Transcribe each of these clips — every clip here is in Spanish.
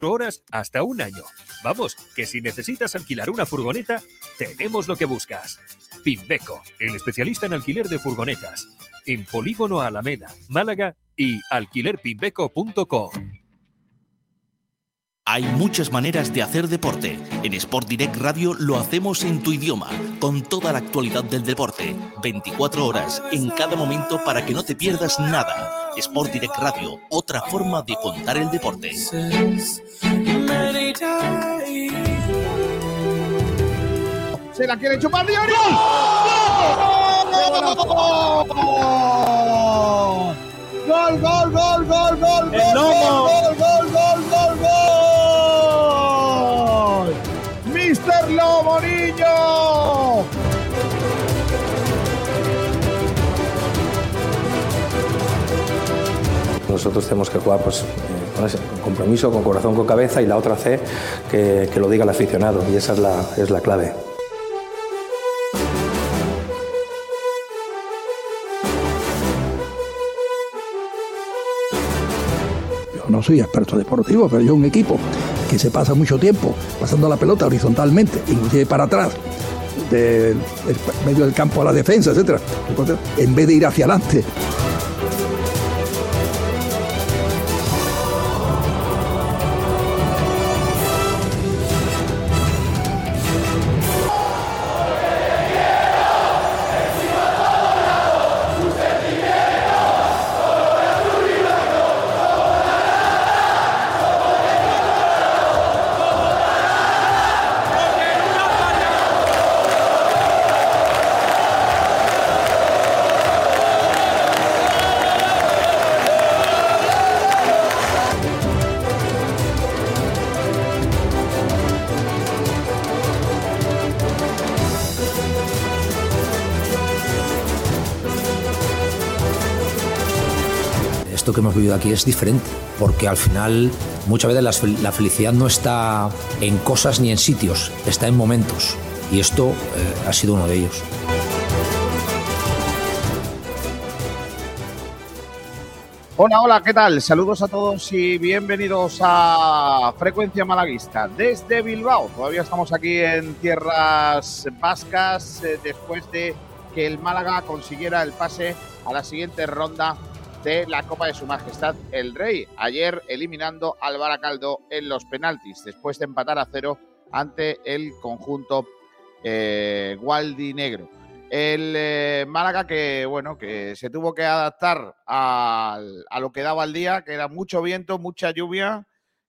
horas hasta un año. Vamos, que si necesitas alquilar una furgoneta, tenemos lo que buscas. Pimbeco, el especialista en alquiler de furgonetas. En Polígono Alameda, Málaga y alquilerpimbeco.com. Hay muchas maneras de hacer deporte. En Sport Direct Radio lo hacemos en tu idioma, con toda la actualidad del deporte. 24 horas en cada momento para que no te pierdas nada. Sport Direct Radio, otra forma de contar el deporte. Se la quiere chupar Diori. ¡Gol! ¡Gol, gol, gol, gol, gol! ¡El Lomo! ¡Gol, gol, gol, gol, gol! ¡Mister Lomo, niño! Nosotros tenemos que jugar pues, con ese compromiso, con corazón, con cabeza, y la otra C, que lo diga el aficionado, y esa es la clave. Yo no soy experto deportivo, pero yo un equipo que se pasa mucho tiempo pasando la pelota horizontalmente, inclusive para atrás, del medio del campo a la defensa, etcétera, en vez de ir hacia adelante. Esto que hemos vivido aquí es diferente, porque al final muchas veces la felicidad no está en cosas ni en sitios, está en momentos, y esto ha sido uno de ellos. Hola, hola, ¿qué tal? Saludos a todos y bienvenidos a Frecuencia Malaguista desde Bilbao. Todavía estamos aquí en tierras vascas después de que el Málaga consiguiera el pase a la siguiente ronda de la Copa de Su Majestad el Rey, ayer eliminando al Baracaldo en los penaltis, después de empatar a 0 ante el conjunto gualdinegro. El Málaga que se tuvo que adaptar a lo que daba el día, que era mucho viento, mucha lluvia,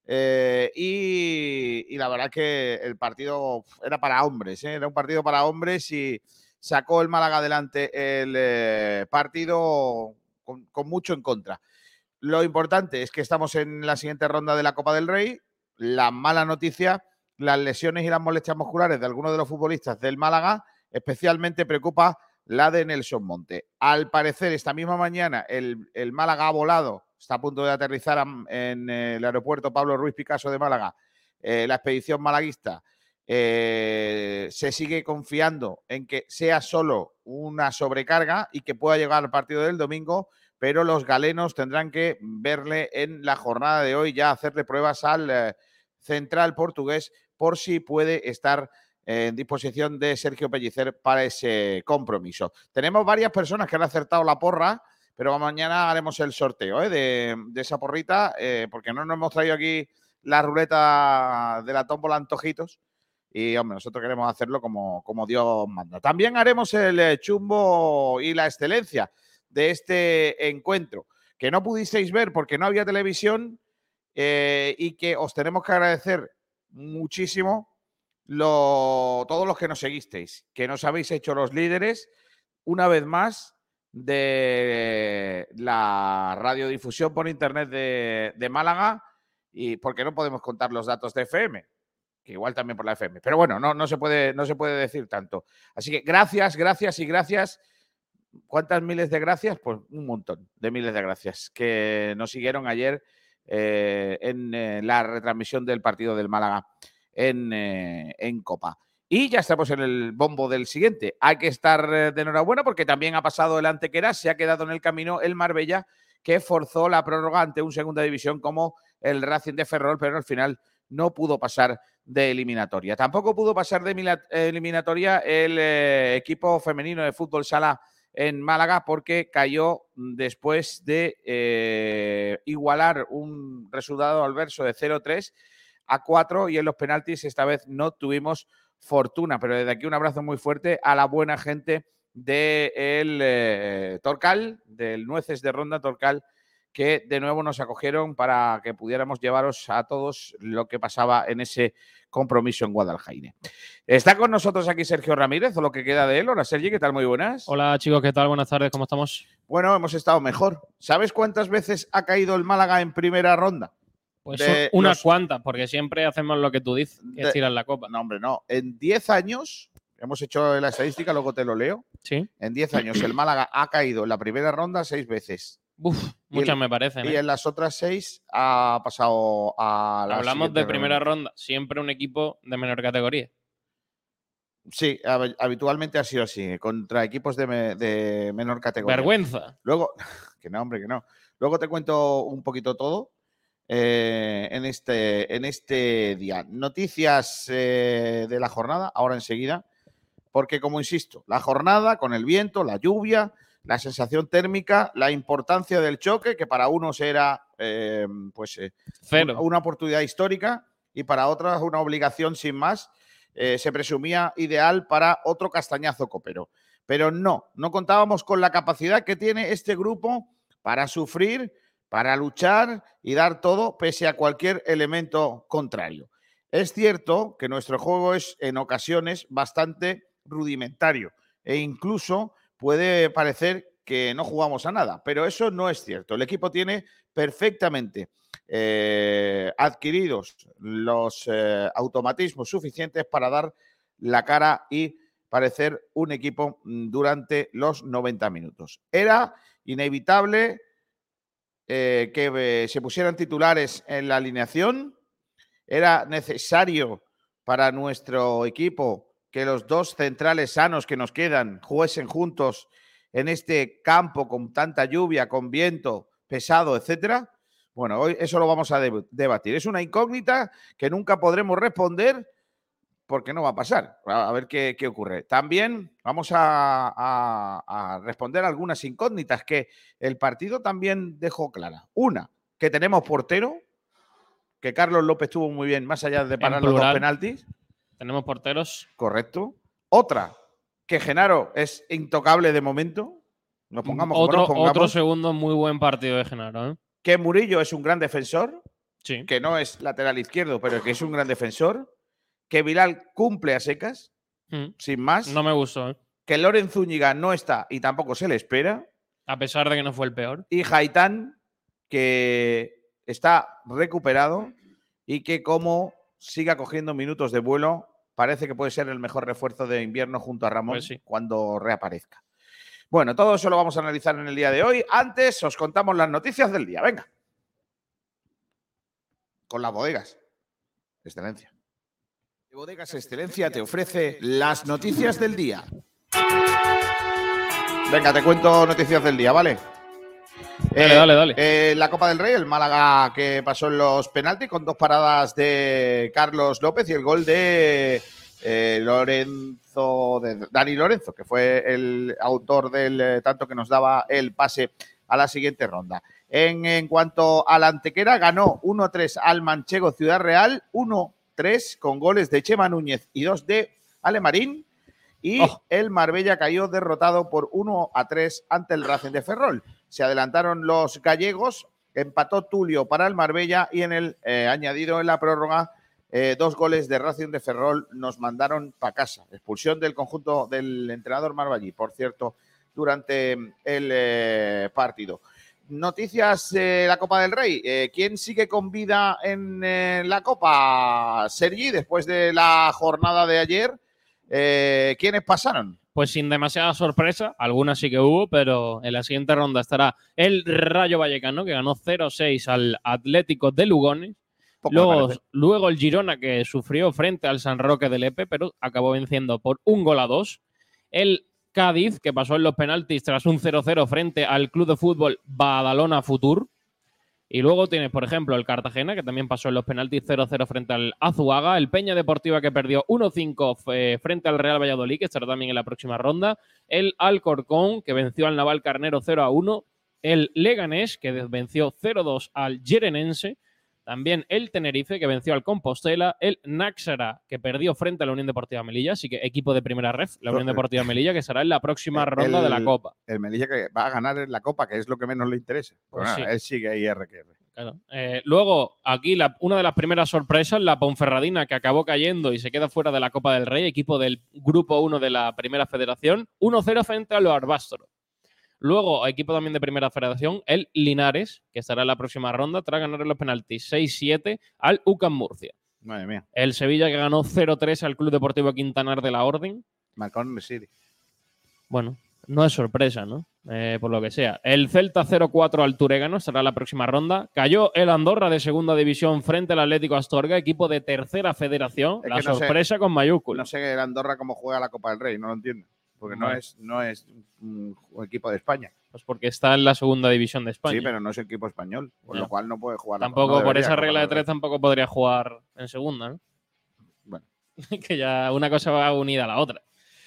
y la verdad que el partido era para hombres, era un partido para hombres, y sacó el Málaga adelante el partido con mucho en contra. Lo importante es que estamos en la siguiente ronda de la Copa del Rey. La mala noticia, las lesiones y las molestias musculares de algunos de los futbolistas del Málaga, especialmente preocupa la de Nelson Monte. Al parecer, esta misma mañana el Málaga ha volado, está a punto de aterrizar en el aeropuerto Pablo Ruiz Picasso de Málaga, la expedición malaguista. Se sigue confiando en que sea solo una sobrecarga y que pueda llegar al partido del domingo, pero los galenos tendrán que verle en la jornada de hoy, ya hacerle pruebas al central portugués por si puede estar en disposición de Sergio Pellicer para ese compromiso. Tenemos varias personas que han acertado la porra, pero mañana haremos el sorteo de esa porrita, porque no nos hemos traído aquí la ruleta de la tómbola antojitos. Y, hombre, nosotros queremos hacerlo como Dios manda. También haremos el chumbo y la excelencia de este encuentro, que no pudisteis ver porque no había televisión, y que os tenemos que agradecer muchísimo todos los que nos seguisteis, que nos habéis hecho los líderes, una vez más, de la radiodifusión por internet de Málaga, y porque no podemos contar los datos de FM, que igual también por la FM. Pero bueno, no se puede decir tanto. Así que gracias y gracias. ¿Cuántas miles de gracias? Pues un montón de miles de gracias que nos siguieron ayer en la retransmisión del partido del Málaga en Copa. Y ya estamos en el bombo del siguiente. Hay que estar de enhorabuena porque también ha pasado el Antequera, se ha quedado en el camino el Marbella, que forzó la prórroga ante un segunda división como el Racing de Ferrol, pero al final no pudo pasar de eliminatoria. Tampoco pudo pasar de eliminatoria el equipo femenino de fútbol sala en Málaga, porque cayó después de igualar un resultado adverso de 0-3-4, y en los penaltis esta vez no tuvimos fortuna. Pero desde aquí un abrazo muy fuerte a la buena gente del Torcal, del Nueces de Ronda Torcal, que de nuevo nos acogieron para que pudiéramos llevaros a todos lo que pasaba en ese compromiso en Guadaljaine. Está con nosotros aquí Sergio Ramírez, o lo que queda de él. Hola, Sergi, ¿qué tal? Muy buenas. Hola, chicos, ¿qué tal? Buenas tardes, ¿cómo estamos? Bueno, hemos estado mejor. ¿Sabes cuántas veces ha caído el Málaga en primera ronda? Pues son unas cuantas, porque siempre hacemos lo que tú dices, que es tirar la copa. No, hombre, no. En 10 años, hemos hecho la estadística, luego te lo leo. Sí. En 10 años el Málaga ha caído en la primera ronda 6 veces. Muchas me parecen. Y en las otras 6 ha pasado a la Hablamos de primera ronda, siempre un equipo de menor categoría. Sí, habitualmente ha sido así, contra equipos de menor categoría. Vergüenza. Luego, que no, hombre, que no. Luego te cuento un poquito todo en este día. Noticias de la jornada, ahora enseguida, porque como insisto, la jornada con el viento, la lluvia, la sensación térmica, la importancia del choque, que para unos era cero, una oportunidad histórica y para otros una obligación sin más. Se presumía ideal para otro castañazo copero. Pero no contábamos con la capacidad que tiene este grupo para sufrir, para luchar y dar todo pese a cualquier elemento contrario. Es cierto que nuestro juego es en ocasiones bastante rudimentario e incluso puede parecer que no jugamos a nada, pero eso no es cierto. El equipo tiene perfectamente adquiridos los automatismos suficientes para dar la cara y parecer un equipo durante los 90 minutos. Era inevitable que se pusieran titulares en la alineación. Era necesario para nuestro equipo que los dos centrales sanos que nos quedan juguesen juntos en este campo con tanta lluvia, con viento pesado, etcétera. Bueno, hoy eso lo vamos a debatir. Es una incógnita que nunca podremos responder porque no va a pasar. A ver qué ocurre. También vamos a responder algunas incógnitas que el partido también dejó clara. Una, que tenemos portero, que Carlos López estuvo muy bien, más allá de parar los dos penaltis. Tenemos porteros. Correcto. Otra, que Genaro es intocable de momento. Nos pongamos otro segundo muy buen partido de Genaro, ¿eh? Que Murillo es un gran defensor, sí, que no es lateral izquierdo, pero que es un gran defensor, que Bilal cumple a secas, sin más. No me gustó, ¿eh? Que Lorenzo Zúñiga no está y tampoco se le espera. A pesar de que no fue el peor. Y Haitán, que está recuperado y que como siga cogiendo minutos de vuelo, parece que puede ser el mejor refuerzo de invierno junto a Ramón cuando reaparezca. Bueno, todo eso lo vamos a analizar en el día de hoy. Antes os contamos las noticias del día. Venga. Con las bodegas. Excelencia. Bodegas Excelencia te ofrece las noticias del día. Venga, te cuento noticias del día, ¿vale? Dale. La Copa del Rey, el Málaga que pasó en los penaltis con 2 paradas de Carlos López y el gol de Dani Lorenzo, que fue el autor del tanto que nos daba el pase a la siguiente ronda. En cuanto a la Antequera, ganó 1-3 al Manchego Ciudad Real, 1-3 con goles de Chema Núñez y 2 de Alemarín. Y el Marbella cayó derrotado por 1-3 ante el Racing de Ferrol. Se adelantaron los gallegos, empató Tulio para el Marbella y en el añadido en la prórroga 2 goles de Racing de Ferrol nos mandaron para casa. Expulsión del conjunto del entrenador Marballí, por cierto, durante el partido. Noticias de la Copa del Rey. ¿Quién sigue con vida en la Copa? Sergi, después de la jornada de ayer, ¿quiénes pasaron? Pues sin demasiada sorpresa, algunas sí que hubo, pero en la siguiente ronda estará el Rayo Vallecano, que ganó 0-6 al Atlético de Lugones. Luego el Girona, que sufrió frente al San Roque de Lepe, pero acabó venciendo por 1-2. El Cádiz, que pasó en los penaltis tras un 0-0 frente al Club de Fútbol Badalona Futur. Y luego tienes, por ejemplo, el Cartagena, que también pasó en los penaltis 0-0 frente al Azuaga. El Peña Deportiva, que perdió 1-5 frente al Real Valladolid, que estará también en la próxima ronda. El Alcorcón, que venció al Naval Carnero 0-1. El Leganés, que venció 0-2 al Yerenense. También el Tenerife, que venció al Compostela. El Náxara, que perdió frente a la Unión Deportiva Melilla. Así que equipo de primera ref, la Unión Deportiva Melilla, que será en la próxima ronda de la Copa. El Melilla que va a ganar en la Copa, que es lo que menos le interesa. Pues sí. Él sigue ahí RQR. Claro. Luego, aquí una de las primeras sorpresas, la Ponferradina, que acabó cayendo y se queda fuera de la Copa del Rey, equipo del Grupo 1 de la Primera Federación, 1-0 frente a los Arbastro. Luego, equipo también de Primera Federación, el Linares, que estará en la próxima ronda tras ganar en los penaltis 6-7 al UCAM Murcia. Madre mía. El Sevilla, que ganó 0-3 al Club Deportivo Quintanar de la Orden. Marcón City. Bueno, no es sorpresa, ¿no? Por lo que sea. El Celta 0-4 al Turégano, estará en la próxima ronda. Cayó el Andorra de segunda división frente al Atlético Astorga, equipo de tercera federación. Es la sorpresa con mayúsculas. No sé el Andorra cómo juega la Copa del Rey, no lo entiendo. Porque no es un equipo de España. Pues porque está en la segunda división de España. Sí, pero no es equipo español, por lo cual no puede jugar. Tampoco, por esa regla de 3 tampoco podría jugar en segunda, ¿no? Bueno. Que ya una cosa va unida a la otra.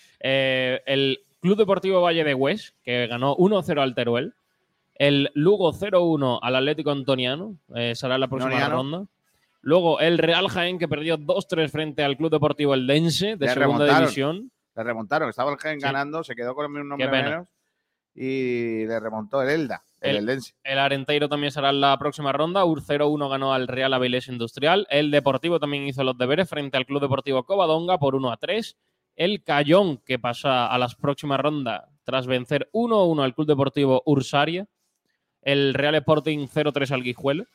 El Club Deportivo Valle de Hues, que ganó 1-0 al Teruel. El Lugo 0-1 al Atlético Antoniano, será la próxima ronda. Luego el Real Jaén, que perdió 2-3 frente al Club Deportivo Eldense de segunda división. Le remontaron, estaba el Jaén ganando, se quedó con un nombre menos y le remontó el Elda, el Eldense. El Arenteiro también será en la próxima ronda. 0-1 ganó al Real Avilés Industrial. El Deportivo también hizo los deberes frente al Club Deportivo Covadonga por 1-3. El Cayón, que pasa a las próximas rondas tras vencer 1-1 al Club Deportivo Ursaria. El Real Sporting 0-3 al Guijuelo.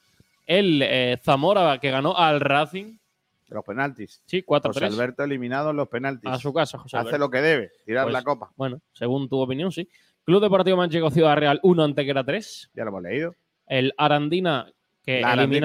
El Zamora, que ganó al Racing. Los penaltis. Sí, 4-3. José Alberto eliminado en los penaltis. A su casa, José Alberto. Hace lo que debe, tirar la copa. Bueno, según tu opinión, sí. Club Deportivo Manchego Ciudad Real 1, Antequera 3. Ya lo hemos leído. El Arandina, que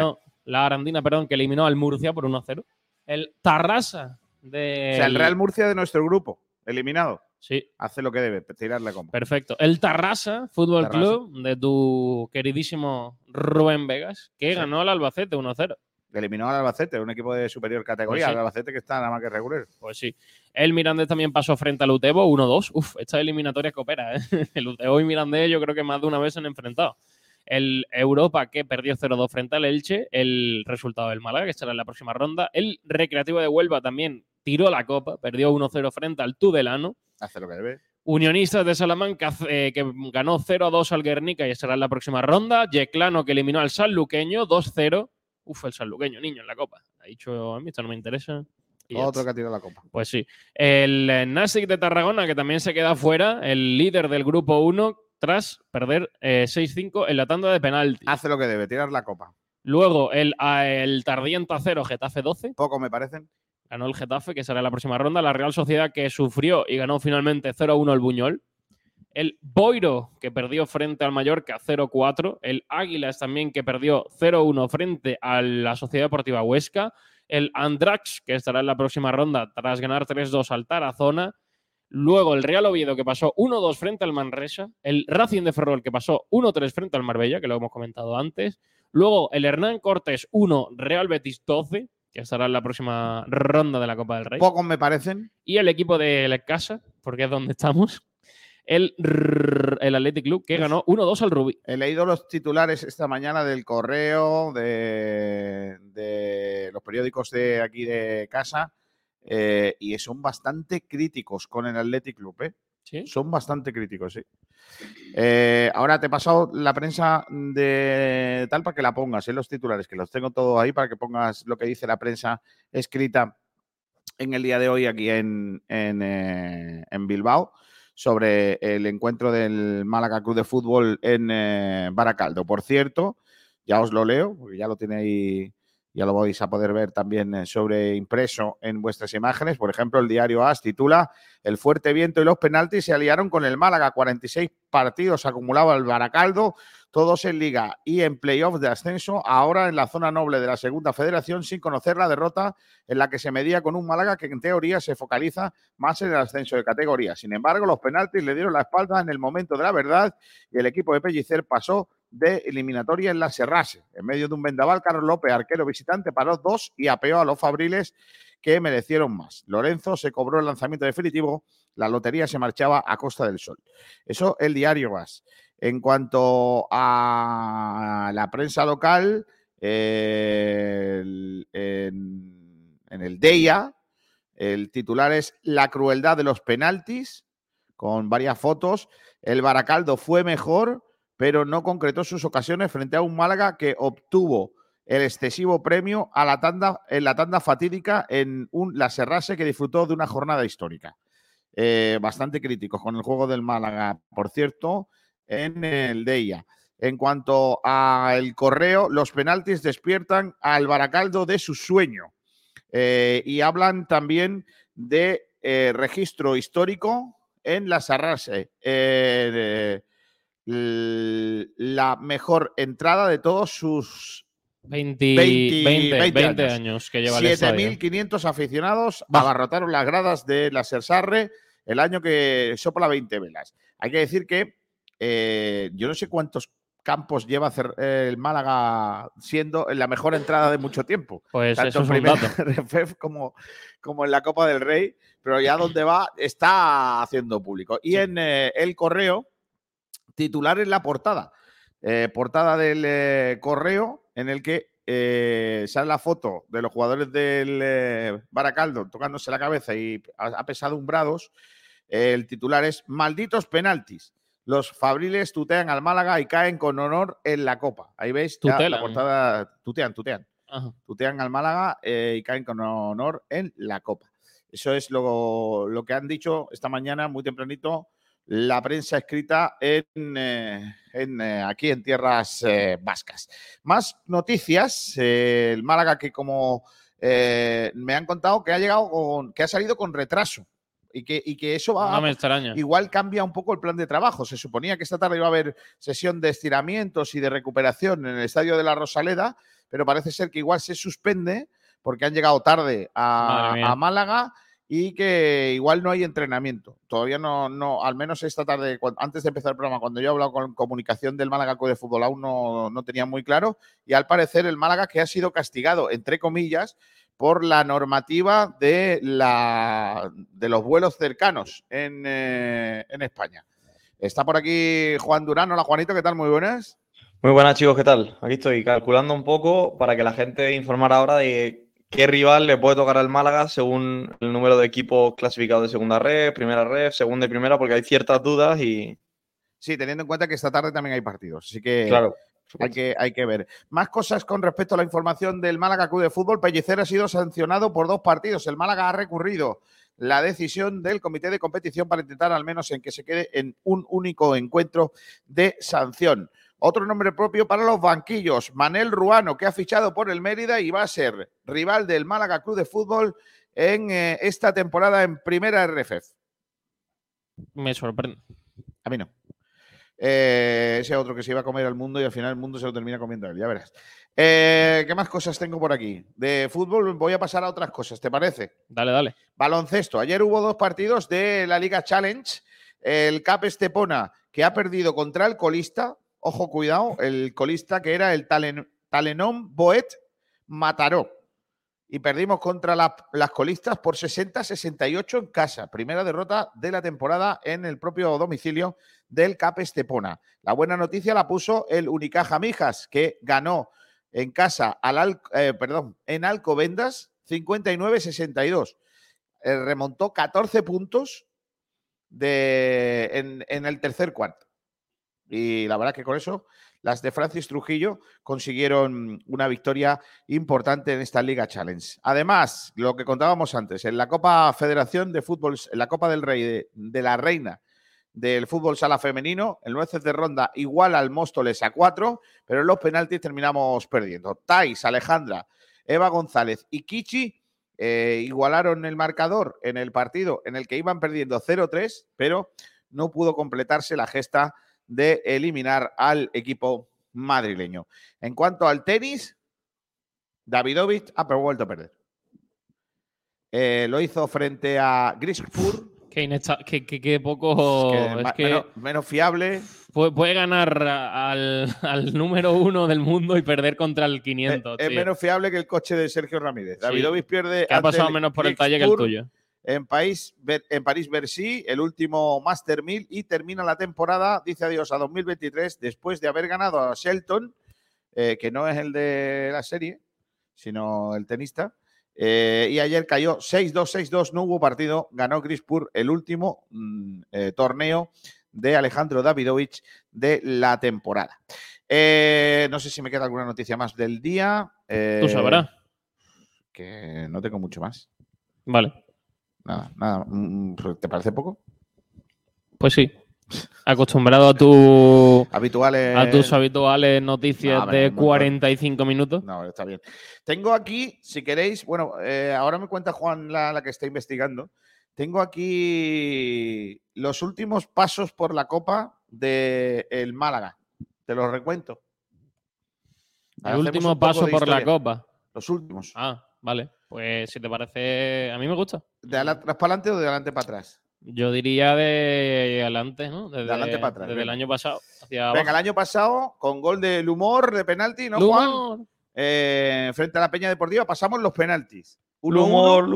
eliminó al Murcia por 1-0. El Tarrasa de... O sea, el Real Murcia de nuestro grupo, eliminado. Sí. Hace lo que debe, tirar la copa. Perfecto. El Tarrasa Fútbol Club de tu queridísimo Rubén Vegas, que ganó al Albacete 1-0. Eliminó al Albacete, un equipo de superior categoría. Pues sí. El Albacete que está nada más que regular. Pues sí. El Mirandés también pasó frente al Utebo 1-2. Uf, esta eliminatoria coopera, ¿eh? El Utebo y Mirandés yo creo que más de una vez se han enfrentado. El Europa, que perdió 0-2 frente al Elche. El resultado del Málaga, que estará en la próxima ronda. El Recreativo de Huelva también tiró la copa. Perdió 1-0 frente al Tudelano. Hace lo que debe. Unionistas de Salamanca, que ganó 0-2 al Guernica y estará en la próxima ronda. Yeclano, que eliminó al Sanluqueño 2-0. Uf, el sanluqueño, niño, en la copa. Ha dicho, a mí esto no me interesa. Otro que ha tirado la copa. Pues sí. El Nasic de Tarragona, que también se queda fuera, el líder del grupo 1, tras perder 6-5 en la tanda de penaltis. Hace lo que debe, tirar la copa. Luego, el Tardienta 0, Getafe 12. Poco me parecen. Ganó el Getafe, que será la próxima ronda. La Real Sociedad, que sufrió y ganó finalmente 0-1 el Buñol. El Boiro, que perdió frente al Mallorca 0-4. El Águilas también, que perdió 0-1 frente a la Sociedad Deportiva Huesca. El Andrax, que estará en la próxima ronda tras ganar 3-2 al Tarazona. Luego el Real Oviedo, que pasó 1-2 frente al Manresa. El Racing de Ferrol, que pasó 1-3 frente al Marbella, que lo hemos comentado antes. Luego el Hernán Cortés 1, Real Betis 12, que estará en la próxima ronda de la Copa del Rey. Pocos me parecen. Y el equipo de la casa, porque es donde estamos. El Athletic Club, que ganó 1-2 al Rubí. He leído los titulares esta mañana del Correo, de los periódicos de aquí de casa, y son bastante críticos con el Athletic Club, ¿eh? ¿Sí? Son bastante críticos, sí. Ahora te he pasado la prensa de tal para que la pongas, los titulares, que los tengo todos ahí para que pongas lo que dice la prensa escrita en el día de hoy aquí en Bilbao, sobre el encuentro del Málaga Club de Fútbol en Baracaldo. Por cierto, ya os lo leo, porque ya lo tenéis, ya lo vais a poder ver también sobre impreso en vuestras imágenes. Por ejemplo, el diario AS titula: el fuerte viento y los penaltis se aliaron con el Málaga. 46 partidos acumulaba el Baracaldo, todos en Liga y en playoff de ascenso, ahora en la zona noble de la Segunda Federación, sin conocer la derrota en la que se medía con un Málaga que en teoría se focaliza más en el ascenso de categoría. Sin embargo, los penaltis le dieron la espalda en el momento de la verdad y el equipo de Pellicer pasó de eliminatoria en la Serrase. En medio de un vendaval, Carlos López, arquero visitante, paró 2 y apeó a los fabriles que merecieron más. Lorenzo se cobró el lanzamiento definitivo, la lotería se marchaba a Costa del Sol. Eso el diario AS. En cuanto a la prensa local, en el DEIA, el titular es La crueldad de los penaltis, con varias fotos. El Baracaldo fue mejor, pero no concretó sus ocasiones frente a un Málaga que obtuvo el excesivo premio en la tanda fatídica en la Serrase, que disfrutó de una jornada histórica. Bastante críticos con el juego del Málaga, por cierto, en el DEIA. En cuanto al Correo, los penaltis despiertan al Baracaldo de su sueño. Y hablan también de registro histórico en la Serrase. La mejor entrada de todos sus 20 años que lleva el estadio. 7.500 aficionados abarrotaron las gradas de la Sersarre el año que sopla 20 velas. Hay que decir que yo no sé cuántos campos lleva el Málaga siendo la mejor entrada de mucho tiempo. Pues tanto eso es en un dato. RFEF como en la Copa del Rey, pero ya donde va está haciendo público. Y en el Correo, titular en la portada. Portada del Correo, en el que sale la foto de los jugadores del Baracaldo tocándose la cabeza y apesadumbrados. El titular es "Malditos penaltis. Los fabriles tutean al Málaga y caen con honor en la Copa". Ahí veis la portada. Tutean. Ajá. Tutean al Málaga y caen con honor en la Copa. Eso es lo que han dicho esta mañana, muy tempranito, la prensa escrita aquí en tierras vascas. Más noticias. El Málaga, que como me han contado, que ha salido con retraso. Y que eso va. No me extraña. Igual cambia un poco el plan de trabajo. Se suponía que esta tarde iba a haber sesión de estiramientos y de recuperación en el estadio de la Rosaleda, pero parece ser que igual se suspende porque han llegado tarde a Málaga y que igual no hay entrenamiento. Todavía no, al menos esta tarde, antes de empezar el programa, cuando yo he hablado con comunicación del Málaga Club de Fútbol, aún no tenía muy claro. Y al parecer el Málaga, que ha sido castigado, entre comillas, por la normativa de los vuelos cercanos en España. Está por aquí Juan Durán. Hola, Juanito, ¿qué tal? Muy buenas. Muy buenas, chicos, ¿qué tal? Aquí estoy calculando un poco para que la gente informara ahora de qué rival le puede tocar al Málaga según el número de equipos clasificados de segunda ref, primera ref, segunda y primera, porque hay ciertas dudas y... Sí, teniendo en cuenta que esta tarde también hay partidos, así que claro. Hay que ver. Más cosas con respecto a la información del Málaga Club de Fútbol. Pellicer ha sido sancionado por 2 partidos. El Málaga ha recurrido la decisión del comité de competición para intentar al menos en que se quede en un único encuentro de sanción. Otro nombre propio para los banquillos. Manel Ruano, que ha fichado por el Mérida y va a ser rival del Málaga Club de Fútbol en esta temporada en Primera RFEF. Me sorprende. A mí no. Ese otro que se iba a comer al mundo y al final el mundo se lo termina comiendo a él, ya verás. ¿Qué más cosas tengo por aquí? De fútbol voy a pasar a otras cosas, ¿te parece? Dale. Baloncesto. Ayer hubo 2 partidos de la Liga Challenge. El CAP Estepona, que ha perdido contra el colista. Ojo, cuidado, el colista que era el Talenom Boet Mataró. Y perdimos contra las colistas por 60-68 en casa. Primera derrota de la temporada en el propio domicilio del CAP Estepona. La buena noticia la puso el Unicaja Mijas, que ganó en casa en Alcobendas 59-62. Remontó 14 puntos en el tercer cuarto. Y la verdad que con eso las de Francis Trujillo consiguieron una victoria importante en esta Liga Challenge. Además, lo que contábamos antes, en la Copa Federación de Fútbol, en la Copa del Rey de la Reina del Fútbol Sala Femenino, el Nueces de Ronda igual al Móstoles a 4, pero en los penaltis terminamos perdiendo. Thais, Alejandra, Eva González y Kichi igualaron el marcador en el partido en el que iban perdiendo 0-3, pero no pudo completarse la gesta de eliminar al equipo madrileño. En cuanto al tenis, Davidovich ha vuelto a perder. Lo hizo frente a Grishpur, Qué poco. Menos fiable. Puede ganar al número 1 del mundo y perder contra el 500. Es menos fiable que el coche de Sergio Ramírez. Davidovich pierde. Que ha pasado menos por el talle que el tuyo. En París-Bercy, el último Master 1000, y termina la temporada, dice adiós a 2023, después de haber ganado a Shelton, que no es el de la serie, sino el tenista. Y ayer cayó 6-2, 6-2, no hubo partido, ganó Grispur el último torneo de Alejandro Davidovich de la temporada. No sé si me queda alguna noticia más del día. Tú sabrás. Que no tengo mucho más. Vale. Nada. ¿Te parece poco? Pues sí. Acostumbrado a tus habituales noticias de 45 minutos. No, está bien. Tengo aquí, si queréis, bueno, ahora me cuenta Juan la que está investigando. Tengo aquí los últimos pasos por la Copa del Málaga. Te los recuento. El último paso por la Copa. Los últimos. Ah, vale. Pues si te parece, a mí me gusta. ¿De atrás para adelante o de adelante para atrás? Yo diría de adelante, ¿no? De adelante para atrás. Desde el año pasado. Venga, el año pasado, con gol del Humor de penalti, ¿no, Juan? Frente a la Peña Deportiva, pasamos los penaltis. Humor.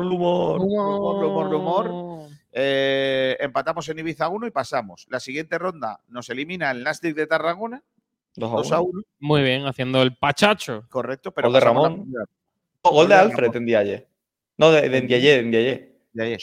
Empatamos en Ibiza 1 y pasamos. La siguiente ronda nos elimina el Nastic de Tarragona. 2-1. Muy bien, haciendo el pachacho. Correcto, pero gol de Ramón. Gol de Alfred en Ndiaye. No, de Ndiaye.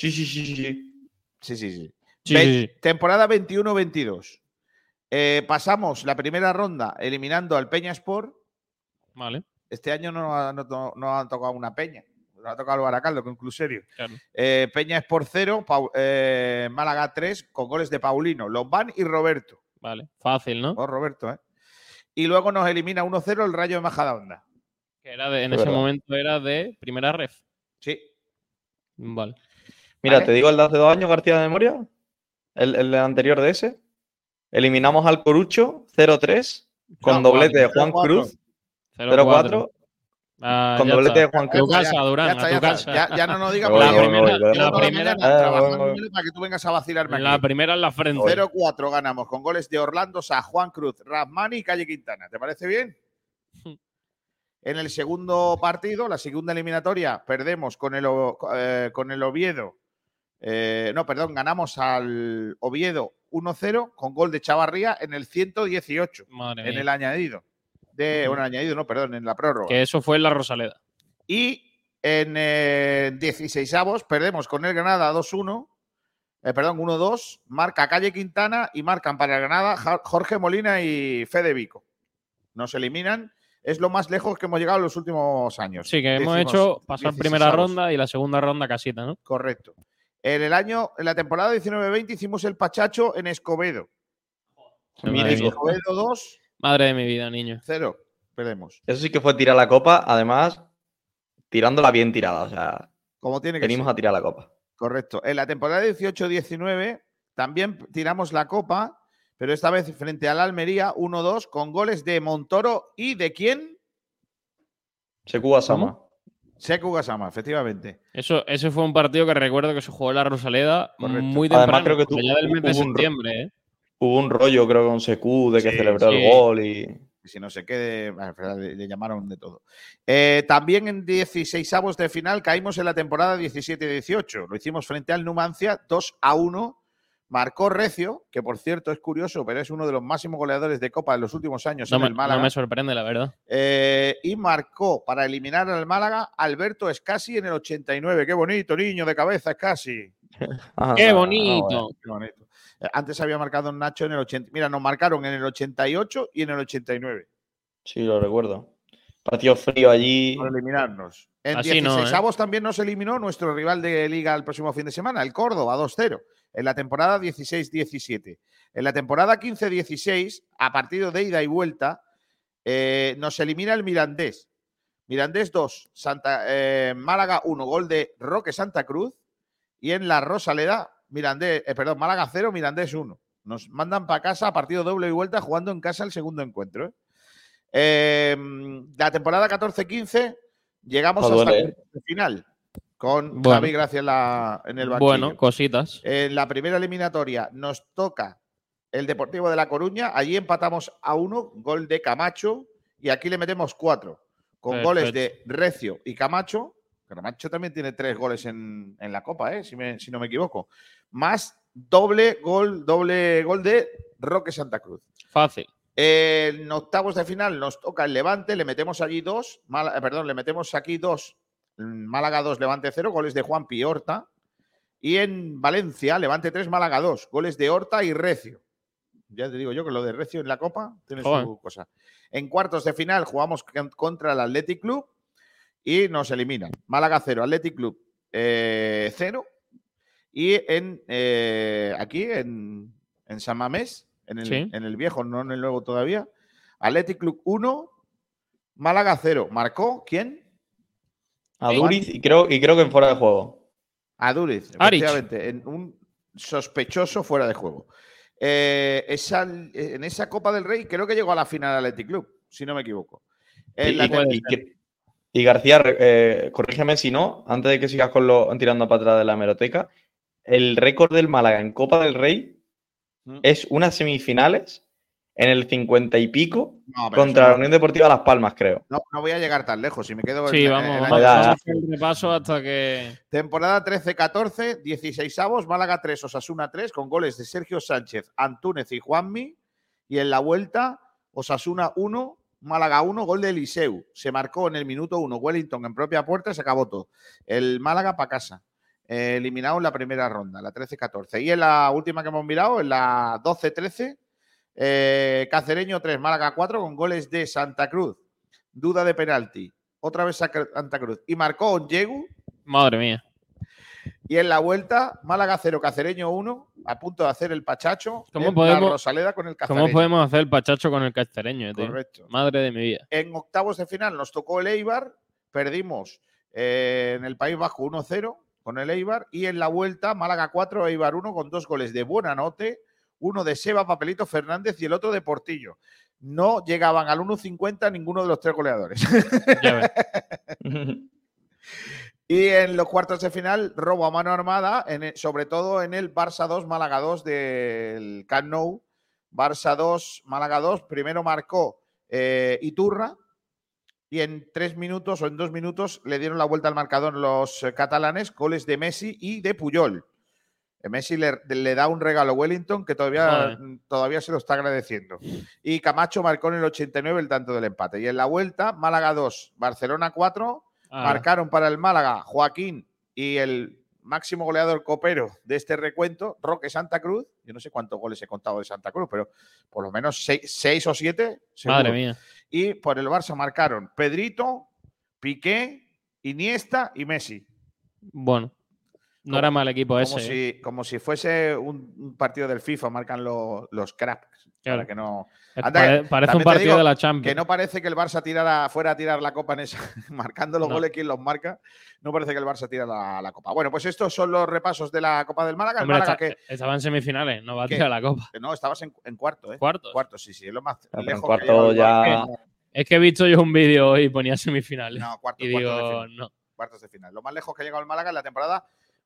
Sí. Temporada 21-22. Pasamos la primera ronda eliminando al Peña Sport. Vale. Este año no ha tocado una Peña. Nos ha tocado el Baracaldo con Cluserio. Claro. Peña Sport 0, Málaga 3, con goles de Paulino, Lombán y Roberto. Vale, fácil, ¿no? Roberto, ¿eh? Y luego nos elimina 1-0 el Rayo de Majadahonda. Que era en ese momento era de primera ref. Sí. Vale. Mira, ¿Vale? te digo el de hace 2 años, García de memoria. El anterior de ese. Eliminamos al Corucho 0-3 con doblete de Juan Cruz. 0-4. Con doblete de Juan Cruz. Tu casa, Durán, a tu casa. Ya no nos digas la primera trabajando para que tú vengas a vacilarme aquí. La primera en la frente. 0-4 ganamos con goles de Orlando Sá, Juan Cruz, Rasmani y Calle Quintana. ¿Te parece bien? En el segundo partido, la segunda eliminatoria, perdemos con el Oviedo. Ganamos al Oviedo 1-0 con gol de Chavarría en el 118. Madre en mía. El añadido. En la prórroga. Que eso fue en la Rosaleda. Y en 16avos perdemos con el Granada 1-2. Marca Calle Quintana y marcan para el Granada Jorge Molina y Fede Vico. Nos eliminan. Es lo más lejos que hemos llegado en los últimos años. Sí, que hemos hecho pasar primera ronda y la segunda ronda casita, ¿no? Correcto. En la temporada 19-20 hicimos el pachacho en Escobedo. Escobedo 2. Madre de mi vida, niño. 0. Perdemos. Eso sí que fue tirar la copa, además, tirándola bien tirada. O sea, como tiene que venimos ser. A tirar la copa. Correcto. En la temporada 18-19 también tiramos la copa, pero esta vez frente al Almería 1-2 con goles de Montoro y ¿de quién? Sekou Gassama. Sekou Gassama, efectivamente. Ese fue un partido que recuerdo que se jugó en la Rosaleda. Correcto. Muy temprano. Además, creo que ya del mes de septiembre, ¿eh? Hubo un rollo, creo, con Sekou de que celebró el gol y si no se quede, le llamaron de todo. También en 16avos de final caímos en la temporada 17-18. Lo hicimos frente al Numancia 2-1. Marcó Recio, que por cierto es curioso, pero es uno de los máximos goleadores de Copa de los últimos años en el Málaga. No me sorprende, la verdad. Y marcó para eliminar al Málaga Alberto Escasi en el 89. ¡Qué bonito, niño de cabeza, Escasi! ¡Qué bonito! Qué bonito. Antes había marcado Nacho en el 80. Mira, nos marcaron en el 88 y en el 89. Sí, lo recuerdo. Partido frío allí. Por eliminarnos. En así 16avos también nos eliminó nuestro rival de Liga el próximo fin de semana, el Córdoba, 2-0. En la temporada 16-17. En la temporada 15-16, a partido de ida y vuelta, nos elimina el Mirandés. Mirandés 2, Málaga 1, gol de Roque Santa Cruz. Y en la Rosaleda, Málaga 0, Mirandés 1. Nos mandan para casa a partido doble y vuelta jugando en casa el segundo encuentro. La temporada 14-15 llegamos hasta el final. con Bueno. Javi Gracia en el banquillo. Bueno, cositas. En la primera eliminatoria nos toca el Deportivo de La Coruña. Allí empatamos a 1, gol de Camacho. Y aquí le metemos 4, con Perfecto. goles de Recio y Camacho. Camacho también tiene 3 goles en la Copa, si no me equivoco. Más doble gol de Roque Santa Cruz. Fácil. En octavos de final nos toca el Levante. Le metemos allí 2. Le metemos aquí 2. Málaga 2, Levante 0. Goles de Juanpi y Horta. Y en Valencia, Levante 3, Málaga 2. Goles de Horta y Recio. Ya te digo yo que lo de Recio en la Copa tiene su cosa. En cuartos de final jugamos contra el Athletic Club y nos eliminan. Málaga 0, Athletic Club 0. Y aquí en San Mamés, en el viejo, no en el nuevo todavía, Athletic Club 1, Málaga 0. ¿Marcó quién? Aduriz y creo que en fuera de juego. Aduriz, efectivamente, en un sospechoso fuera de juego. En esa Copa del Rey creo que llegó a la final Athletic Club, si no me equivoco. Y García, corrígeme si no, antes de que sigas tirando para atrás de la hemeroteca, el récord del Málaga en Copa del Rey es unas semifinales en el 50 y pico contra la Unión Deportiva Las Palmas, creo. No voy a llegar tan lejos, si me quedo vamos a hacer el repaso hasta que… Temporada 13-14, 16avos, Málaga 3, Osasuna 3, con goles de Sergio Sánchez, Antúnez y Juanmi. Y en la vuelta, Osasuna 1, Málaga 1, gol de Eliseu. Se marcó en el minuto 1, Wellington en propia puerta, se acabó todo. El Málaga para casa. Eliminado en la primera ronda, la 13-14. Y en la última que hemos mirado, en la 12-13, Cacereño 3, Málaga 4, con goles de Santa Cruz. Duda de penalti. Otra vez Santa Cruz. Y marcó Onyegu. Madre mía. Y en la vuelta, Málaga 0, Cacereño 1, a punto de hacer el pachacho. La Rosaleda con el Cacereño. ¿Cómo podemos hacer el pachacho con el Cacereño, tío? Correcto. Madre de mi vida. En octavos de final nos tocó el Eibar. Perdimos en el País Bajo 1-0 con el Eibar. Y en la vuelta, Málaga 4, Eibar 1, con 2 goles de Buenanote. Uno de Seba Papelito Fernández y el otro de Portillo. No llegaban al 1.50 ninguno de los 3 goleadores. Ya ves. Y en los cuartos de final, robo a mano armada, sobre todo en el Barça 2, Málaga 2 del Camp Nou. Barça 2, Málaga 2. Primero marcó Iturra y en 3 minutos o en 2 minutos le dieron la vuelta al marcador los catalanes, goles de Messi y de Puyol. Messi le da un regalo a Wellington que todavía se lo está agradeciendo. Y Camacho marcó en el 89 el tanto del empate. Y en la vuelta, Málaga 2, Barcelona 4. Marcaron para el Málaga Joaquín y el máximo goleador copero de este recuento, Roque Santa Cruz. Yo no sé cuántos goles he contado de Santa Cruz, pero por lo menos 6 o 7. Seguro. Madre mía. Y por el Barça marcaron Pedrito, Piqué, Iniesta y Messi. Bueno. No era mal equipo ese. Como si fuese un partido del FIFA, marcan los cracks. Claro. Para que no. Parece un partido de la Champions. Que no parece que el Barça fuera a tirar la copa en esa. Marcando los goles, quien los marca. No parece que el Barça tira la copa. Bueno, pues estos son los repasos de la Copa del Málaga. Hombre, el Málaga estaba en semifinales, no va a tirar la copa. No, estabas en cuarto, ¿eh? Cuarto, sí. Es lo más lejos en cuarto ya. Es que he visto yo un vídeo y ponía semifinales. No, cuartos de final. Lo más lejos que ha llegado el Málaga en la temporada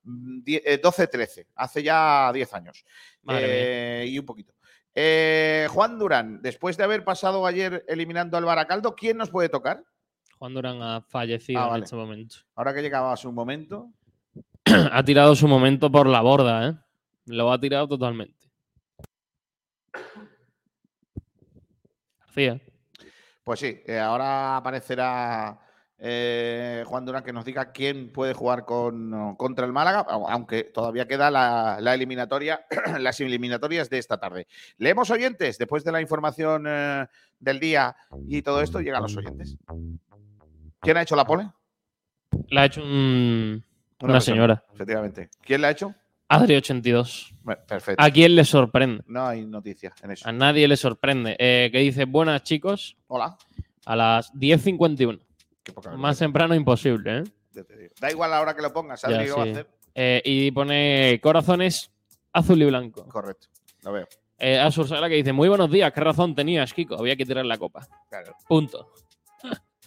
12-13, hace ya 10 años. Y un poquito. Juan Durán, después de haber pasado ayer eliminando al Baracaldo, ¿quién nos puede tocar? Juan Durán ha fallecido en este momento. Ahora que llegaba su momento. Ha tirado su momento por la borda, ¿eh? Lo ha tirado totalmente. García. Pues sí, ahora aparecerá Juan Durán que nos diga quién puede jugar contra el Málaga, aunque todavía queda la eliminatoria, las eliminatorias de esta tarde. Leemos oyentes, después de la información del día y todo esto, llegan los oyentes. ¿Quién ha hecho la pole? La ha hecho una señora. Efectivamente. ¿Quién la ha hecho? Adri82. Perfecto. ¿A quién le sorprende? No hay noticias en eso. A nadie le sorprende. Que dice, buenas chicos. Hola. A las 10:51. Más temprano imposible, ¿eh? Da igual la hora que lo pongas, Adri lo va a hacer. Y pone corazones azul y blanco. Correcto, lo veo. A Sursala que dice, muy buenos días, ¿qué razón tenías, Kiko? Había que tirar la copa. Claro. Punto.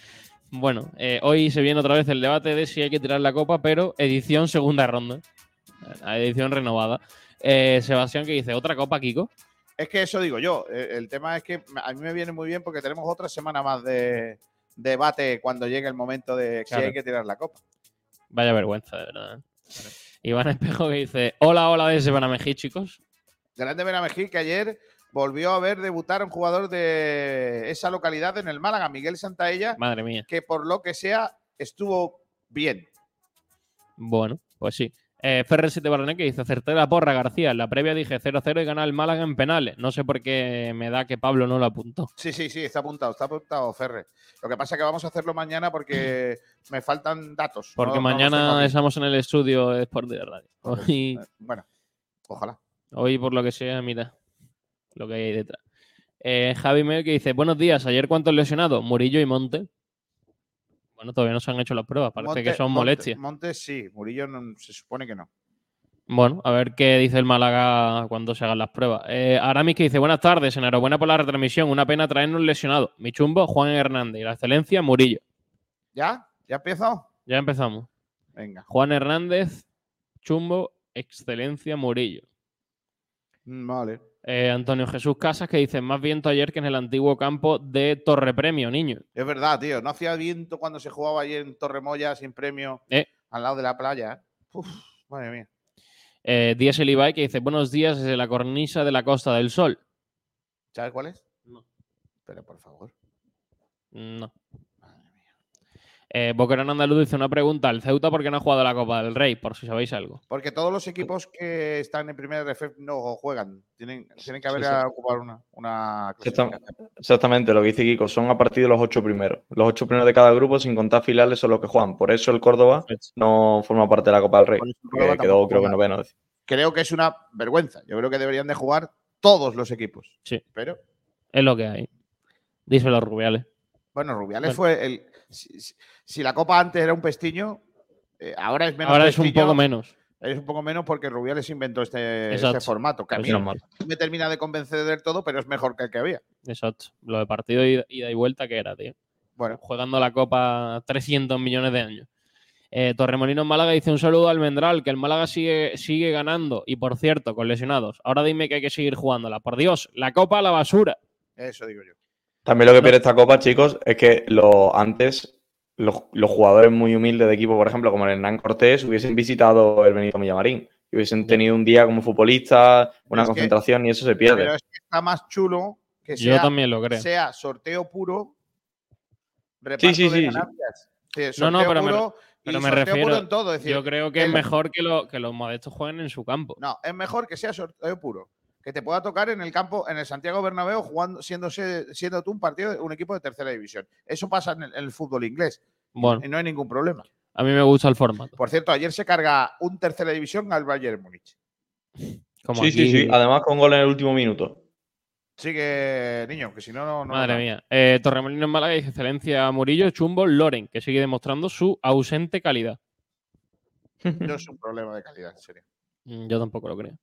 Bueno, hoy se viene otra vez el debate de si hay que tirar la copa, pero edición segunda ronda. Edición renovada. Sebastián, que dice, ¿otra copa, Kiko? Es que eso digo yo. El tema es que a mí me viene muy bien porque tenemos otra semana más de debate cuando llegue el momento de si hay que tirar la copa. Vaya vergüenza, de verdad. Claro. Iván Espejo, que dice, hola desde Benamejí, chicos. Grande Benamejí, que ayer volvió a ver debutar a un jugador de esa localidad en el Málaga, Miguel Santaella. Madre mía. Que por lo que sea, estuvo bien. Bueno, pues sí. Ferrer 7 Barronet, que dice, acerté la porra, García. En la previa dije 0-0 y gana el Málaga en penales. No sé por qué me da que Pablo no lo apuntó. Sí, está apuntado, Ferrer. Lo que pasa es que vamos a hacerlo mañana porque me faltan datos. Porque mañana estamos en el estudio de Sport de Radio. Hoy, bueno, ojalá. Hoy, por lo que sea, mira lo que hay detrás. Javi Mel, que dice, buenos días, ayer ¿cuántos lesionados? Murillo y Monte. Bueno, todavía no se han hecho las pruebas, parece que son molestias. Monte sí, Murillo no, se supone que no. Bueno, a ver qué dice el Málaga cuando se hagan las pruebas. Aramis, que dice, buenas tardes, enhorabuena por la retransmisión, una pena traernos lesionados. Mi chumbo, Juan Hernández, y la excelencia, Murillo. ¿Ya? ¿Ya empezó? Ya empezamos. Venga. Juan Hernández, chumbo, excelencia, Murillo. Vale. Antonio Jesús Casas, que dice, más viento ayer que en el antiguo campo de Torre Premio, niño. Es verdad, tío. No hacía viento cuando se jugaba ayer en Torremoya sin premio al lado de la playa. Uf, madre mía. Diesel Ibai, que dice, buenos días desde la cornisa de la Costa del Sol. ¿Sabes cuál es? No. Pero por favor. No. Boquerón Andaluz dice una pregunta al Ceuta, ¿por qué no ha jugado la Copa del Rey? Por si sabéis algo. Porque todos los equipos que están en primera RF no juegan. Tienen que haber ocupado una Exactamente, lo que dice Kiko. Son a partir de los 8 primeros. Los 8 primeros de cada grupo, sin contar filiales, son los que juegan. Por eso el Córdoba no forma parte de la Copa del Rey. Que quedó, creo que noveno. Creo que es una vergüenza. Yo creo que deberían de jugar todos los equipos. Sí. Pero es lo que hay. Díselo, Rubiales. Bueno, Rubiales fue el... Si la Copa antes era un pestiño, ahora es menos. Ahora es un poco menos. Es un poco menos porque Rubiales inventó este formato. Que a mí no me termina de convencer del todo, pero es mejor que el que había. Exacto. Lo de partido ida y vuelta que era, tío. Bueno. Jugando la Copa 300 millones de años. Torremolinos Málaga dice un saludo al Mendral, que el Málaga sigue ganando. Y por cierto, con lesionados. Ahora dime que hay que seguir jugándola. Por Dios, la Copa a la basura. Eso digo yo. También lo que pierde esta Copa, chicos, es que antes los jugadores muy humildes de equipo, por ejemplo, como el Hernán Cortés, hubiesen visitado el Benito Villamarín y hubiesen tenido un día como futbolista, una concentración, y eso se pierde. Pero es que está más chulo que yo también lo creo. Sea sorteo puro, reparto de ganancias. No, pero me refiero en todo. Es decir, yo creo que es mejor que los modestos jueguen en su campo. No, es mejor que sea sorteo puro. Que te pueda tocar en el campo, en el Santiago Bernabéu, jugando, siendo tú un equipo de tercera división. Eso pasa en el fútbol inglés. Bueno, y no hay ningún problema. A mí me gusta el formato. Por cierto, ayer se carga un tercera división al Bayern Múnich. Sí. Además con gol en el último minuto. Sigue, niño, que si no. Madre mía. Torremolinos Málaga dice excelencia Murillo, chumbo Loren, que sigue demostrando su ausente calidad. No es un problema de calidad, en serio. Yo tampoco lo creo.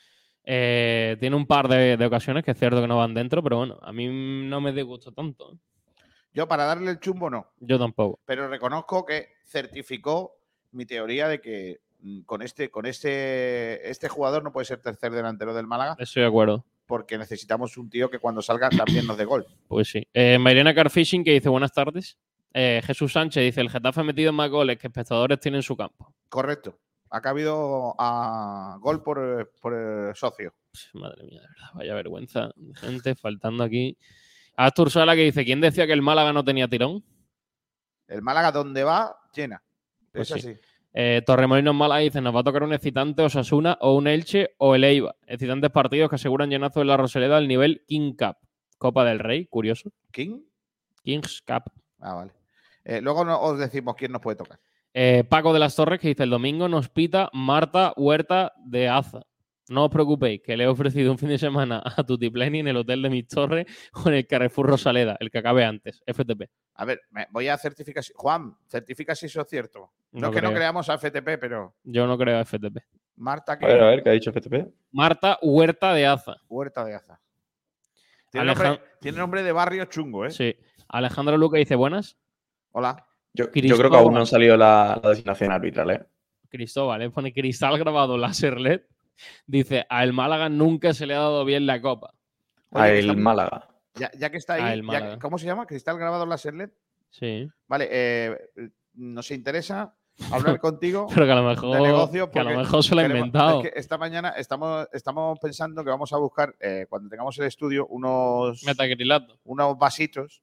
Tiene un par de ocasiones que es cierto que no van dentro, pero bueno, a mí no me disgustó tanto. Yo para darle el chumbo no. Yo tampoco. Pero reconozco que certificó mi teoría de que con este jugador no puede ser tercer delantero del Málaga. Estoy de acuerdo. Porque necesitamos un tío que cuando salga también nos dé gol. Pues sí. Mairena Carfishing, que dice buenas tardes. Jesús Sánchez dice el Getafe ha metido más goles que espectadores tiene en su campo. Correcto. Acá ha habido gol por socio. Madre mía, de verdad. Vaya vergüenza. Gente faltando aquí. Astur Sala, que dice ¿quién decía que el Málaga no tenía tirón? El Málaga donde va, llena. Pues es sí. así. Torremolinos Málaga dice nos va a tocar un excitante Osasuna o un Elche o el Eibar. Excitantes partidos que aseguran llenazo en la Rosaleda al nivel King Cup. Copa del Rey, curioso. King's Cup. Ah, vale. Luego os decimos quién nos puede tocar. Paco de las Torres, que dice el domingo nos pita Marta Huerta de Aza. No os preocupéis, que le he ofrecido un fin de semana a Tutipleni en el hotel de Mis Torres o en el Carrefour Rosaleda, el que acabe antes, FTP. A ver, voy a certificar. Juan, certifica si eso es cierto. No que no creamos a FTP, pero... Yo no creo a FTP. Marta, ¿qué? A ver, ¿qué ha dicho FTP? Marta Huerta de Aza. Huerta de Aza. Tiene nombre de barrio chungo, ¿eh? Sí. Alejandro Luca dice buenas. Hola. Yo creo que aún no ha salido la designación arbitral, ¿eh? Cristóbal, pone cristal grabado láser LED. Dice, a el Málaga nunca se le ha dado bien la copa. Oye, El Málaga. Ya que está ahí, ¿cómo se llama? ¿Cristal grabado láser LED? Sí. Vale, nos interesa hablar contigo pero que a lo mejor, de negocio. Que a lo mejor se lo ha inventado. Es que esta mañana estamos pensando que vamos a buscar, cuando tengamos el estudio, unos vasitos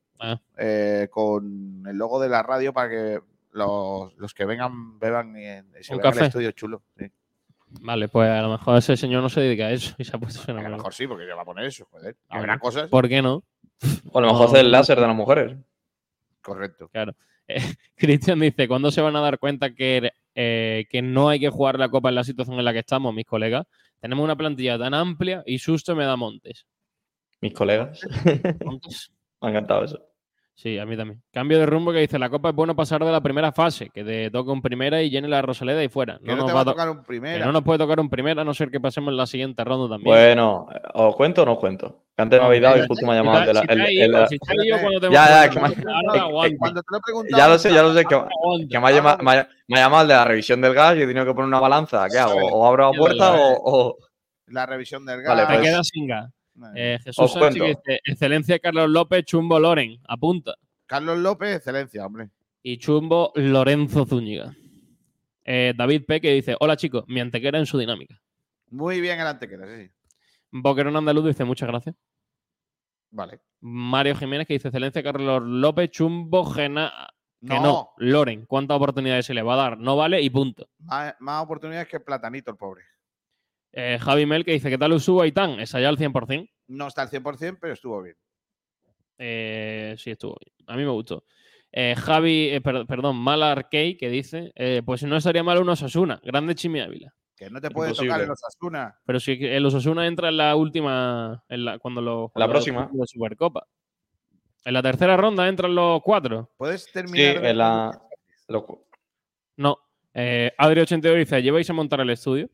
con el logo de la radio para que los que vengan beban y se vean el estudio chulo. Sí. Vale, pues a lo mejor ese señor no se dedica a eso y se ha puesto a lo mejor sí, porque ya va a poner eso, joder. Habrá cosas. ¿Por qué no? O a lo mejor hace el láser de las mujeres. Correcto. Claro. Cristian dice, ¿cuándo se van a dar cuenta que no hay que jugar la Copa en la situación en la que estamos, mis colegas? Tenemos una plantilla tan amplia y susto me da Montes. ¿Mis colegas? Montes. Me ha encantado eso. Sí, a mí también. Cambio de rumbo que dice, la Copa es bueno pasar de la primera fase, que te toca un primera y llene la Rosaleda y fuera. Que no te va a tocar un primera. Que no nos puede tocar un primera, a no ser que pasemos en la siguiente ronda también. Bueno, ¿os cuento o no os cuento? Que antes me habéis dado y justo me ha llamado el de la... Cuando te lo he preguntado... Ya lo sé, que me ha llamado el de la revisión del gas y he tenido que poner una balanza. ¿Qué hago? ¿O abro la puerta o...? La revisión del gas... Vale, pues, te quedas sin gas. Jesús Sánchez dice, excelencia Carlos López, Chumbo Loren, apunta. Carlos López, excelencia, hombre. Y Chumbo Lorenzo Zúñiga. David P. que dice, hola chicos, mi antequera en su dinámica. Muy bien el antequera, sí. Boquerón Andaluz dice, muchas gracias. Vale. Mario Jiménez que dice, excelencia Carlos López, Chumbo Gena... Que no, Loren, ¿cuántas oportunidades se le va a dar? No vale y punto. Más oportunidades que Platanito, el pobre. Javi Mel que dice, ¿qué tal Usubo Aitán? ¿Es allá al 100%? No está al 100%, pero estuvo bien. Sí, estuvo bien. A mí me gustó. Perdón, Malarkey que dice, pues no estaría mal un Osasuna. Grande Chimi Ávila. Que no te puede tocar el Osasuna. Pero si el Osasuna entra en la última, la próxima. La Supercopa. En la tercera ronda entran los 4. ¿Puedes terminar? Sí, en la... No. Adri82 dice, ¿lleváis a montar el estudio?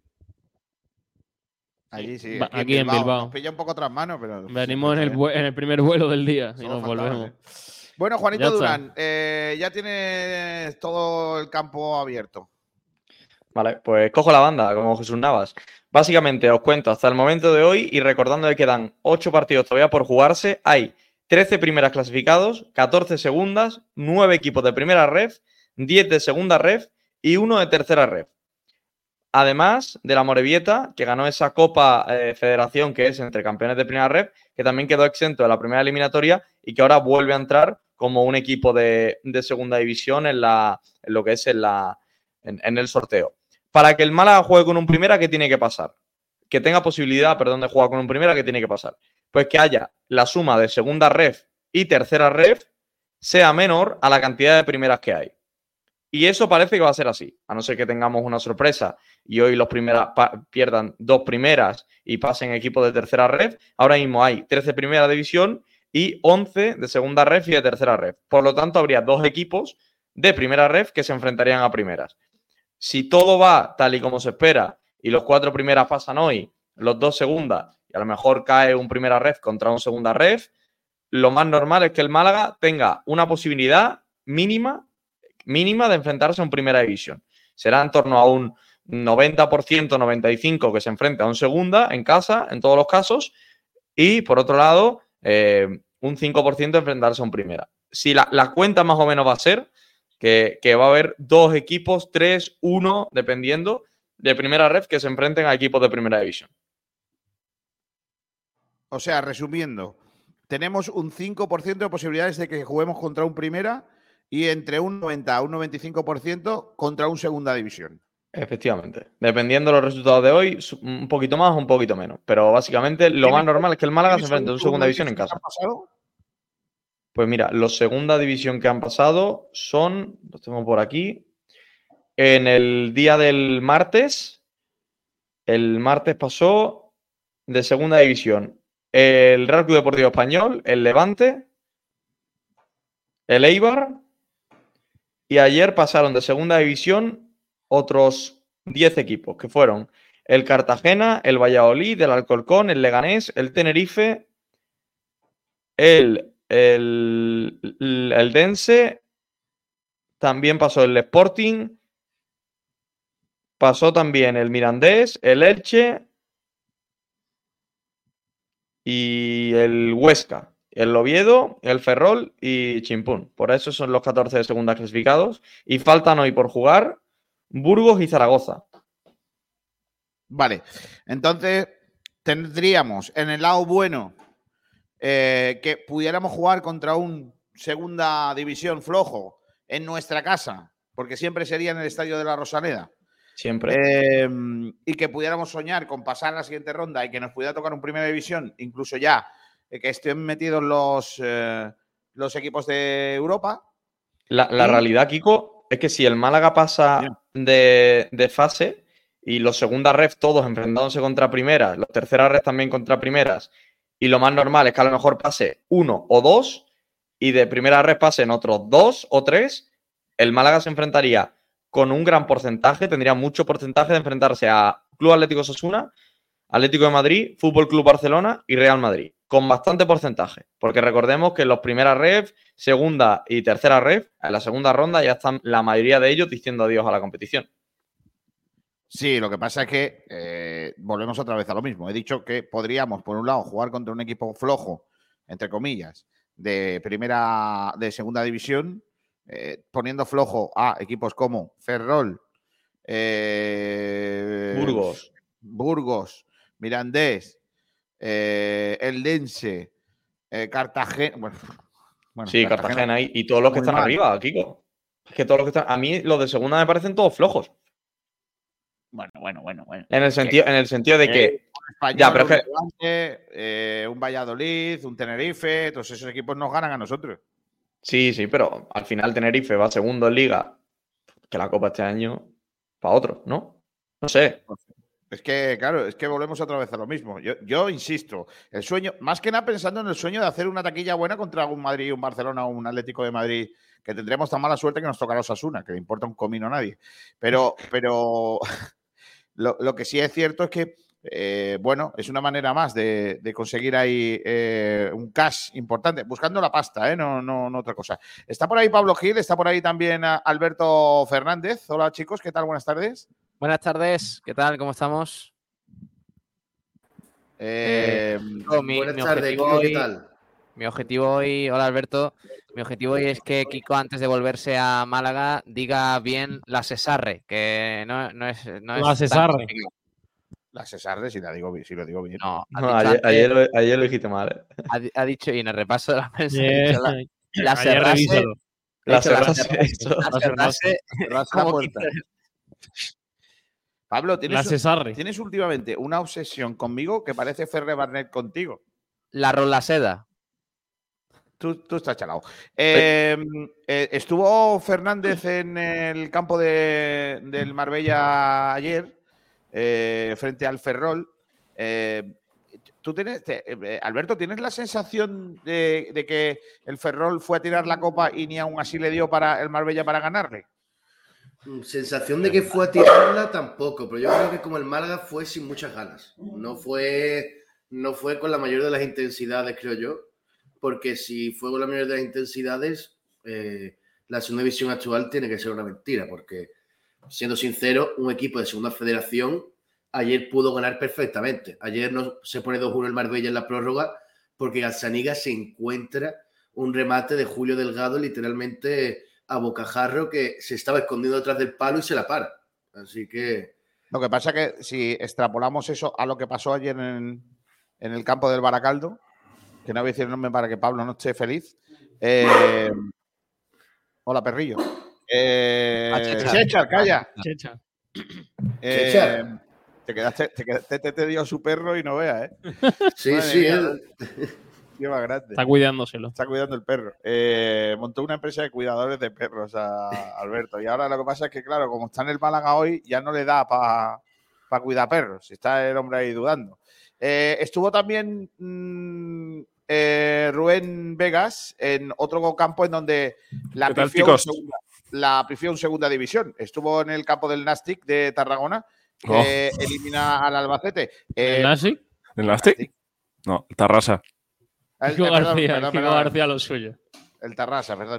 Allí sí, aquí en Bilbao. Nos pilla un poco tras manos, pero... Venimos en el primer vuelo del día y nos volvemos. Bueno, Juanito Durán, ya tienes todo el campo abierto. Vale, pues cojo la banda, como Jesús Navas. Básicamente, os cuento hasta el momento de hoy y recordando que quedan 8 partidos todavía por jugarse. Hay 13 primeras clasificados, 14 segundas, 9 equipos de primera ref, 10 de segunda ref y 1 de tercera ref. Además de la Morevieta, que ganó esa Copa Federación que es entre campeones de primera ref, que también quedó exento de la primera eliminatoria y que ahora vuelve a entrar como un equipo de segunda división en lo que es en el sorteo. Para que el Málaga juegue con un primera, ¿qué tiene que pasar? Que tenga posibilidad, de jugar con un primera, ¿qué tiene que pasar? Pues que haya la suma de segunda ref y tercera ref sea menor a la cantidad de primeras que hay. Y eso parece que va a ser así, a no ser que tengamos una sorpresa y hoy los primeras pierdan 2 primeras y pasen equipos de tercera ref. Ahora mismo hay 13 primera división y 11 de segunda ref y de tercera ref. Por lo tanto, habría 2 equipos de primera ref que se enfrentarían a primeras. Si todo va tal y como se espera y los 4 primeras pasan hoy, los 2 segundas y a lo mejor cae un primera ref contra un segunda ref, lo más normal es que el Málaga tenga una posibilidad mínima de enfrentarse a un primera división. Será en torno a un 90%, 95% que se enfrente a un segunda en casa, en todos los casos, y por otro lado, un 5% enfrentarse a un primera. Si la cuenta más o menos va a ser que va a haber 2 equipos, 3, 1, dependiendo, de primera ref que se enfrenten a equipos de primera división. O sea, resumiendo, tenemos un 5% de posibilidades de que juguemos contra un primera y entre un 90 a un 95% contra un segunda división. Efectivamente. Dependiendo de los resultados de hoy, un poquito más o un poquito menos. Pero básicamente lo más normal es que el Málaga se enfrente a un segunda división en casa. ¿Qué ha pasado? Pues mira, los segunda división que han pasado son, los tengo por aquí, en el día del martes. El martes pasó de segunda división el Real Club Deportivo Español, el Levante, el Eibar. Y ayer pasaron de segunda división otros 10 equipos, que fueron el Cartagena, el Valladolid, el Alcorcón, el Leganés, el Tenerife, el Dense también pasó el Sporting, pasó también el Mirandés, el Elche y el Huesca, el Oviedo, el Ferrol y Chimpún. Por eso son los 14 de segunda clasificados. Y faltan hoy por jugar Burgos y Zaragoza. Vale, entonces tendríamos en el lado bueno que pudiéramos jugar contra un segunda división flojo en nuestra casa, porque siempre sería en el estadio de la Rosaleda. Siempre. Y que pudiéramos soñar con pasar a la siguiente ronda y que nos pudiera tocar un primera división, incluso ya que estén metidos los equipos de Europa. La realidad, Kiko, es que si el Málaga pasa de fase y los segunda ref todos enfrentándose contra primeras, los terceras ref también contra primeras, y lo más normal es que a lo mejor pase 1 o 2 y de primera ref pasen otros 2 o 3, el Málaga se enfrentaría con un gran porcentaje, tendría mucho porcentaje de enfrentarse a Club Atlético Osasuna, Atlético de Madrid, Fútbol Club Barcelona y Real Madrid, con bastante porcentaje, porque recordemos que en los primeras ref, segunda y tercera ref, en la segunda ronda ya están la mayoría de ellos diciendo adiós a la competición. Sí, lo que pasa es que volvemos otra vez a lo mismo. He dicho que podríamos, por un lado, jugar contra un equipo flojo, entre comillas, de segunda división, poniendo flojo a equipos como Ferrol, Burgos, Mirandés, Eldense, Cartagena. Bueno, sí, Cartagena y todos los que están arriba, Kiko. Es que todos los que están. A mí los de segunda me parecen todos flojos. Bueno. En el sentido de que. Español, ya, pero es que. Un Valladolid, un Tenerife, todos esos equipos nos ganan a nosotros. Sí, pero al final Tenerife va segundo en Liga, que la Copa este año para otro, ¿no? No sé. Es que, claro, volvemos otra vez a lo mismo. Yo insisto, el sueño, más que nada pensando en el sueño de hacer una taquilla buena contra un Madrid, un Barcelona o un Atlético de Madrid, que tendremos tan mala suerte que nos tocará Osasuna, que le importa un comino a nadie. Pero lo que sí es cierto es que, es una manera más de conseguir ahí un cash importante, buscando la pasta, no otra cosa. Está por ahí Pablo Gil, está por ahí también Alberto Fernández. Hola chicos, ¿qué tal? Buenas tardes. Buenas tardes, ¿qué tal? ¿Cómo estamos? Buenas tardes, Kiko, ¿qué tal? Mi objetivo hoy, hola Alberto, mi objetivo hoy es que Kiko antes de volverse a Málaga diga bien la Cesarre, que no es la Cesarre. La Cesarre, si lo digo bien. No, ayer lo dijiste mal. Ha dicho, y en el repaso de la prensa, la Serrase. La Serrase. Pablo, tienes últimamente una obsesión conmigo que parece Ferre Barnet contigo. La Rolaseda. Tú estás chalado. Estuvo Fernández en el campo del Marbella ayer, frente al Ferrol. Alberto, ¿tienes la sensación de que el Ferrol fue a tirar la copa y ni aún así le dio para el Marbella para ganarle? Sensación de que fue a tirarla tampoco, pero yo creo que como el Málaga fue sin muchas ganas. No fue con la mayor de las intensidades, creo yo, porque si fue con la mayor de las intensidades, la segunda división actual tiene que ser una mentira, porque, siendo sincero, un equipo de segunda federación ayer pudo ganar perfectamente. Ayer no se pone 2-1 el Marbella en la prórroga porque Gazzaniga se encuentra un remate de Julio Delgado literalmente a bocajarro que se estaba escondiendo detrás del palo y se la para. Así que... Lo que pasa es que si extrapolamos eso a lo que pasó ayer en el campo del Baracaldo, que no voy a decir el nombre para que Pablo no esté feliz. Hola, perrillo. Chechar, calla. Chechar. Te dio su perro y no veas, ¿eh? Sí. Lleva grande. Está cuidándoselo. Está cuidando el perro. Montó una empresa de cuidadores de perros a Alberto. Y ahora lo que pasa es que, claro, como está en el Málaga hoy, ya no le da para cuidar perros. Está el hombre ahí dudando. Estuvo también Rubén Vegas en otro campo en donde la pifió en segunda división. Estuvo en el campo del Nastic de Tarragona, que elimina al Albacete. ¿El Nastic? ¿El Nastic? No, el Tarrasa. Kiko García lo suyo. El Tarrasa, perdón.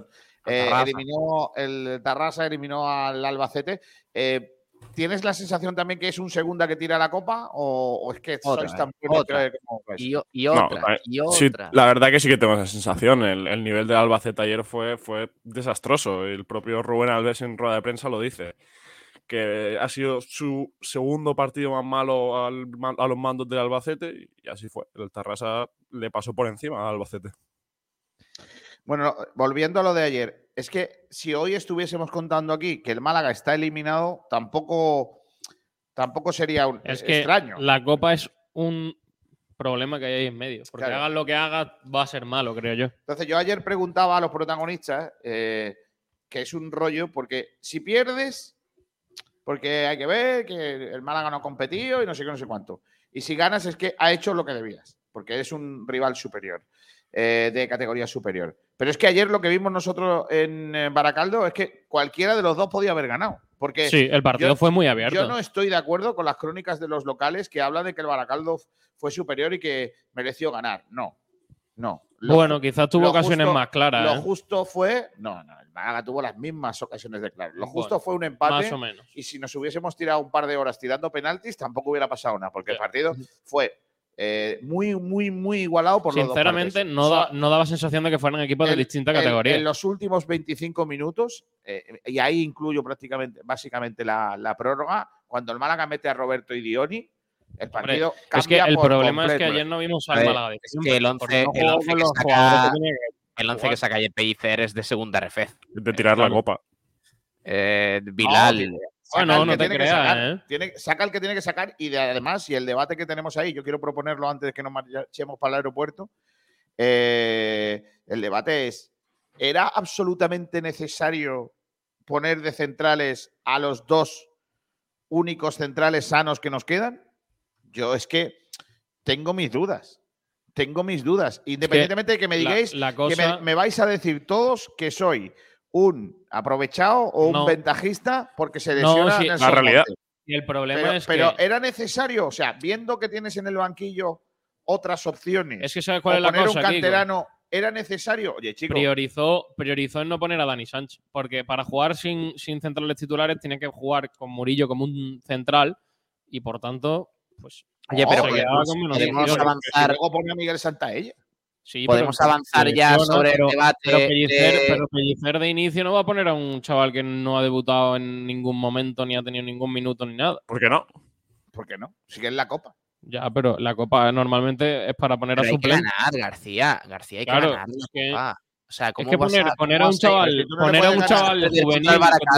El Tarrasa eliminó al Albacete. ¿Tienes la sensación también que es un segunda que tira la Copa o es que sois tan buenos como y otra? Sí, la verdad que sí que tengo esa sensación. El nivel del Albacete ayer fue desastroso. El propio Rubén Alves en rueda de prensa lo dice, que ha sido su segundo partido más malo a los mandos del Albacete y así fue. El Tarrasa le pasó por encima al Albacete. Bueno, volviendo a lo de ayer, es que si hoy estuviésemos contando aquí que el Málaga está eliminado, tampoco sería extraño. La Copa es un problema que hay ahí en medio. Porque hagas lo que hagas, va a ser malo, creo yo. Entonces, yo ayer preguntaba a los protagonistas que es un rollo, porque si pierdes, porque hay que ver que el Málaga no ha competido y no sé qué, no sé cuánto. Y si ganas es que ha hecho lo que debías, porque eres un rival superior, de categoría superior. Pero es que ayer lo que vimos nosotros en Baracaldo es que cualquiera de los dos podía haber ganado. Porque sí, el partido fue muy abierto. Yo no estoy de acuerdo con las crónicas de los locales que hablan de que el Baracaldo fue superior y que mereció ganar. No. Bueno, quizás tuvo ocasiones más claras. Lo justo fue… No, el Málaga tuvo las mismas ocasiones de claro. Lo justo fue un empate. Más o menos. Y si nos hubiésemos tirado un par de horas tirando penaltis, tampoco hubiera pasado nada. Porque el partido fue… muy, muy, muy igualado por los dos partes. Sinceramente, no daba sensación de que fueran equipos de distinta categoría. En los últimos 25 minutos, y ahí incluyo básicamente la prórroga, cuando el Málaga mete a Roberto y Dioni, el partido cambia. Es que el problema completo, es que ayer no vimos al Málaga. Es que el 11 que saca ayer Pellicer es de segunda ref. De tirar la copa. Bilal. Bueno, no te creas, saca el que tiene que sacar y además, y el debate que tenemos ahí, yo quiero proponerlo antes de que nos marchemos para el aeropuerto, el debate es, ¿era absolutamente necesario poner de centrales a los dos únicos centrales sanos que nos quedan? Yo es que tengo mis dudas. Independientemente de que me digáis que me vais a decir todos que soy un aprovechado o un ventajista porque se lesiona en la realidad. Y el problema pero era necesario, o sea, viendo que tienes en el banquillo otras opciones. Es que sabes cuál es la cosa, un canterano, Kiko. ¿Era necesario? Oye, chico. Priorizó en no poner a Dani Sánchez, porque para jugar sin centrales titulares tiene que jugar con Murillo como un central y por tanto, pues. Oye, pero podemos avanzar. Luego pone a Miguel Santaella. Sí, podemos avanzar ya sobre el debate. Pero Pellicer de inicio no va a poner a un chaval que no ha debutado en ningún momento, ni ha tenido ningún minuto, ni nada. ¿Por qué no? Sigue en la Copa. Ya, pero la Copa normalmente es para poner a suplente. Hay que ganar, García, hay que ganar la Copa. O sea, ¿cómo es que poner a un chaval juvenil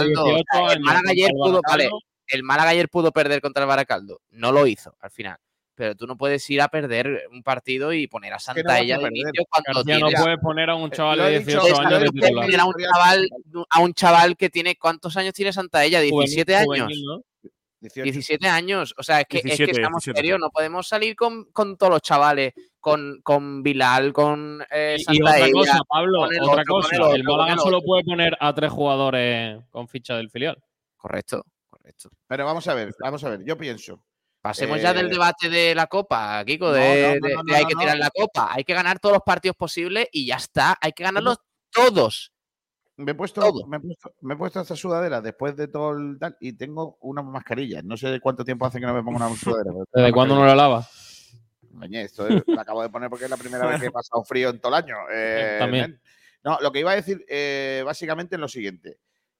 el Málaga ayer pudo perder contra el Baracaldo. No lo hizo al final. Pero tú no puedes ir a perder un partido y poner a Santaella de inicio cuando no puedes poner a un chaval de 18 años de titular. A un chaval que tiene… ¿Cuántos años tiene Santaella? 17 años. Juvenil, ¿no? 17 años. O sea, es que estamos 17. serios. No podemos salir con todos los chavales. Con Bilal, con Santaella. Y otra cosa, Pablo, otra cosa. El Málaga solo puede poner a 3 jugadores con ficha del filial. Correcto. Pero vamos a ver. Yo pienso. Pasemos ya del debate de la Copa, Kiko, hay que tirar la Copa. Hay que ganar todos los partidos posibles y ya está. Hay que ganarlos todos. Me he puesto esta sudadera después de todo el tal y tengo una mascarilla. No sé de cuánto tiempo hace que no me pongo una sudadera. ¿Desde cuándo no la lavas? Esto la acabo de poner porque es la primera vez que he pasado frío en todo el año. También. No, lo que iba a decir básicamente es lo siguiente.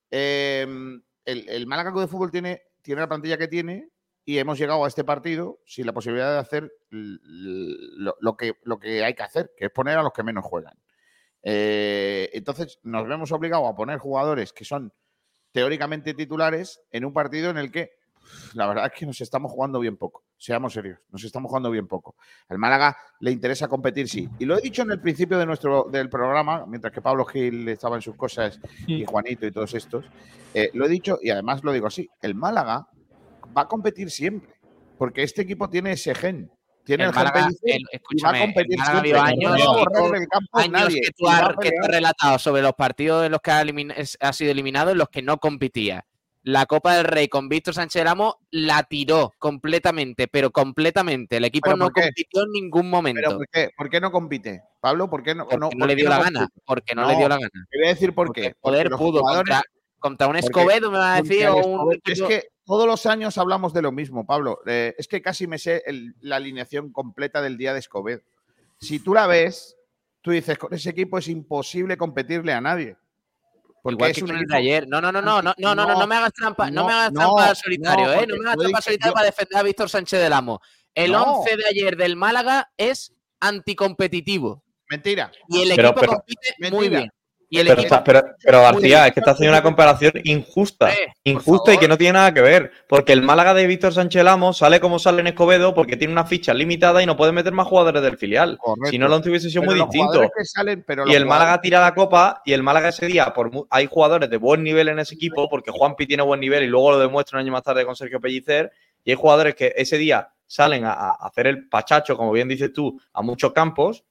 El Málaga Club de Fútbol tiene la plantilla que tiene. Y hemos llegado a este partido sin la posibilidad de hacer lo que hay que hacer, que es poner a los que menos juegan. Entonces nos vemos obligados a poner jugadores que son teóricamente titulares en un partido en el que la verdad es que nos estamos jugando bien poco. Seamos serios, nos estamos jugando bien poco. Al Málaga le interesa competir, sí. Y lo he dicho en el principio del programa, mientras que Pablo Gil estaba en sus cosas y Juanito y todos estos. Lo he dicho y además lo digo así. El Málaga va a competir siempre, porque este equipo tiene ese gen. Tiene el Málaga, y va a competir siempre. Años que tú has relatado sobre los partidos en los que ha sido eliminado en los que no competía. la Copa del Rey con Víctor Sánchez del Amo la tiró completamente, pero completamente. El equipo no compitió en ningún momento. ¿Pero por qué no compite? Pablo, ¿por qué no? Porque no le dio la gana. Porque no le dio la gana. Te voy a decir por qué. El poder pudo contra un Escobedo, me va a decir. Es que todos los años hablamos de lo mismo, Pablo. Es que casi me sé la alineación completa del día de Escobedo. Si tú la ves, tú dices, con ese equipo es imposible competirle a nadie. Porque igual que con el de ayer. No me hagas trampa. No me hagas trampa al solitario, ¿eh? No me hagas trampa al solitario para defender a Víctor Sánchez del Amo. El 11 de ayer del Málaga es anticompetitivo. Mentira. Y el equipo compite muy bien. Pero García, es que está haciendo una comparación injusta. Injusta y que no tiene nada que ver. Porque el Málaga de Víctor Sánchez del Amo sale como sale en Escobedo porque tiene una ficha limitada y no puede meter más jugadores del filial. Correcto. Si no, el 11 hubiese sido muy distinto. Y el Málaga tira la Copa y el Málaga ese día, hay jugadores de buen nivel en ese equipo porque Juanpi tiene buen nivel y luego lo demuestra un año más tarde con Sergio Pellicer. Y hay jugadores que ese día salen a hacer el pachacho, como bien dices tú, a muchos campos.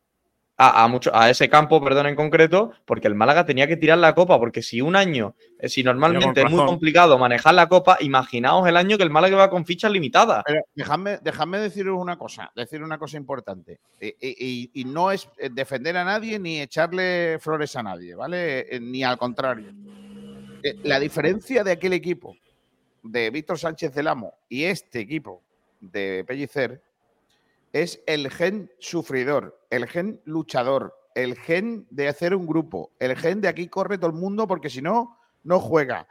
A ese campo, perdón, en concreto, porque el Málaga tenía que tirar la Copa, porque si un año, si normalmente es muy complicado manejar la Copa, imaginaos el año que el Málaga va con fichas limitadas. Pero dejadme deciros una cosa importante. Y no es defender a nadie ni echarle flores a nadie, ¿vale? Ni al contrario. La diferencia de aquel equipo de Víctor Sánchez del Amo y este equipo de Pellicer es el gen sufridor, el gen luchador, el gen de hacer un grupo, el gen de aquí corre todo el mundo porque si no, no juega.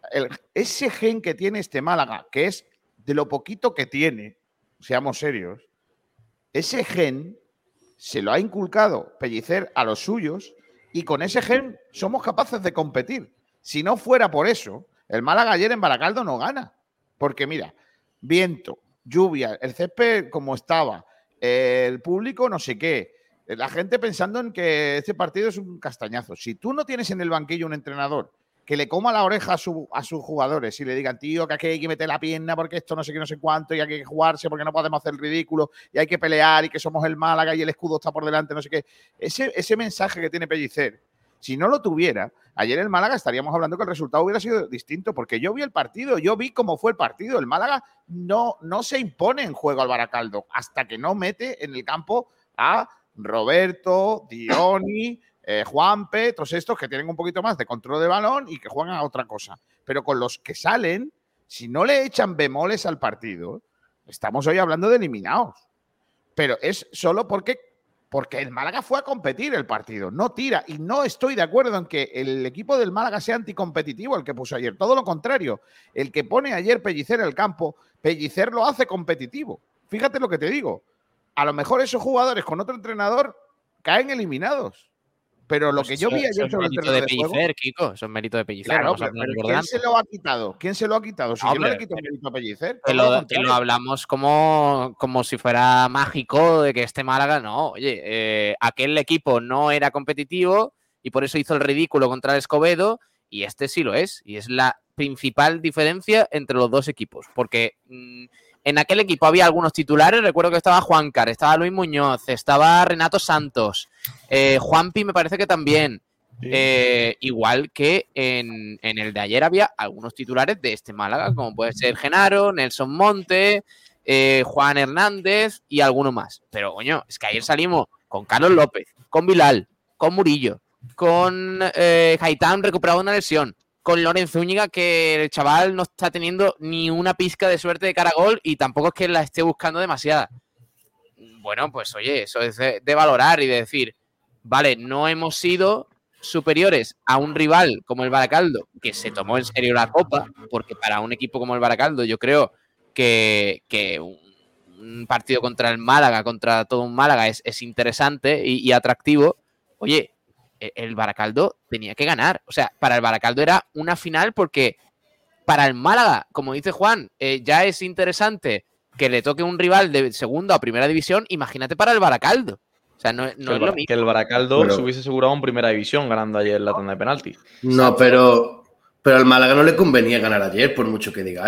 Ese gen que tiene este Málaga, que es de lo poquito que tiene, seamos serios, ese gen se lo ha inculcado Pellicer a los suyos y con ese gen somos capaces de competir. Si no fuera por eso, el Málaga ayer en Baracaldo no gana. Porque mira, viento, lluvia, el césped como estaba, el público no sé qué, la gente pensando en que este partido es un castañazo. Si tú no tienes en el banquillo un entrenador que le coma la oreja a sus jugadores y le digan, tío, que aquí hay que meter la pierna porque esto no sé qué, no sé cuánto, y hay que jugarse porque no podemos hacer el ridículo, y hay que pelear y que somos el Málaga y el escudo está por delante, no sé qué. Ese mensaje que tiene Pellicer, si no lo tuviera, ayer el Málaga estaríamos hablando que el resultado hubiera sido distinto, porque yo vi el partido, yo vi cómo fue el partido. El Málaga no se impone en juego al Baracaldo hasta que no mete en el campo a Roberto, Dioni, Juanpe, todos estos que tienen un poquito más de control de balón y que juegan a otra cosa. Pero con los que salen, si no le echan bemoles al partido, estamos hoy hablando de eliminados. Pero es solo porque el Málaga fue a competir el partido, no tira. Y no estoy de acuerdo en que el equipo del Málaga sea anticompetitivo el que puso ayer. Todo lo contrario. El que pone ayer Pellicer en el campo, Pellicer lo hace competitivo. Fíjate lo que te digo. A lo mejor esos jugadores con otro entrenador caen eliminados. Pero lo que yo vi ayer sobre el terreno de Pellicer, Kiko, eso es mérito de Pellicer. Claro, pero ¿quién se lo ha quitado? ¿Quién se lo ha quitado? Si yo no le quito mérito a Pellicer. Que lo hablamos como si fuera mágico de que este Málaga, no. Oye, aquel equipo no era competitivo y por eso hizo el ridículo contra el Escobedo y este sí lo es. Y es la principal diferencia entre los dos equipos. Porque en aquel equipo había algunos titulares, recuerdo que estaba Juancar, estaba Luis Muñoz, estaba Renato Santos, Juanpi me parece que también. Sí. Igual que en el de ayer había algunos titulares de este Málaga, como puede ser Genaro, Nelson Monte, Juan Hernández y alguno más. Pero, coño, es que ayer salimos con Carlos López, con Bilal, con Murillo, con Gaitán recuperado de una lesión, con Lorenzo Zúñiga, que el chaval no está teniendo ni una pizca de suerte de cara a gol y tampoco es que la esté buscando demasiada. Bueno, pues oye, eso es de valorar y de decir, vale, no hemos sido superiores a un rival como el Baracaldo, que se tomó en serio la Copa, porque para un equipo como el Baracaldo yo creo que un partido contra el Málaga, contra todo un Málaga es interesante y atractivo. Oye, el Baracaldo tenía que ganar. O sea, para el Baracaldo era una final porque para el Málaga, como dice Juan, ya es interesante que le toque un rival de segunda o primera división. Imagínate para el Baracaldo. O sea, no es lo mismo. Que el Baracaldo se hubiese asegurado en primera división ganando ayer la tanda de penaltis. No, pero al Málaga no le convenía ganar ayer, por mucho que digáis.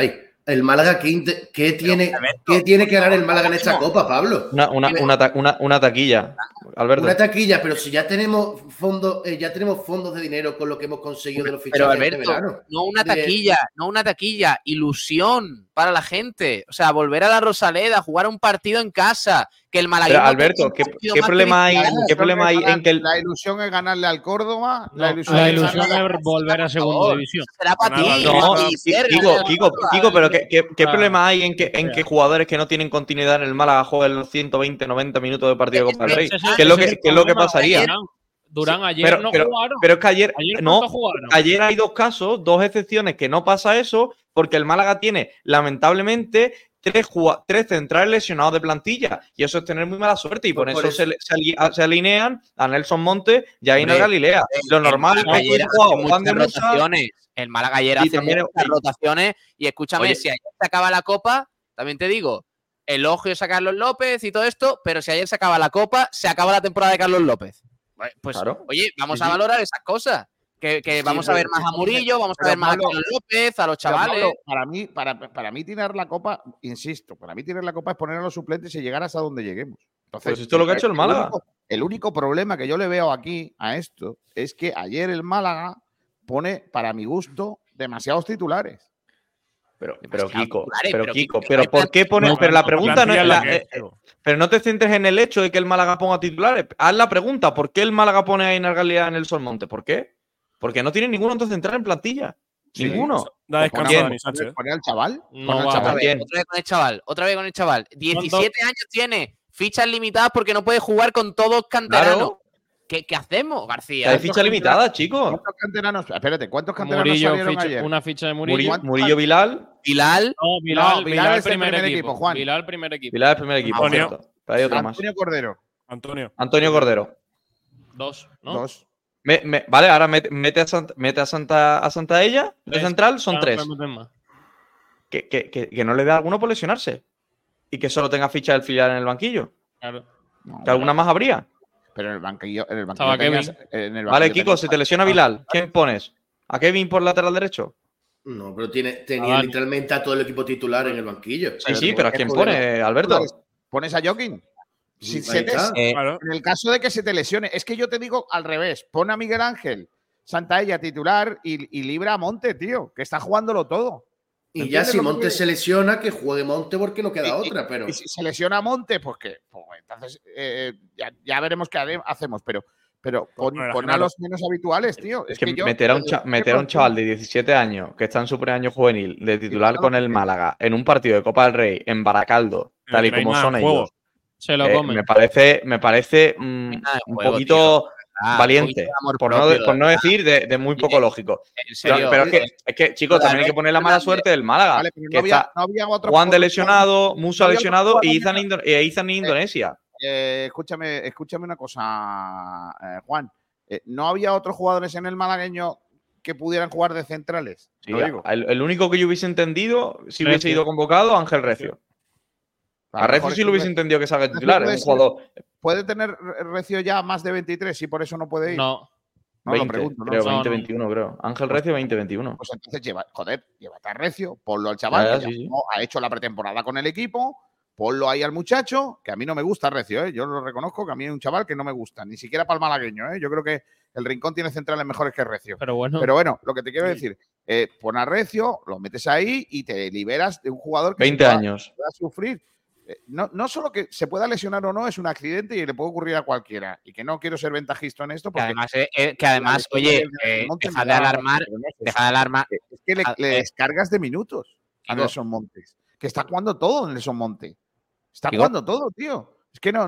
El Málaga, ¿qué tiene que ganar el Málaga en esta Copa, Pablo? Una taquilla, Alberto. Una taquilla, pero si ya tenemos fondos de dinero con lo que hemos conseguido de los fichajes. Pero Alberto, no una taquilla, ilusión para la gente. O sea, volver a la Rosaleda, jugar un partido en casa, que el Malaguismo... Pero Alberto, ¿qué problema hay en que la ilusión es ganarle al Córdoba? La ilusión es volver a segunda división. Será para ti. No, Kiko, pero ¿qué problema hay en que jugadores que no tienen continuidad en el Málaga jueguen los 120, 90 minutos de partido de Copa del Rey? ¿Qué es lo que pasaría? Durán ayer no jugaron. Pero es que ayer hay dos casos, dos excepciones que no pasa eso, porque el Málaga tiene, lamentablemente, tres centrales lesionados de plantilla. Y eso es tener muy mala suerte. Y por eso se alinean a Nelson Montes y a Aina Galilea. Lo normal es que Juan de rotaciones. El Málaga ayer hace muchas rotaciones. Y escúchame, si ayer se acaba la Copa, también te digo, elogios a Carlos López y todo esto, pero si ayer se acaba la Copa, se acaba la temporada de Carlos López. Pues, claro. Oye, vamos a valorar esas cosas. Que vamos a ver más a Murillo, vamos a ver más a Carlos López, a los chavales. Pablo, para mí tirar la Copa, insisto, para mí tirar la Copa es poner a los suplentes y llegar hasta donde lleguemos. Entonces, pues esto es lo que ha hecho el Málaga. El único problema que yo le veo aquí a esto es que ayer el Málaga pone, para mi gusto, demasiados titulares. Pero Kiko, ¿por qué pones? Pero la pregunta no es pero no te centres en el hecho de que el Málaga ponga titulares. Haz la pregunta, ¿por qué el Málaga pone a Aina Galilea en el Solmonte? ¿Por qué? Porque no tiene ninguno otro central en plantilla. Sí, ninguno. Da descanso a Dani Sánchez. ¿Poner al chaval? Otra vez con el chaval. 17 años tiene. Fichas limitadas porque no puede jugar con todos canteranos. Claro. ¿Qué hacemos, García? Hay ficha limitada, chicos. ¿Cuántos canteranos? Espérate, ¿cuántos canteranos salieron ayer? Una ficha de Murillo. Murillo, Bilal. ¿Bilal? No, Bilal primer equipo, Juan. Bilal primer equipo. Bilal primer equipo. Antonio. Pero hay otro más. Antonio Cordero. Antonio Cordero. Dos, ¿no? Dos. Vale, ahora mete a Santaella de central, son tres. Que no le dé a alguno por lesionarse. Y que solo tenga ficha del filial en el banquillo. Claro. Que alguna más habría. Pero en el banquillo vale, Kiko, se te lesiona Bilal. ¿Quién pones? ¿A Kevin por lateral derecho? No, pero tenía literalmente a todo el equipo titular en el banquillo. Sí, pero ¿a quién pone, Alberto? ¿Pones a Joaquín? En el caso de que se te lesione, es que yo te digo al revés, pon a Miguel Ángel Santaella titular y libra a Monte, tío, que está jugándolo todo. Y ya si Monte se lesiona, que juegue Monte porque no queda otra. Pero y si se lesiona Monte, pues que entonces ya veremos qué hacemos, pero pon a los menos habituales, tío. Es que meter a un chaval de 17 años que está en su preaño juvenil de titular con el Málaga en un partido de Copa del Rey en Baracaldo, tal y como son ellos. Se lo comen. Me parece un poquito valiente, por no decir de muy poco lógico. Pero es que, chicos, también hay que poner la mala suerte del Málaga. Vale, que está Juan de lesionado, Musa lesionado y Izan Indonesia. Escúchame una cosa, Juan. ¿No había otros jugadores en el malagueño que pudieran jugar de centrales? Sí, el único que yo hubiese entendido, si hubiese ido convocado, Ángel Recio. A Recio sí lo hubiese entendido que salga titular, es un jugador. ¿Puede tener Recio ya más de 23 y por eso no puede ir? No. 20, lo pregunto, creo, 20-21, creo. Ángel Recio, 20-21. Pues entonces llévate a Recio, ponlo al chaval, ha hecho la pretemporada con el equipo, ponlo ahí al muchacho, que a mí no me gusta Recio, yo lo reconozco, que a mí es un chaval que no me gusta, ni siquiera para el malagueño, yo creo que el Rincón tiene centrales mejores que Recio. Pero bueno, lo que te quiero decir, pon a Recio, lo metes ahí y te liberas de un jugador que 20 años. Va a sufrir. No solo que se pueda lesionar o no, es un accidente y le puede ocurrir a cualquiera. Y que no quiero ser ventajista en esto. Porque además, oye, deja de alarmar. Es que le descargas de minutos a Nelson Montes. Que está jugando todo Nelson Monte. Está jugando todo, tío. Es que no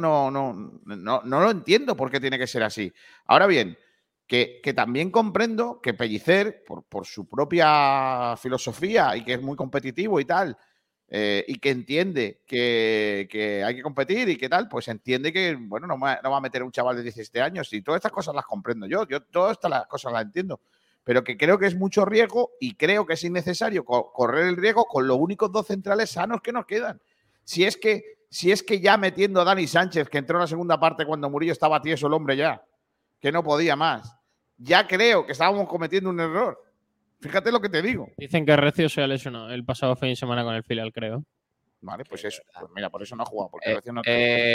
lo entiendo por qué tiene que ser así. Ahora bien, que también comprendo que Pellicer, por su propia filosofía y que es muy competitivo y tal, y que entiende que hay que competir y que tal, pues entiende que, bueno, no va a meter a un chaval de 17 años y todas estas cosas las comprendo yo todas estas cosas las entiendo, pero que creo que es mucho riesgo y creo que es innecesario correr el riesgo con los únicos dos centrales sanos que nos quedan. Si es que ya metiendo a Dani Sánchez, que entró en la segunda parte cuando Murillo estaba tieso el hombre ya, que no podía más, ya creo que estábamos cometiendo un error. Fíjate lo que te digo. Dicen que Recio se ha lesionado el pasado fin de semana con el filial, creo. Vale, pues eso. Pues mira, por eso no ha jugado. Porque Recio no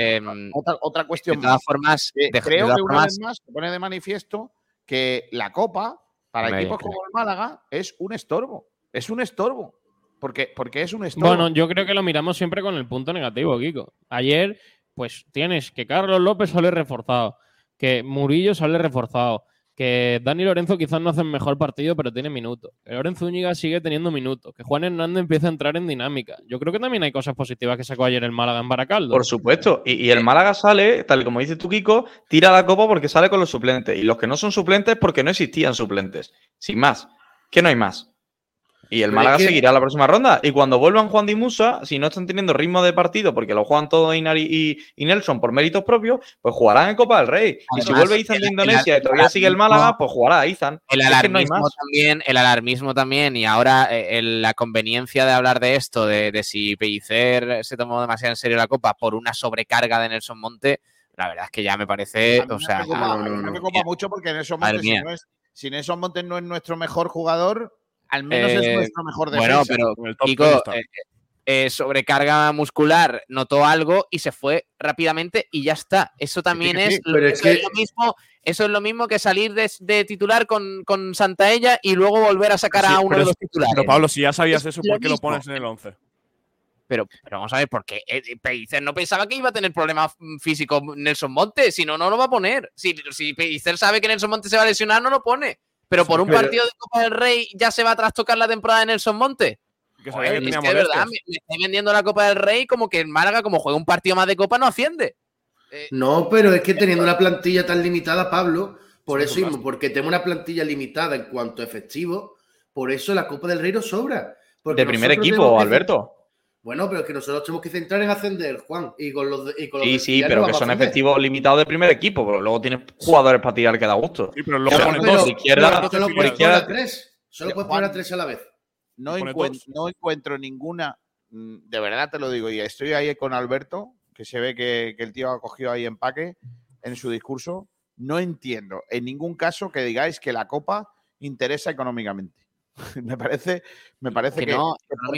otra cuestión de todas más. formas, Creo que una vez más se pone de manifiesto que la Copa, para equipos como el Málaga, es un estorbo. Es un estorbo. Porque es un estorbo. Bueno, yo creo que lo miramos siempre con el punto negativo, Kiko. Ayer, pues tienes que Carlos López sale reforzado, que Murillo sale reforzado, que Dani Lorenzo quizás no hace el mejor partido, pero tiene minutos. Que Lorenzo Zúñiga sigue teniendo minutos. Que Juan Hernández empieza a entrar en dinámica. Yo creo que también hay cosas positivas que sacó ayer el Málaga en Baracaldo. Por supuesto. Y el Málaga sale, tal y como dices tú, Kiko, tira la Copa porque sale con los suplentes. Y los que no son suplentes porque no existían suplentes. Sin más. Que no hay más. Y el Málaga seguirá la próxima ronda. Y cuando vuelvan Juan Di Musa, si no están teniendo ritmo de partido, porque lo juegan todo Inari y Nelson por méritos propios, pues jugarán en Copa del Rey. Además, y si vuelve Izan de Indonesia y todavía sigue el Málaga, pues jugará Izan. El alarmismo también, y ahora la conveniencia de hablar de esto, de si Pellicer se tomó demasiado en serio la Copa por una sobrecarga de Nelson Monte, la verdad es que ya me parece. No me preocupa mucho porque Nelson Monte, si Nelson Monte no es nuestro mejor jugador, al menos es nuestro mejor defensa. Bueno, pero Kiko, sobrecarga muscular, notó algo y se fue rápidamente y ya está. Eso también eso es lo mismo que salir de titular con Santaella y luego volver a sacar a uno de los titulares. Pero Pablo, si ya sabías eso, ¿por qué lo pones en el 11? Pero vamos a ver, porque Pellicer no pensaba que iba a tener problemas físicos Nelson Monte, si no, no lo va a poner. Si Pellicer sabe que Nelson Monte se va a lesionar, no lo pone. Pero por un partido de Copa del Rey ya se va a trastocar la temporada de Nelson Monte. Joder, es que de verdad me estoy vendiendo la Copa del Rey como que el Málaga, como juega un partido más de Copa, no asciende. No, pero es que teniendo una plantilla tan limitada, Pablo, por eso mismo, porque tengo una plantilla limitada en cuanto a efectivo, por eso la Copa del Rey nos sobra. De primer equipo, Alberto. Bueno, pero es que nosotros tenemos que centrar en ascender, Juan. Y con los sí, pero que son efectivos limitados de primer equipo, pero luego tienes jugadores para tirar que da gusto. Sí, pero luego pones dos. Solo puedes poner a tres. Solo puedes poner a tres a la vez. No encuentro ninguna, de verdad te lo digo, y estoy ahí con Alberto, que se ve que el tío ha cogido ahí empaque en su discurso. No entiendo en ningún caso que digáis que la Copa interesa económicamente. me parece que no,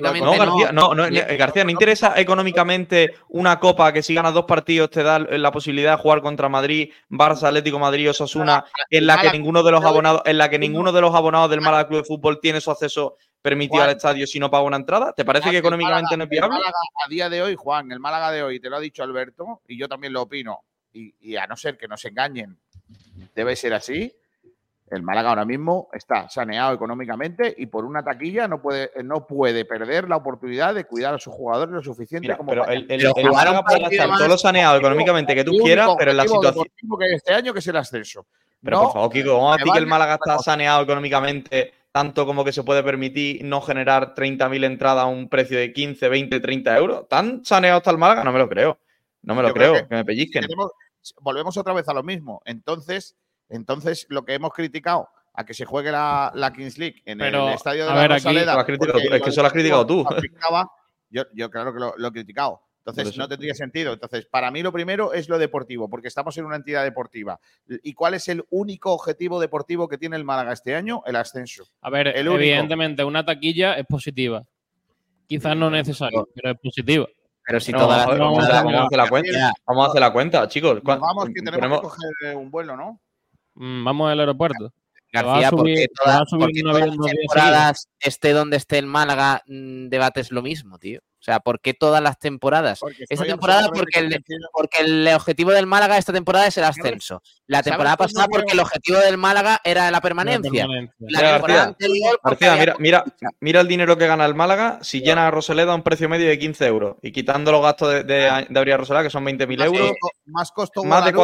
García, ¿no interesa económicamente una Copa que si ganas 2 partidos te da la posibilidad de jugar contra Madrid, Barça, Atlético Madrid, Osasuna, en la que ninguno de los abonados del Málaga Club de Fútbol tiene su acceso permitido al estadio si no paga una entrada? ¿Te parece que económicamente no es viable? El Málaga, a día de hoy, Juan, el Málaga de hoy, te lo ha dicho Alberto, y yo también lo opino, y a no ser que nos engañen, debe ser así. El Málaga ahora mismo está saneado económicamente y por una taquilla no puede perder la oportunidad de cuidar a sus jugadores lo suficiente. Mira, como pero el Málaga podrá estar todo lo saneado económicamente que tú quieras, pero en la situación que este año que es el ascenso. Pero por favor, Kiko, ¿cómo a ti que el Málaga está saneado económicamente tanto como que se puede permitir no generar 30.000 entradas a un precio de 15, 20, 30 euros? ¿Tan saneado está el Málaga? No me lo creo. No me lo creo, que me pellizquen. Volvemos otra vez a lo mismo. Entonces, lo que hemos criticado a que se juegue la Kings League en el estadio de la Rosaleda… Es que eso lo has criticado tú. Yo claro que lo he criticado. Entonces, no tendría sentido. Entonces, para mí lo primero es lo deportivo, porque estamos en una entidad deportiva. ¿Y cuál es el único objetivo deportivo que tiene el Málaga este año? El ascenso. A ver, evidentemente, una taquilla es positiva. Quizás no necesario, pero es positiva. Pero si vamos a hacer la cuenta, chicos. Vamos, que tenemos que coger un vuelo, ¿no? Vamos al aeropuerto. García, porque todas las temporadas, esté donde esté el Málaga, debates lo mismo, tío. O sea, ¿por qué todas las temporadas? Esta temporada porque el objetivo del Málaga esta temporada es el ascenso. La temporada pasada porque el objetivo del Málaga era la permanencia. La temporada anterior… García, mira el dinero que gana el Málaga si llena a Rosaleda a un precio medio de 15 euros. Y quitando los gastos de abrir a Rosaleda, que son 20.000 euros, más costo más de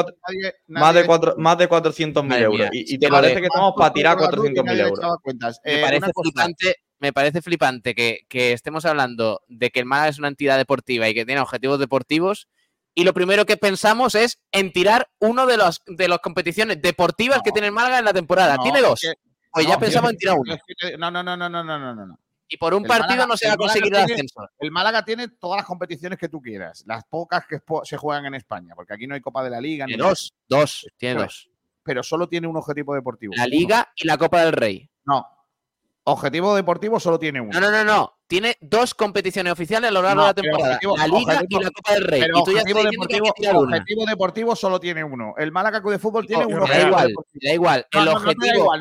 400.000 euros. ¿Y te parece que estamos para tirar 400.000 euros? Me parece flipante que estemos hablando de que el Málaga es una entidad deportiva y que tiene objetivos deportivos y lo primero que pensamos es en tirar uno de las competiciones deportivas que tiene el Málaga en la temporada. Tiene dos. Pues ya pensamos en tirar uno. No. Y por un partido no se va a conseguir el ascenso. El Málaga tiene todas las competiciones que tú quieras, las pocas que se juegan en España, porque aquí no hay Copa de la Liga. Tiene dos. Pero solo tiene un objetivo deportivo. La Liga y la Copa del Rey. No. Objetivo deportivo solo tiene uno. No. Tiene 2 competiciones oficiales a lo largo de la temporada. La Liga y la Copa del Rey. Pero Y tú ya estás diciendo que hay que tirar una. objetivo deportivo solo tiene uno. El Málaga Club de Fútbol tiene uno. Da igual. El objetivo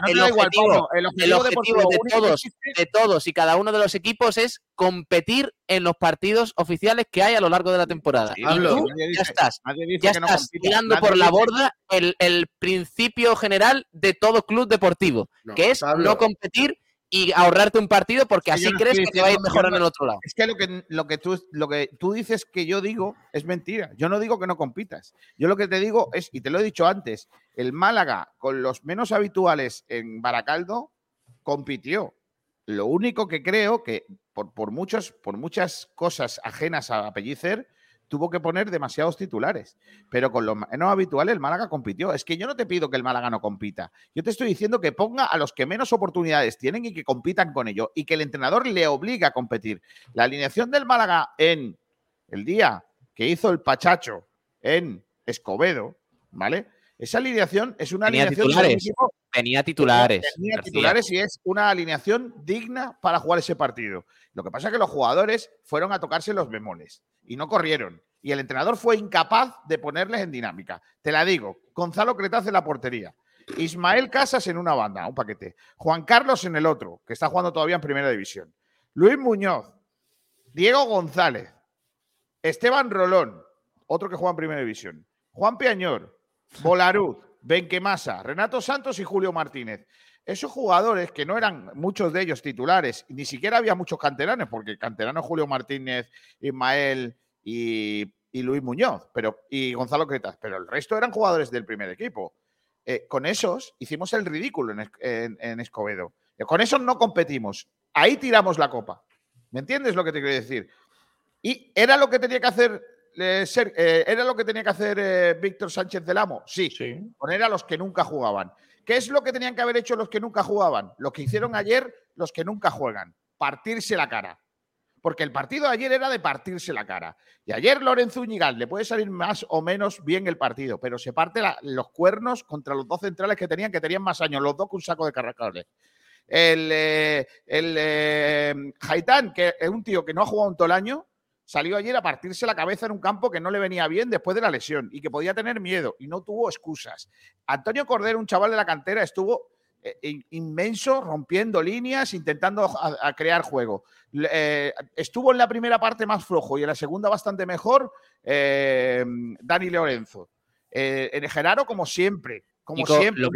de todos y cada uno de los equipos es competir en los partidos oficiales que hay a lo largo de la temporada. Y tú ya estás tirando por la borda el principio general de todo club deportivo, que es no competir y ahorrarte un partido porque así crees que te va a ir mejor en el otro lado. Es que lo que tú dices que yo digo es mentira. Yo no digo que no compitas. Yo lo que te digo es, y te lo he dicho antes, el Málaga con los menos habituales en Baracaldo compitió. Lo único que creo que por muchas cosas ajenas a Pellicer tuvo que poner demasiados titulares, pero con lo menos habitual el Málaga compitió. Es que yo no te pido que el Málaga no compita. Yo te estoy diciendo que ponga a los que menos oportunidades tienen y que compitan con ello y que el entrenador le obliga a competir. La alineación del Málaga en el día que hizo el Pachacho en Escobedo, ¿vale? Esa alineación es una alineación de un equipo. Tenía titulares. Tenía titulares y es una alineación digna para jugar ese partido. Lo que pasa es que los jugadores fueron a tocarse los bemoles y no corrieron. Y el entrenador fue incapaz de ponerles en dinámica. Te la digo, Gonzalo Cretaz en la portería, Ismael Casas en una banda, un paquete, Juan Carlos en el otro, que está jugando todavía en Primera División, Luis Muñoz, Diego González, Esteban Rolón, otro que juega en Primera División, Juan Piañor, Bolaruz, Benquemasa, Renato Santos y Julio Martínez. Esos jugadores que no eran muchos de ellos titulares, ni siquiera había muchos canteranos, porque canteranos Julio Martínez, Ismael y Luis Muñoz, y Gonzalo Cretaz, pero el resto eran jugadores del primer equipo. Con esos hicimos el ridículo en Escobedo. Con esos no competimos. Ahí tiramos la copa. ¿Me entiendes lo que te quiero decir? Y era lo que tenía que hacer ¿era lo que tenía que hacer Víctor Sánchez del Amo? Sí, poner a los que nunca jugaban. ¿Qué es lo que tenían que haber hecho los que nunca jugaban? Lo que hicieron ayer los que nunca juegan. Partirse la cara. Porque el partido de ayer era de partirse la cara. Y ayer Lorenzo Uñigal le puede salir más o menos bien el partido, pero se parte los cuernos contra los 2 centrales que tenían más años, los dos con un saco de carracales. Haitán, que es un tío que no ha jugado en todo el año, salió ayer a partirse la cabeza en un campo que no le venía bien después de la lesión y que podía tener miedo y no tuvo excusas. Antonio Cordero, un chaval de la cantera, estuvo inmenso, rompiendo líneas, intentando a crear juego. Estuvo en la primera parte más flojo y en la segunda bastante mejor Dani Lorenzo. En Genaro, como siempre. Nico,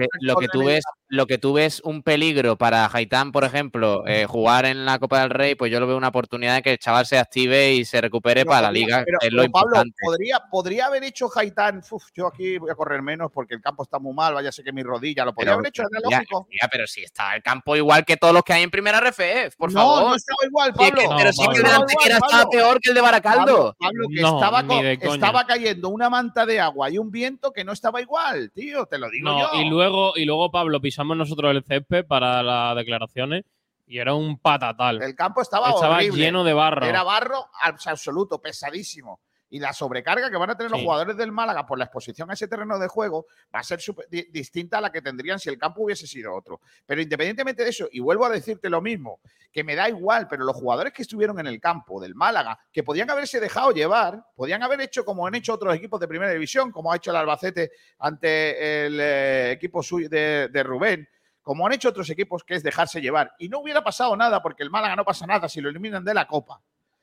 lo que tú ves un peligro para Haitán, por ejemplo, jugar en la Copa del Rey, pues yo lo veo una oportunidad de que el chaval se active y se recupere para la Liga, es lo importante. Pablo, podría haber hecho Haitán, yo aquí voy a correr menos porque el campo está muy mal, vaya a ser que mi rodilla, lo podría haber hecho, era lógico. Pero si está el campo igual que todos los que hay en Primera RF, por favor. No estaba igual, Pablo. Pero sí que el de Antequera estaba peor que el de Baracaldo. Pablo, que estaba cayendo una manta de agua y un viento que no estaba igual, tío, te lo digo yo. Y luego, Pablo, pisamos nosotros el césped para las declaraciones y era un patatal. El campo estaba horrible. Lleno de barro. Era barro absoluto, pesadísimo. Y la sobrecarga que van a tener los jugadores del Málaga por la exposición a ese terreno de juego va a ser distinta a la que tendrían si el campo hubiese sido otro. Pero independientemente de eso, y vuelvo a decirte lo mismo, que me da igual, pero los jugadores que estuvieron en el campo del Málaga, que podían haberse dejado llevar, podían haber hecho como han hecho otros equipos de Primera División, como ha hecho el Albacete ante el equipo suyo de Rubén, como han hecho otros equipos, que es dejarse llevar. Y no hubiera pasado nada, porque el Málaga no pasa nada si lo eliminan de la Copa.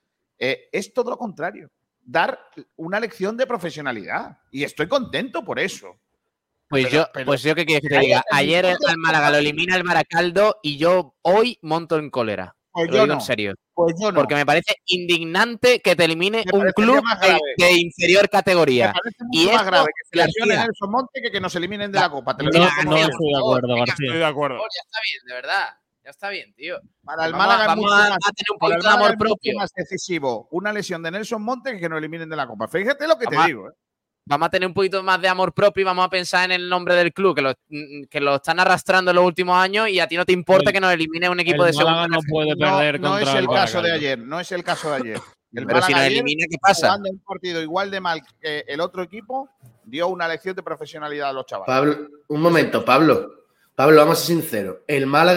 Es todo lo contrario. Dar una lección de profesionalidad. Y estoy contento por eso. Pues yo qué quieres que te diga. Ayer el Málaga lo elimina el Baracaldo y yo hoy monto en cólera. Pues yo no. En serio. Pues yo no. Porque me parece indignante que te elimine un club de inferior categoría. Me parece mucho más grave que se lesione Nelson Monte que nos eliminen de la Copa. No estoy de acuerdo, García. Estoy de acuerdo. Ya está bien, de verdad. Ya está bien, tío. Para el Málaga vamos a tener un poquito de amor propio. Es más decisivo una lesión de Nelson Monte que nos eliminen de la Copa. Fíjate lo que te digo. Vamos a tener un poquito más de amor propio y vamos a pensar en el nombre del club, que lo están arrastrando en los últimos años y a ti no te importa que nos elimine un equipo de segunda. No puede perder no es el caso de ayer. No es el caso de ayer. Pero si nos elimina, ¿qué pasa? Jugando un partido igual de mal que el otro equipo, dio una lección de profesionalidad a los chavales. Pablo, un momento, Pablo, vamos a ser sinceros. El Málaga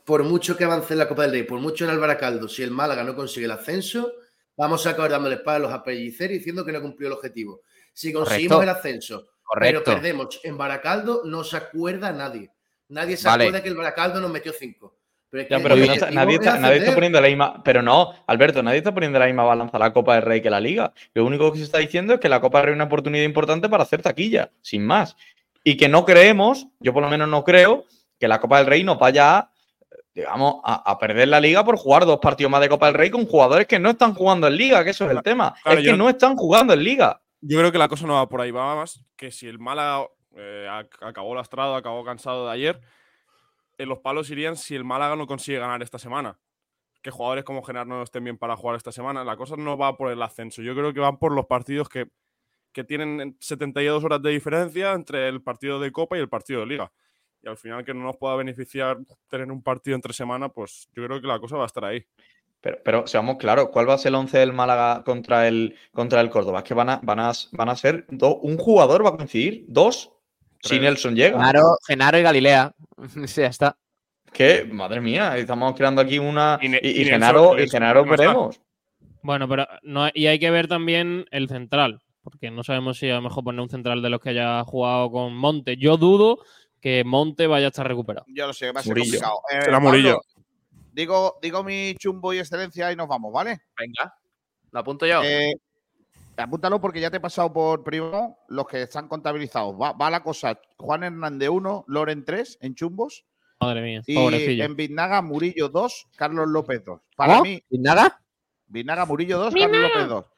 por mucho que avance en la Copa del Rey, por mucho en el Baracaldo, si el Málaga no consigue el ascenso, vamos a acabar dándole espalda a los apelliceros y diciendo que no cumplió el objetivo. Si conseguimos el ascenso, pero perdemos en Baracaldo, no se acuerda nadie. Nadie se acuerda que el Baracaldo nos metió 5. Pero nadie está poniendo la misma. Pero no, Alberto, nadie está poniendo la misma balanza a la Copa del Rey que la Liga. Lo único que se está diciendo es que la Copa del Rey es una oportunidad importante para hacer taquilla, sin más. Y que no creemos, yo por lo menos no creo, que la Copa del Rey nos vaya, digamos, a perder la Liga por jugar 2 partidos más de Copa del Rey con jugadores que no están jugando en Liga, que eso es el tema. Claro, es que no están jugando en Liga. Yo creo que la cosa no va por ahí, va más que si el Málaga acabó lastrado, acabó cansado de ayer. Los palos irían si el Málaga no consigue ganar esta semana. Que jugadores como Genaro no estén bien para jugar esta semana. La cosa no va por el ascenso. Yo creo que van por los partidos que tienen 72 horas de diferencia entre el partido de Copa y el partido de Liga. Y al final que no nos pueda beneficiar tener un partido entre semana, pues yo creo que la cosa va a estar ahí. Pero seamos claros, ¿cuál va a ser el 11 del Málaga contra el Córdoba? Es que van a ser un jugador va a coincidir, 2. Si Nelson llega. Genaro y Galilea. Sí, ya está. Que, madre mía, estamos creando aquí una. Y Genaro veremos. Bueno, pero no, y hay que ver también el central. Porque no sabemos si a lo mejor poner un central de los que haya jugado con Monte. Yo dudo que Monte vaya a estar recuperado. Yo lo sé, va a ser complicado. Será Murillo. Digo mi chumbo y excelencia y nos vamos, ¿vale? Venga, lo apunto yo. Apúntalo porque ya te he pasado por privado los que están contabilizados. Va la cosa. Juan Hernández 1, Loren 3 en chumbos. Madre mía, y pobrecillo. en Biznaga, Murillo 2, Carlos López 2. Para mí. ¿Biznaga? Biznaga, Murillo 2, Carlos López 2.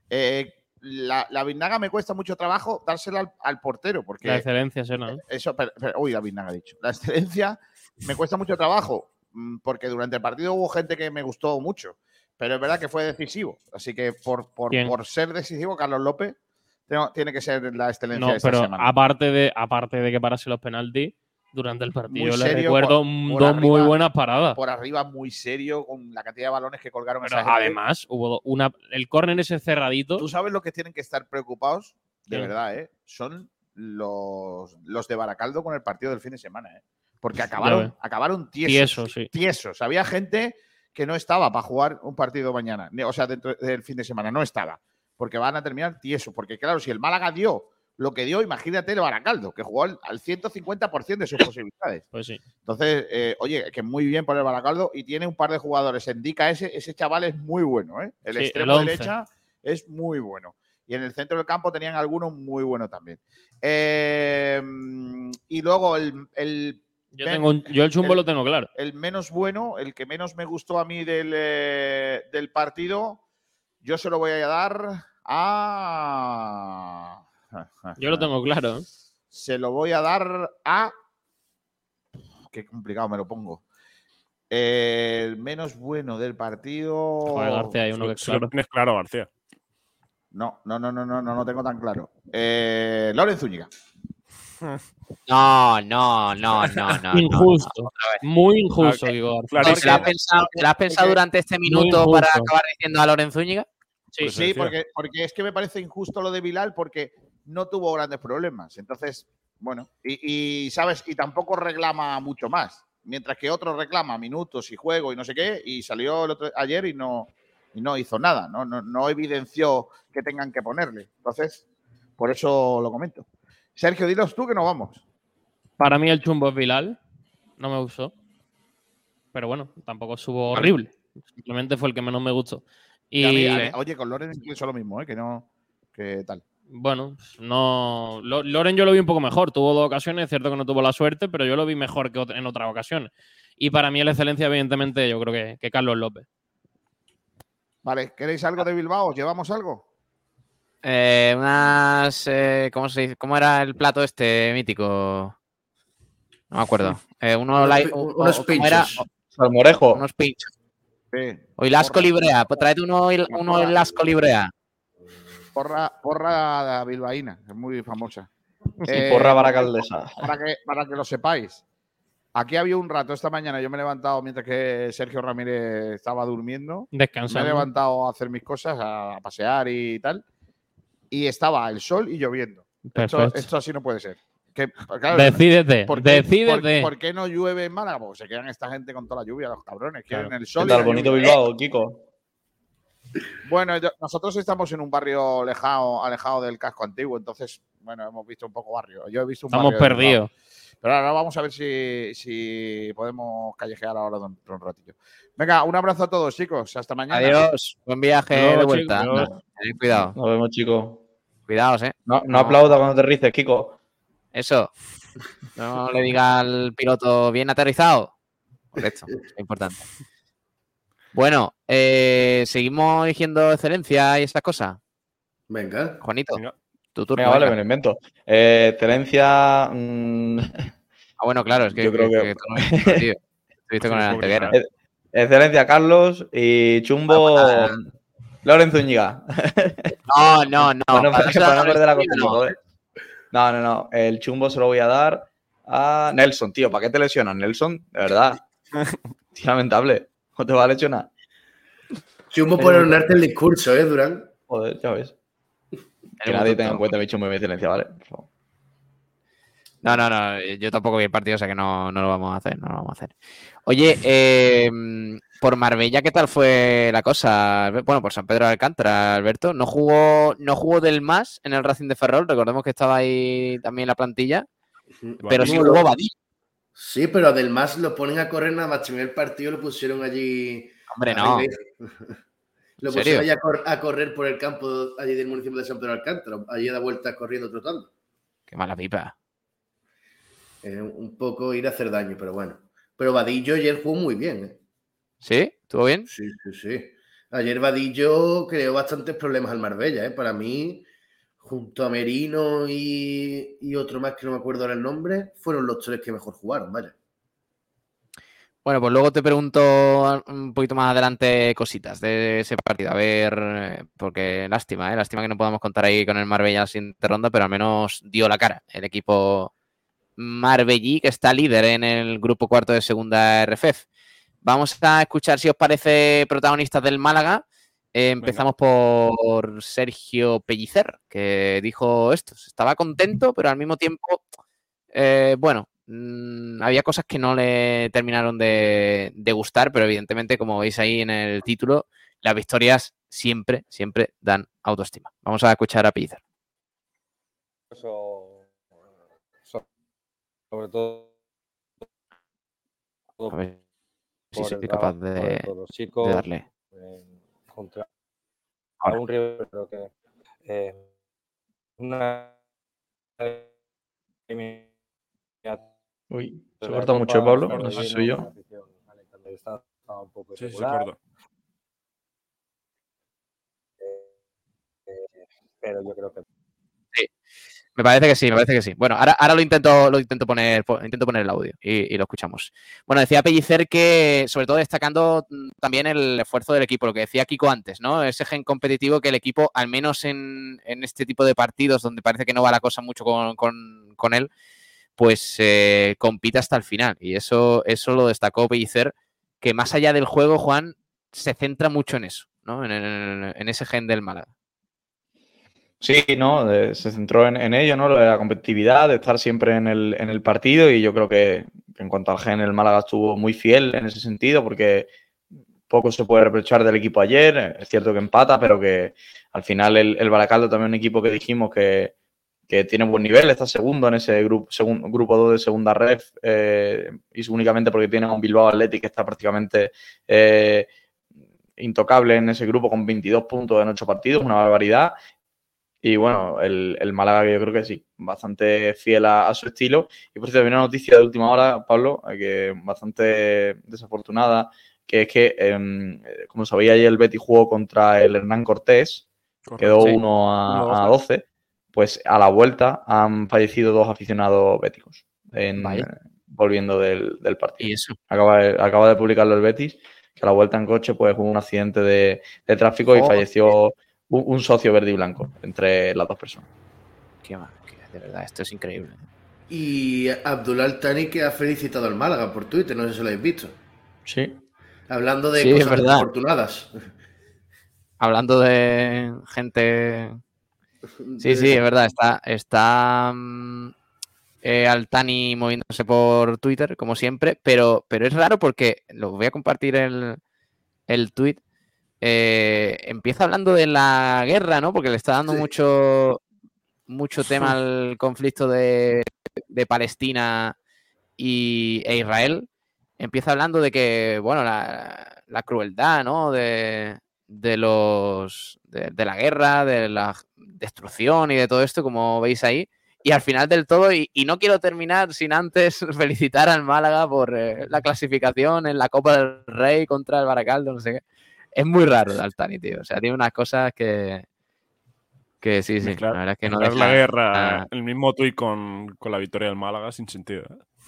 La Biznaga me cuesta mucho trabajo dársela al portero. Porque la excelencia, ¿sí, no? Uy, la Biznaga ha dicho. La excelencia me cuesta mucho trabajo porque durante el partido hubo gente que me gustó mucho. Pero es verdad que fue decisivo. Así que por ser decisivo, Carlos López tiene que ser la excelencia de esta semana. Aparte de que parase los penaltis, durante el partido le recuerdo dos muy buenas paradas. Por arriba, muy serio, con la cantidad de balones que colgaron. Pero además, hubo el córner ese cerradito. ¿Tú sabes lo que tienen que estar preocupados? De verdad, ¿eh? Son los de Baracaldo con el partido del fin de semana, ¿eh? Porque acabaron tiesos. Tiesos. Había gente que no estaba para jugar un partido mañana, o sea, dentro del fin de semana, no estaba, porque van a terminar tiesos, porque claro, si el Málaga dio lo que dio, imagínate el Baracaldo, que jugó al 150% de sus posibilidades. Pues sí. Entonces, oye, que muy bien por el Baracaldo y tiene un par de jugadores. Indica ese chaval es muy bueno, ¿eh? El extremo derecha es muy bueno. Y en el centro del campo tenían algunos muy buenos también. Y luego yo el chumbo lo tengo claro. El menos bueno, el que menos me gustó a mí del partido, yo se lo voy a dar a... Yo lo tengo claro. Se lo voy a dar a... Qué complicado me lo pongo. El menos bueno del partido... Joder, García, hay uno que es claro. Lo tienes claro, García. No tengo tan claro. Loren Zúñiga. No. Injusto. Muy injusto, digo. ¿La has pensado durante este minuto para acabar diciendo a Loren Zúñiga? Sí, porque es que me parece injusto lo de Bilal porque no tuvo grandes problemas. Entonces, bueno, y sabes, y tampoco reclama mucho más. Mientras que otro reclama minutos y juego y no sé qué, y salió ayer y no hizo nada. No evidenció que tengan que ponerle. Entonces, por eso lo comento. Sergio, dilos tú que nos vamos. Para mí el chumbo es Bilal. No me gustó. Pero bueno, tampoco estuvo horrible. Simplemente fue el que menos me gustó. Oye, con Loren hizo lo mismo, que tal. Bueno, no. Loren yo lo vi un poco mejor. Tuvo 2 ocasiones, es cierto que no tuvo la suerte, pero yo lo vi mejor que en otras ocasiones. Y para mí la excelencia, evidentemente, yo creo que Carlos López. Vale, ¿queréis algo de Bilbao? ¿Os llevamos algo? ¿Cómo se dice? ¿Cómo era el plato este mítico? No me acuerdo. Unos pinchos. Salmorejo. Unos pinchos. Sí. O Ilasco Librea. Pues tráete uno Ilasco Librea. Porra bilbaína, es muy famosa. Porra baracaldesa. Para que lo sepáis. Aquí había un rato esta mañana, yo me he levantado mientras que Sergio Ramírez estaba durmiendo. Descansando. Me he levantado a hacer mis cosas, a pasear y tal. Y estaba el sol y lloviendo. Esto así no puede ser. Claro, Decídete. ¿Por qué no llueve en Málaga? Porque se quedan esta gente con toda la lluvia, los cabrones. Quieren el sol. ¿Qué tal, bonito Bilbao, Kiko? Bueno, nosotros estamos en un barrio alejado del casco antiguo, entonces, bueno, hemos visto un poco barrio. Yo he visto un Estamos barrio perdidos. Pero ahora vamos a ver si podemos callejear ahora un ratillo. Venga, un abrazo a todos, chicos. Hasta mañana. Adiós. Buen viaje de vuelta. Tened cuidado. Nos vemos, chicos. Cuidaos, No aplauda cuando aterrices, Kiko. Eso. No le diga al piloto bien aterrizado. Correcto. Es importante. Bueno, seguimos eligiendo excelencia y estas cosas. Venga. Juanito. Venga. Tu turno. Venga, vale, me lo invento. Excelencia. Bueno, claro, es que yo creo que tú no estuviste con el Anteguera. Excelencia, Carlos. Y chumbo. Loren Zúñiga. No. Para no perder la costumbre, joder. No. El chumbo se lo voy a dar a Nelson, tío. ¿Para qué te lesionas, Nelson? De verdad. Es lamentable. No te va a lesionar. Chumbo por honrarte el discurso, Durán. Joder, ya ves. Que nadie tenga en cuenta mi chumbo y mi excelencia, ¿vale? Por favor. No. Yo tampoco vi el partido, o sea que no lo vamos a hacer. Oye, por Marbella, ¿qué tal fue la cosa? Bueno, por San Pedro de Alcántara, Alberto. No jugó del más en el Racing de Ferrol. Recordemos que estaba ahí también la plantilla. Pero sí jugó Badí. Sí, pero además lo ponen a correr nada más. Terminó el partido, lo pusieron allí. Hombre, no. Lo pusieron allí a correr por el campo allí del municipio de San Pedro de Alcántara. Allí da vueltas corriendo, trotando. Qué mala pipa. Un poco ir a hacer daño, pero bueno. Pero Vadillo ayer jugó muy bien. ¿Sí? ¿Estuvo bien? Sí. Ayer Vadillo creó bastantes problemas al Marbella. Para mí, junto a Merino y otro más que no me acuerdo ahora el nombre, fueron los tres que mejor jugaron, vaya. Bueno, pues luego te pregunto un poquito más adelante cositas de ese partido. A ver, porque lástima que no podamos contar ahí con el Marbella en la siguiente ronda, pero al menos dio la cara el equipo marbellí, que está líder en el grupo cuarto de segunda RFEF. Vamos a escuchar, si os parece, protagonistas del Málaga. Empezamos por Sergio Pellicer, que dijo esto. Estaba contento, pero al mismo tiempo, había cosas que no le terminaron de gustar, pero evidentemente, como veis ahí en el título, las victorias siempre dan autoestima. Vamos a escuchar a Pellicer. Sobre todo a ver si soy capaz de darle contra un rival, creo que una uy, se corta mucho, Pablo, no sé si soy yo. Sí, se corta. Pero yo creo que sí. Me parece que sí. Bueno, ahora lo intento poner el audio y lo escuchamos. Bueno, decía Pellicer que, sobre todo destacando también el esfuerzo del equipo, lo que decía Kiko antes, ¿no? Ese gen competitivo que el equipo, al menos en este tipo de partidos donde parece que no va la cosa mucho con él, pues compite hasta el final. Y eso lo destacó Pellicer, que más allá del juego, Juan, se centra mucho en eso, ¿no? En ese gen del Málaga. Sí, ¿no? Se centró en ello, ¿no? Lo de la competitividad, de estar siempre en el partido, y yo creo que en cuanto al gen, el Málaga estuvo muy fiel en ese sentido, porque poco se puede reprochar del equipo ayer. Es cierto que empata, pero que al final el Baracaldo también un equipo que dijimos que tiene buen nivel, está segundo en ese grupo 2 de segunda ref, y únicamente porque tiene a un Bilbao Athletic que está prácticamente intocable en ese grupo con 22 puntos en 8 partidos, una barbaridad. Y bueno, el Málaga, yo creo que sí, bastante fiel a su estilo. Y por cierto, hay una noticia de última hora, Pablo, que bastante desafortunada, que es que, como sabía ayer, el Betis jugó contra el Hernán Cortés, quedó 1 a 12, pues a la vuelta han fallecido 2 aficionados béticos, volviendo del partido. ¿Y eso? Acaba de publicarlo el Betis, que a la vuelta en coche pues hubo un accidente de tráfico y falleció un socio verde y blanco entre las dos personas. De verdad, esto es increíble. Y Abdullah Al-Thani, que ha felicitado al Málaga por Twitter, no sé si lo habéis visto. Sí. Hablando de cosas desafortunadas. Hablando de gente... Sí, es verdad, está al Tani moviéndose por Twitter, como siempre, pero es raro porque, lo voy a compartir el tweet, empieza hablando de la guerra, ¿no? Porque le está dando mucho tema al conflicto de Palestina e Israel. Empieza hablando de que, bueno, la crueldad, ¿no? De la guerra, de la destrucción y de todo esto, como veis ahí. Y al final del todo, y no quiero terminar sin antes felicitar al Málaga por la clasificación en la Copa del Rey contra el Baracaldo, no sé qué. Es muy raro el Altani, tío. O sea, tiene unas cosas que sí, Mezclar, la verdad es que no deja deja... la guerra, el mismo tuit con la victoria del Málaga, sin sentido.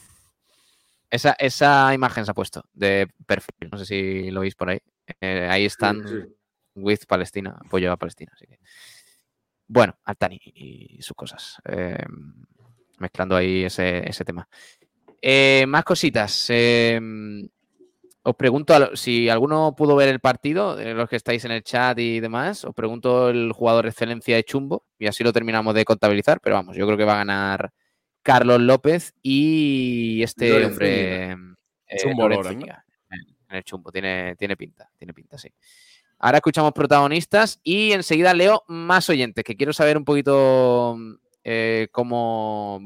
Esa imagen se ha puesto de perfil, no sé si lo veis por ahí. Ahí están with Palestina, apoyo a Palestina. Así que... Bueno, Altani y sus cosas. Mezclando ahí ese tema. Más cositas. Os pregunto si alguno pudo ver el partido, los que estáis en el chat y demás. Os pregunto el jugador de excelencia de Chumbo y así lo terminamos de contabilizar. Pero vamos, yo creo que va a ganar Carlos López y este hombre Chumbo Lorenzo Zúñiga, en el Chumbo. Tiene pinta, sí. Ahora escuchamos protagonistas y enseguida leo más oyentes, que quiero saber un poquito cómo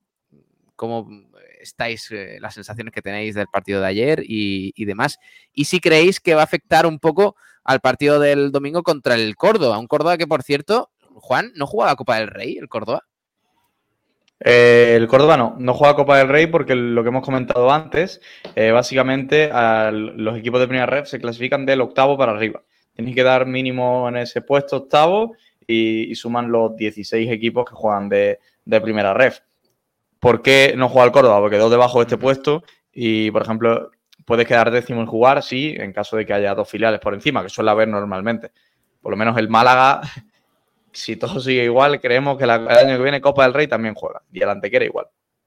estáis, las sensaciones que tenéis del partido de ayer y demás. Y si creéis que va a afectar un poco al partido del domingo contra el Córdoba. Un Córdoba que, por cierto, Juan, ¿no juega la Copa del Rey el Córdoba? El Córdoba no juega Copa del Rey porque lo que hemos comentado antes, básicamente los equipos de primera red se clasifican del octavo para arriba. Tienes que dar mínimo en ese puesto octavo y suman los 16 equipos que juegan de primera red. ¿Por qué no juega el Córdoba? Porque quedó debajo de este puesto y, por ejemplo, puedes quedar décimo en jugar, sí, en caso de que haya dos filiales por encima, que suele haber normalmente. Por lo menos el Málaga, si todo sigue igual, creemos que el año que viene Copa del Rey también juega. Y el Antequera igual.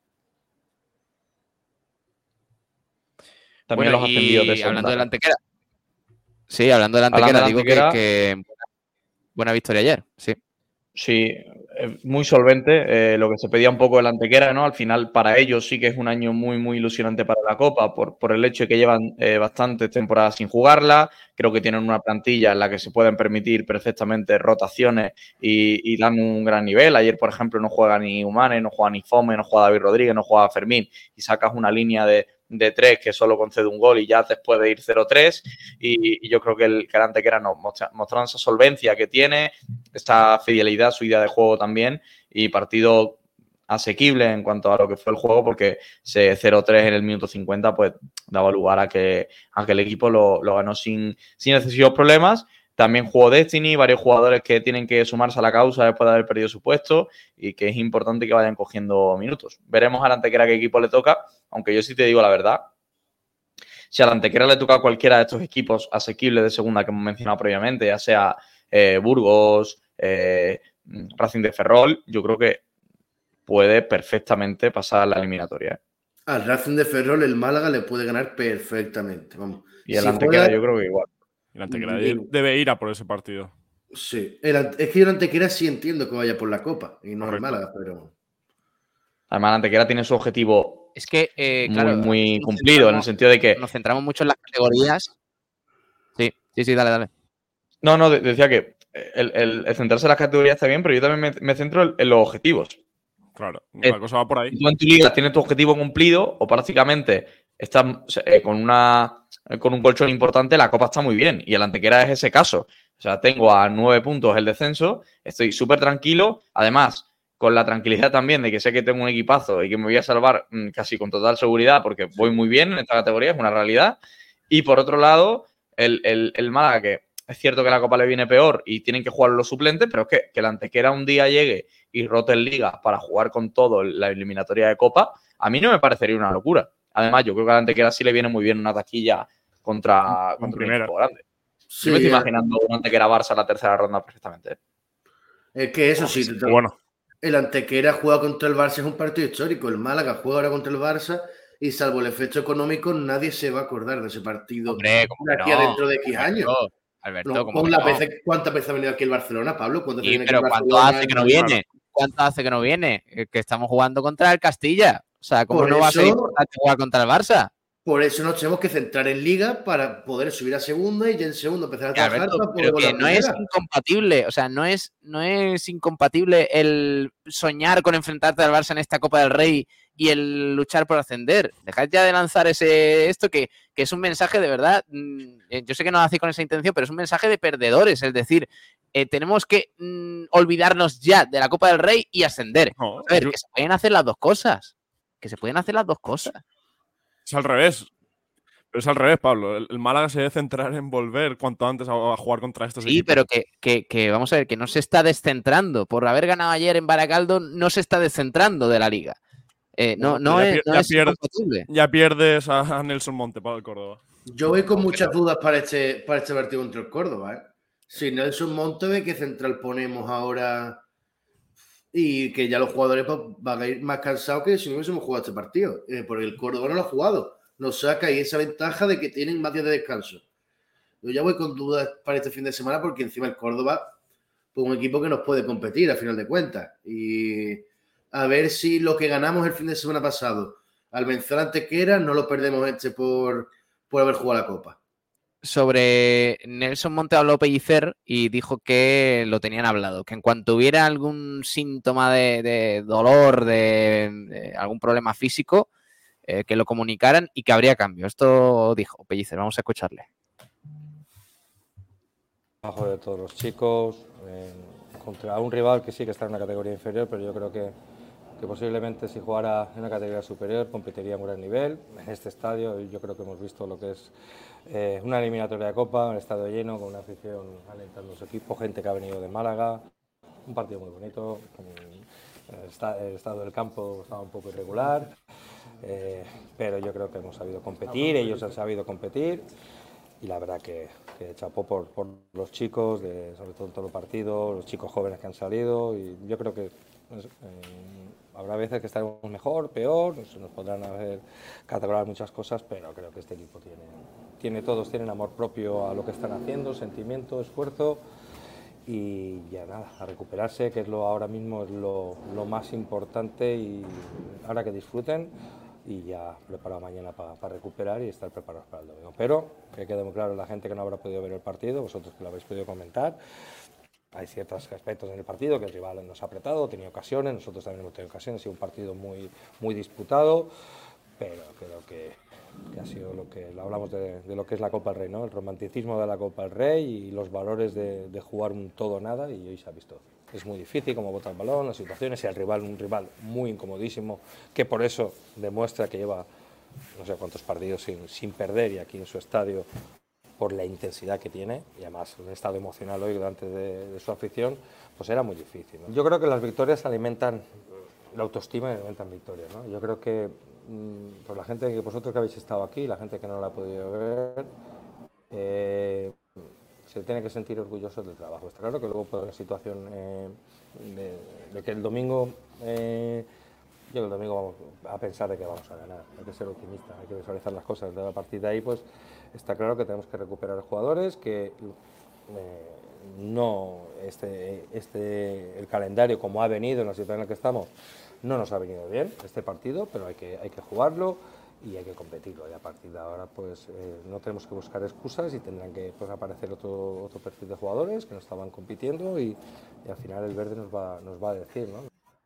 También los ascendidos de segunda. Hablando del Antequera. Sí, hablando del Antequera, digo que buena victoria ayer, sí. Sí, muy solvente, lo que se pedía un poco del Antequera, ¿no? Al final, para ellos sí que es un año muy, muy ilusionante para la Copa, por el hecho de que llevan bastantes temporadas sin jugarla. Creo que tienen una plantilla en la que se pueden permitir perfectamente rotaciones y dan un gran nivel. Ayer, por ejemplo, no juega ni Humane, no juega ni Fome, no juega David Rodríguez, no juega Fermín, y sacas una línea de 3 que solo concede un gol y ya después de ir 0-3 y yo creo que el Antequera mostraron esa solvencia que tiene, esta fidelidad, su idea de juego también y partido asequible en cuanto a lo que fue el juego porque ese 0-3 en el minuto 50 pues daba lugar a que el equipo lo ganó sin excesivos problemas. También jugó Destiny, varios jugadores que tienen que sumarse a la causa después de haber perdido su puesto y que es importante que vayan cogiendo minutos. Veremos al Antequera qué equipo le toca, aunque yo sí te digo la verdad. Si al Antequera le toca a cualquiera de estos equipos asequibles de segunda que hemos mencionado previamente, ya sea Burgos, Racing de Ferrol, yo creo que puede perfectamente pasar la eliminatoria. Al Racing de Ferrol el Málaga le puede ganar perfectamente. Vamos. Y el Antequera yo creo que igual. El Antequera debe ir a por ese partido. Sí, es que yo el Antequera sí entiendo que vaya por la Copa y no el Málaga, pero... Además, el Antequera tiene su objetivo claro, muy cumplido, en el sentido de que... Nos centramos mucho en las categorías. Sí, dale. No, decía que el centrarse en las categorías está bien, pero yo también me centro en los objetivos. Claro, la cosa va por ahí. Tú en tu liga tienes tu objetivo cumplido o prácticamente estás con un colchón importante, la Copa está muy bien y el Antequera es ese caso. O sea, tengo a 9 puntos el descenso, estoy súper tranquilo, además con la tranquilidad también de que sé que tengo un equipazo y que me voy a salvar casi con total seguridad porque voy muy bien en esta categoría, es una realidad. Y por otro lado, el Málaga, que es cierto que la Copa le viene peor y tienen que jugar los suplentes, pero es que el Antequera un día llegue y rote en Liga para jugar con todo la eliminatoria de Copa, a mí no me parecería una locura. Además, yo creo que a la Antequera sí le viene muy bien una taquilla contra un equipo grande. Sí, yo me estoy imaginando un Antequera Barça en la tercera ronda perfectamente. Es que eso sí, bueno. El Antequera juega contra el Barça, es un partido histórico. El Málaga juega ahora contra el Barça y salvo el efecto económico, nadie se va a acordar de ese partido. Hombre, de aquí a dentro de X años. Alberto, ¿Cuántas veces ha venido aquí el Barcelona, Pablo? Pero ¿cuánto hace que no viene? ¿cuánto hace que no viene? Que estamos jugando contra el Castilla. O sea, ¿cómo Por no va a ser eso- importante jugar contra el Barça? Por eso nos tenemos que centrar en Liga para poder subir a segunda y ya en segunda empezar a trabajar Alberto, para poder pero volver que a no es primera. incompatible, o sea, no es incompatible el soñar con enfrentarte al Barça en esta Copa del Rey y el luchar por ascender. Dejad ya de lanzar esto que es un mensaje de verdad, yo sé que no lo hacéis con esa intención, pero es un mensaje de perdedores, es decir, tenemos que olvidarnos ya de la Copa del Rey y ascender. A ver, que se pueden hacer las dos cosas, Es al revés. Pero es al revés, Pablo. El Málaga se debe centrar en volver cuanto antes a jugar contra estos Sí, equipos. pero que vamos a ver, que no se está descentrando. Por haber ganado ayer en Baracaldo, no se está descentrando de la liga. No es incompatible. Ya pierdes a Nelson Monte para el Córdoba. Yo voy con muchas dudas para este partido contra el Córdoba, ¿eh? Si Nelson Monte ve qué central ponemos ahora y que ya los jugadores pues, van a ir más cansados que si no hubiésemos jugado este partido. Porque el Córdoba no lo ha jugado. Nos saca ahí esa ventaja de que tienen más días de descanso. Yo ya voy con dudas para este fin de semana porque encima el Córdoba pues un equipo que nos puede competir a final de cuentas. Y a ver si lo que ganamos el fin de semana pasado al vencer a Antequera no lo perdemos por haber jugado la Copa. Sobre Nelson Monte habló Pellicer y dijo que lo tenían hablado, que en cuanto hubiera algún síntoma de dolor, de algún problema físico, que lo comunicaran y que habría cambio. Esto dijo Pellicer, vamos a escucharle. Trabajo de todos los chicos, contra un rival que sí que está en una categoría inferior, pero yo creo que posiblemente si jugara en una categoría superior competiría a un gran nivel. En este estadio yo creo que hemos visto lo que es una eliminatoria de Copa, un estadio lleno, con una afición alentando a su equipo, gente que ha venido de Málaga, un partido muy bonito. El estado del campo estaba un poco irregular, pero yo creo que hemos sabido competir, ellos han sabido competir. Y la verdad que chapó por los chicos, sobre todo en todo el partido, los chicos jóvenes que han salido. Y yo creo que habrá veces que estaremos mejor, peor, se nos podrán haber catalogado muchas cosas, pero creo que este equipo todos tienen amor propio a lo que están haciendo, sentimiento, esfuerzo. Y ya nada, a recuperarse, que es ahora mismo es lo más importante, y ahora que disfruten. Y ya preparado mañana para recuperar y estar preparados para el domingo. Pero que quede muy claro la gente que no habrá podido ver el partido, vosotros que lo habéis podido comentar, hay ciertos aspectos en el partido que el rival nos ha apretado, ha tenido ocasiones, nosotros también hemos tenido ocasiones, ha sido un partido muy, muy disputado, pero creo que ha sido lo que hablamos de lo que es la Copa del Rey, ¿no? El romanticismo de la Copa del Rey y los valores de jugar un todo o nada, y hoy se ha visto. Es muy difícil cómo bota el balón, las situaciones, y el rival, un rival muy incomodísimo, que por eso demuestra que lleva no sé cuántos partidos sin perder, y aquí en su estadio, por la intensidad que tiene, y además un estado emocional hoy delante de su afición, pues era muy difícil, ¿no? Yo creo que las victorias alimentan la autoestima y alimentan victorias, ¿no? Yo creo que por la gente, que vosotros que habéis estado aquí, la gente que no la ha podido ver, se tiene que sentir orgullosos del trabajo. Está claro que luego por la situación de que el domingo, yo el domingo vamos a pensar de que vamos a ganar, hay que ser optimista, hay que visualizar las cosas. A partir de ahí, pues está claro que tenemos que recuperar jugadores, que el calendario como ha venido en la situación en la que estamos no nos ha venido bien este partido, pero hay que jugarlo y hay que competirlo, y a partir de ahora pues no tenemos que buscar excusas, y tendrán que pues, aparecer otro perfil de jugadores que no estaban compitiendo, y al final el verde nos va a decir, ¿no?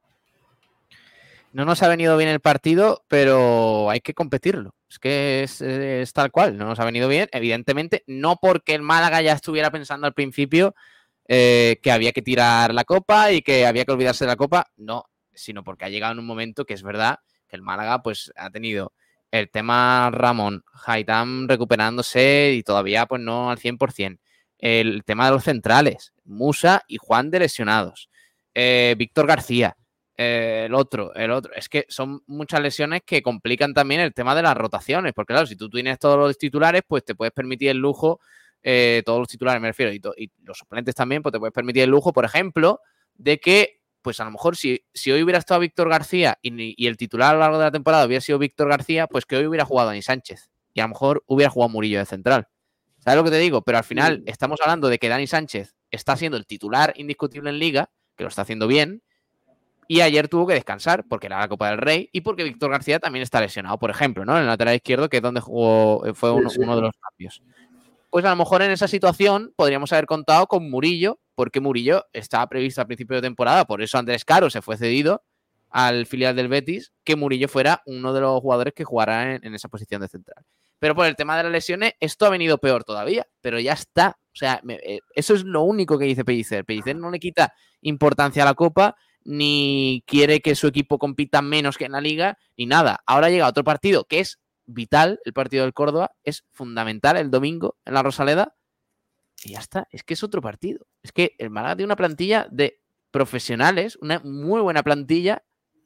No nos ha venido bien el partido, pero hay que competirlo. Es que es tal cual, no nos ha venido bien, evidentemente, no porque el Málaga ya estuviera pensando al principio que había que tirar la Copa y que había que olvidarse de la Copa, no, sino porque ha llegado en un momento que es verdad que el Málaga pues ha tenido el tema Ramón, Haitham recuperándose y todavía pues no al 100%. El tema de los centrales, Musa y Juan de lesionados. Víctor García, el otro. Es que son muchas lesiones que complican también el tema de las rotaciones, porque claro, si tú tienes todos los titulares, pues te puedes permitir el lujo, todos los titulares me refiero, y los suplentes también, pues te puedes permitir el lujo, por ejemplo, de que pues a lo mejor si hoy hubiera estado Víctor García y el titular a lo largo de la temporada hubiera sido Víctor García, pues que hoy hubiera jugado Dani Sánchez y a lo mejor hubiera jugado Murillo de central. ¿Sabes lo que te digo? Pero al final estamos hablando de que Dani Sánchez está siendo el titular indiscutible en Liga, que lo está haciendo bien, Y ayer tuvo que descansar porque era la Copa del Rey y porque Víctor García también está lesionado, por ejemplo, ¿no? En el lateral izquierdo, que es donde jugó, fue uno de los cambios. Pues a lo mejor en esa situación podríamos haber contado con Murillo, porque Murillo estaba previsto a principio de temporada, por eso Andrés Caro se fue cedido al filial del Betis, que Murillo fuera uno de los jugadores que jugara en esa posición de central. Pero por el tema de las lesiones, esto ha venido peor todavía, pero ya está. O sea, eso es lo único que dice Pellicer. Pellicer no le quita importancia a la Copa, ni quiere que su equipo compita menos que en la Liga, ni nada. Ahora llega otro partido que es vital, el partido del Córdoba, es fundamental el domingo en la Rosaleda, y ya está. Es que es otro partido. Es que el Málaga tiene una plantilla de profesionales, una muy buena plantilla,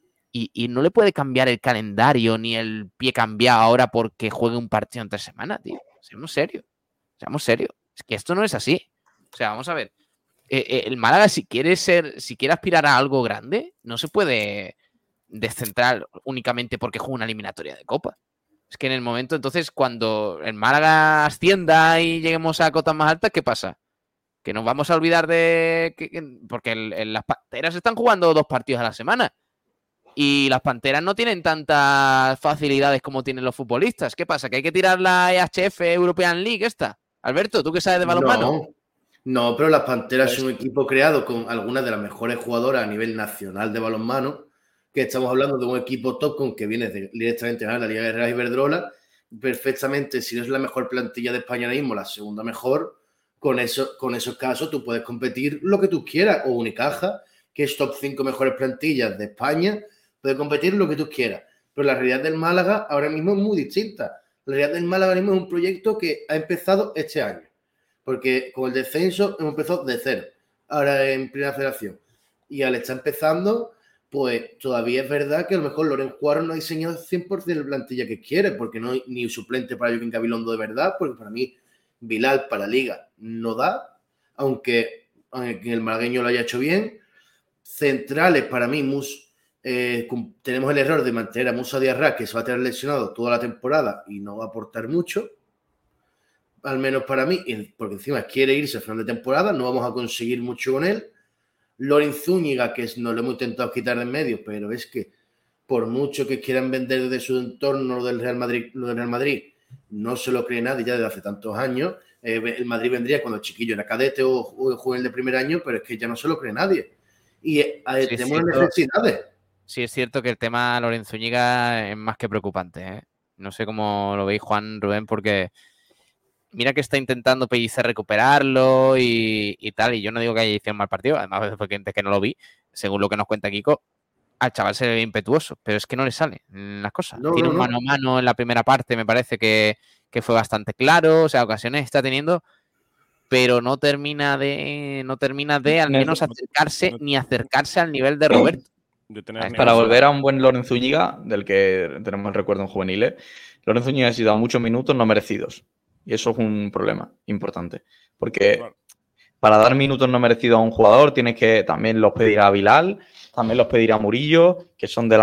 y no le puede cambiar el calendario ni el pie cambiado ahora porque juegue un partido en 3 semanas, tío. Seamos serios. Es que esto no es así. O sea, vamos a ver. El Málaga, si quiere aspirar a algo grande, no se puede descentrar únicamente porque juega una eliminatoria de Copa. Es que en el momento, entonces, cuando el Málaga ascienda y lleguemos a cotas más altas, ¿qué pasa? Que nos vamos a olvidar porque las Panteras están jugando 2 partidos a la semana. Y las Panteras no tienen tantas facilidades como tienen los futbolistas. ¿Qué pasa? ¿Que hay que tirar la EHF European League esta? Alberto, ¿tú qué sabes de balonmano? No, pero las Panteras es un equipo creado con algunas de las mejores jugadoras a nivel nacional de balonmano, que estamos hablando de un equipo top con que viene directamente a la Liga Guerrera Iberdrola, perfectamente, si no es la mejor plantilla de España ahora mismo, la segunda mejor, con esos casos tú puedes competir lo que tú quieras, o Unicaja, que es top 5 mejores plantillas de España, puede competir lo que tú quieras. Pero la realidad del Málaga ahora mismo es muy distinta. La realidad del Málaga ahora mismo es un proyecto que ha empezado este año. Porque con el descenso hemos empezado de cero. Ahora en Primera Federación. Y al estar empezando, pues todavía es verdad que a lo mejor Loren Juaro no ha diseñado 100% la plantilla que quiere, porque no hay ni suplente para Joaquín Gabilondo de verdad, porque para mí Bilal para Liga no da, aunque el malagueño lo haya hecho bien. Centrales para mí, tenemos el error de mantener a Musa Diarra, que se va a tener lesionado toda la temporada y no va a aportar mucho, al menos para mí, porque encima quiere irse a final de temporada, no vamos a conseguir mucho con él. Loren Zúñiga, que nos lo hemos intentado quitar de en medio, pero es que por mucho que quieran vender de su entorno lo del Real Madrid, no se lo cree nadie ya desde hace tantos años. El Madrid vendría cuando el chiquillo era cadete o juvenil de primer año, pero es que ya no se lo cree nadie. Y tenemos necesidades. Sí, es cierto que el tema Loren Zúñiga es más que preocupante, ¿eh? No sé cómo lo veis, Juan, Rubén, porque mira que está intentando Pellicer recuperarlo y tal, y yo no digo que haya hecho un mal partido, además porque antes que no lo vi, según lo que nos cuenta Kiko, al chaval se le ve impetuoso, pero es que no le salen las cosas. Tiene un mano a mano en la primera parte, me parece que fue bastante claro, o sea, ocasiones está teniendo, pero no termina de al menos acercarse al nivel de Roberto. Para volver a un buen Loren Zúñiga, del que tenemos el recuerdo en juveniles, Loren Zúñiga ha sido a muchos minutos no merecidos. Y eso es un problema importante. Porque para dar minutos no merecidos a un jugador tienes que también los pedir a Bilal, también los pedir a Murillo, que son del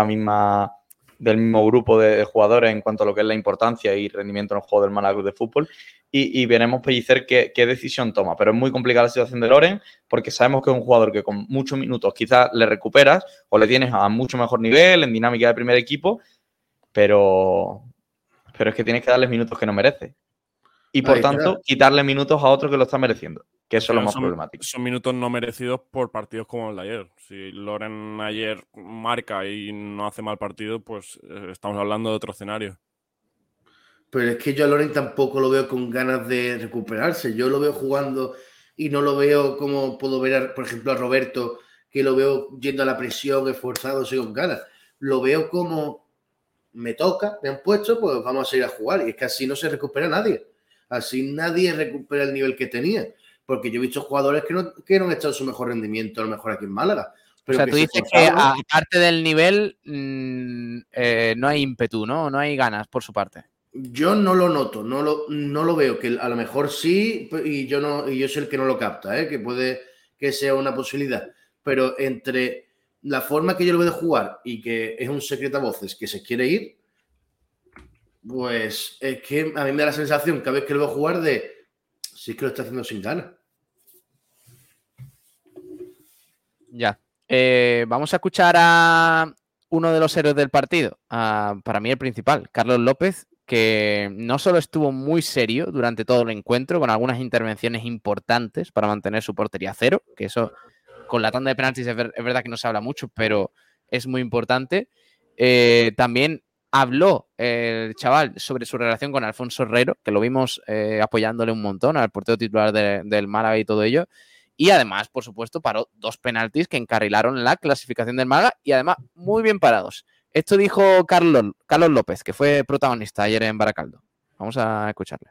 mismo grupo de jugadores en cuanto a lo que es la importancia y rendimiento en el juego del Málaga Club de Fútbol. Y veremos Pellicer qué decisión toma. Pero es muy complicada la situación de Loren porque sabemos que es un jugador que con muchos minutos quizás le recuperas o le tienes a mucho mejor nivel, en dinámica de primer equipo, pero es que tienes que darles minutos que no merece. Y por tanto, quitarle minutos a otro que lo está mereciendo, que eso es lo más problemático. Son minutos no merecidos por partidos como el de ayer. Si Loren ayer marca y no hace mal partido, pues estamos hablando de otro escenario. Pero es que yo a Loren tampoco lo veo con ganas de recuperarse. Yo lo veo jugando y no lo veo como puedo ver, por ejemplo, a Roberto, que lo veo yendo a la presión, esforzándose con ganas. Lo veo como me toca, me han puesto, pues vamos a ir a jugar. Y es que así no se recupera nadie. Así nadie recupera el nivel que tenía. Porque yo he visto jugadores que no han estado en su mejor rendimiento, a lo mejor aquí en Málaga. Pero o sea, tú dices que aparte del nivel no hay ímpetu, ¿no? No hay ganas por su parte. Yo no lo noto, no lo veo, que a lo mejor sí, y yo soy el que no lo capta, que puede que sea una posibilidad. Pero entre la forma que yo lo veo de jugar y que es un secreto a voces que se quiere ir, pues es que a mí me da la sensación cada vez que lo veo jugar de sí que lo está haciendo sin ganas. Ya. Vamos a escuchar a uno de los héroes del partido, para mí el principal, Carlos López, que no solo estuvo muy serio durante todo el encuentro, con algunas intervenciones importantes para mantener su portería a cero, que eso con la tanda de penaltis es verdad que no se habla mucho, pero es muy importante. También habló el chaval sobre su relación con Alfonso Herrero, que lo vimos apoyándole un montón al portero titular del Málaga y todo ello. Y además, por supuesto, paró 2 penaltis que encarrilaron la clasificación del Málaga y además muy bien parados. Esto dijo Carlos López, que fue protagonista ayer en Baracaldo. Vamos a escucharle.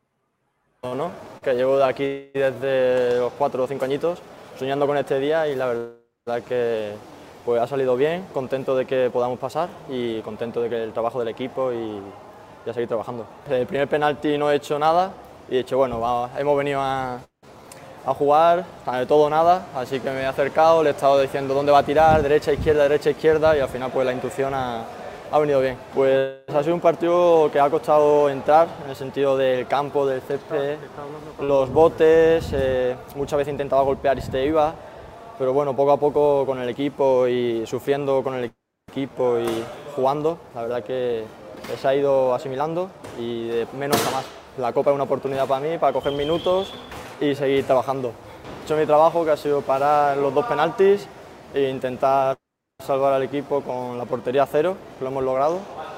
¿No? Que llevo de aquí desde los 4 o 5 añitos soñando con este día y la verdad que pues ha salido bien, contento de que podamos pasar y contento de que el trabajo del equipo y a seguir trabajando. El primer penalti no he hecho nada y he dicho, bueno, hemos venido a jugar, de todo o nada, así que me he acercado, le he estado diciendo dónde va a tirar, derecha, izquierda y al final pues la intuición ha venido bien. Pues ha sido un partido que ha costado entrar en el sentido del campo, del césped, los botes, muchas veces intentaba golpear y se te iba, pero bueno, poco a poco con el equipo y sufriendo con el equipo y jugando, la verdad que se ha ido asimilando y de menos a más. La Copa es una oportunidad para mí, para coger minutos y seguir trabajando. He hecho mi trabajo, que ha sido parar los 2 penaltis e intentar salvar al equipo con la portería a cero, que lo hemos logrado.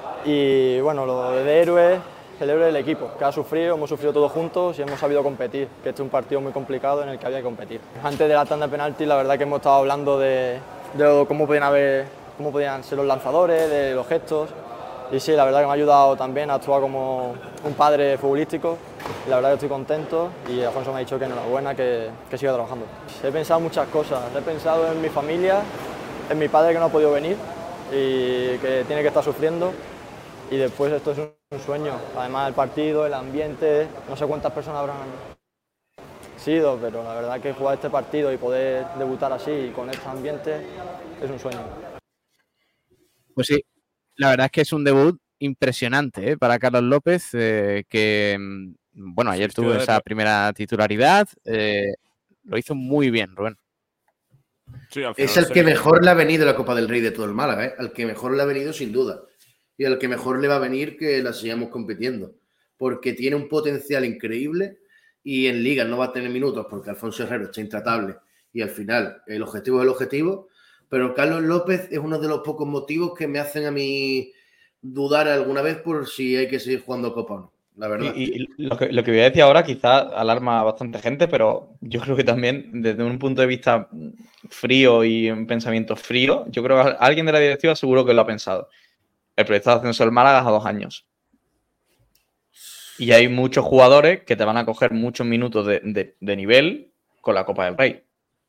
Y bueno, lo de héroe, el héroe del equipo, que ha sufrido, hemos sufrido todos juntos y hemos sabido competir, que este es un partido muy complicado en el que había que competir. Antes de la tanda de penaltis, la verdad que hemos estado hablando de cómo podían ser los lanzadores, de los gestos. Y sí, la verdad que me ha ayudado también a actuar como un padre futbolístico. Y la verdad que estoy contento y Alfonso me ha dicho que enhorabuena, que siga trabajando. He pensado muchas cosas, he pensado en mi familia, en mi padre que no ha podido venir y que tiene que estar sufriendo. Y después esto es un sueño, además el partido, el ambiente, no sé cuántas personas habrán sido, pero la verdad que jugar este partido y poder debutar así con este ambiente es un sueño. Pues sí, la verdad es que es un debut impresionante para Carlos López, que bueno, ayer tuvo esa primera titularidad, lo hizo muy bien, Rubén. Sí, es el que mejor le ha venido la Copa del Rey de todo el Málaga, al que mejor le ha venido sin duda y al que mejor le va a venir que la sigamos compitiendo, porque tiene un potencial increíble y en Liga no va a tener minutos porque Alfonso Herrero está intratable y al final el objetivo es el objetivo, pero Carlos López es uno de los pocos motivos que me hacen a mí dudar alguna vez por si hay que seguir jugando Copa o no, la verdad. Y lo que voy a decir ahora quizás alarma a bastante gente, pero yo creo que también desde un punto de vista frío y un pensamiento frío, yo creo que alguien de la directiva seguro que lo ha pensado. El proyecto de ascenso del Málaga es a 2 años. Y hay muchos jugadores que te van a coger muchos minutos de nivel con la Copa del Rey.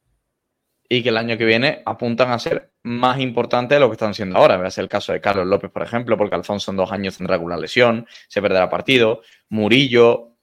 Y que el año que viene apuntan a ser más importantes de lo que están siendo ahora. Va a ser el caso de Carlos López, por ejemplo, porque Alfonso en 2 años tendrá alguna lesión, se perderá partido. Murillo,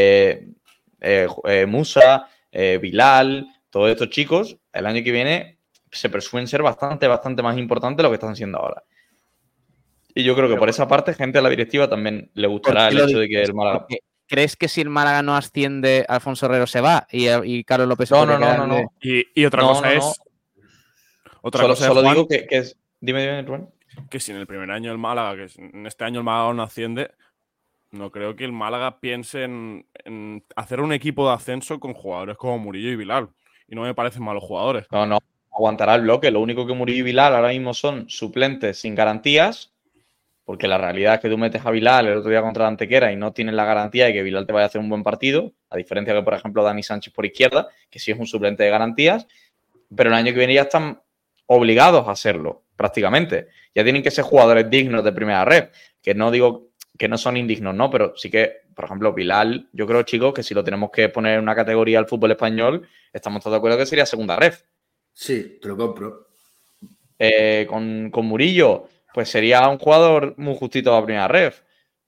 Musa, Bilal, todos estos chicos, el año que viene se presumen ser bastante más importantes de lo que están siendo ahora. Y yo creo que por esa parte, gente de la directiva también le gustará el hecho de que el Málaga... ¿Crees que si el Málaga no asciende, Alfonso Herrero se va y Carlos López se puede quedar? No. Y otra cosa es... Otra cosa solo digo que es... Dime, Rubén. Que si en el primer año el Málaga, que en este año el Málaga no asciende, no creo que el Málaga piense en hacer un equipo de ascenso con jugadores como Murillo y Bilal. Y no me parecen malos jugadores. No, aguantará el bloque. Lo único que Murillo y Bilal ahora mismo son suplentes sin garantías. Porque la realidad es que tú metes a Bilal el otro día contra la Antequera y no tienes la garantía de que Bilal te vaya a hacer un buen partido, a diferencia de, por ejemplo, Dani Sánchez por izquierda, que sí es un suplente de garantías, pero el año que viene ya están obligados a hacerlo, prácticamente. Ya tienen que ser jugadores dignos de primera red, que no digo que no son indignos, ¿no? Pero sí que, por ejemplo, Bilal, yo creo, chicos, que si lo tenemos que poner en una categoría al fútbol español, estamos todos de acuerdo que sería segunda red. Sí, te lo compro. Con Murillo... pues sería un jugador muy justito a la primera ref.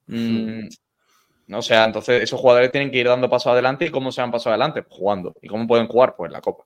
O sea, entonces esos jugadores tienen que ir dando pasos adelante. ¿Y cómo se han pasado adelante? Pues jugando. ¿Y cómo pueden jugar? Pues en la Copa.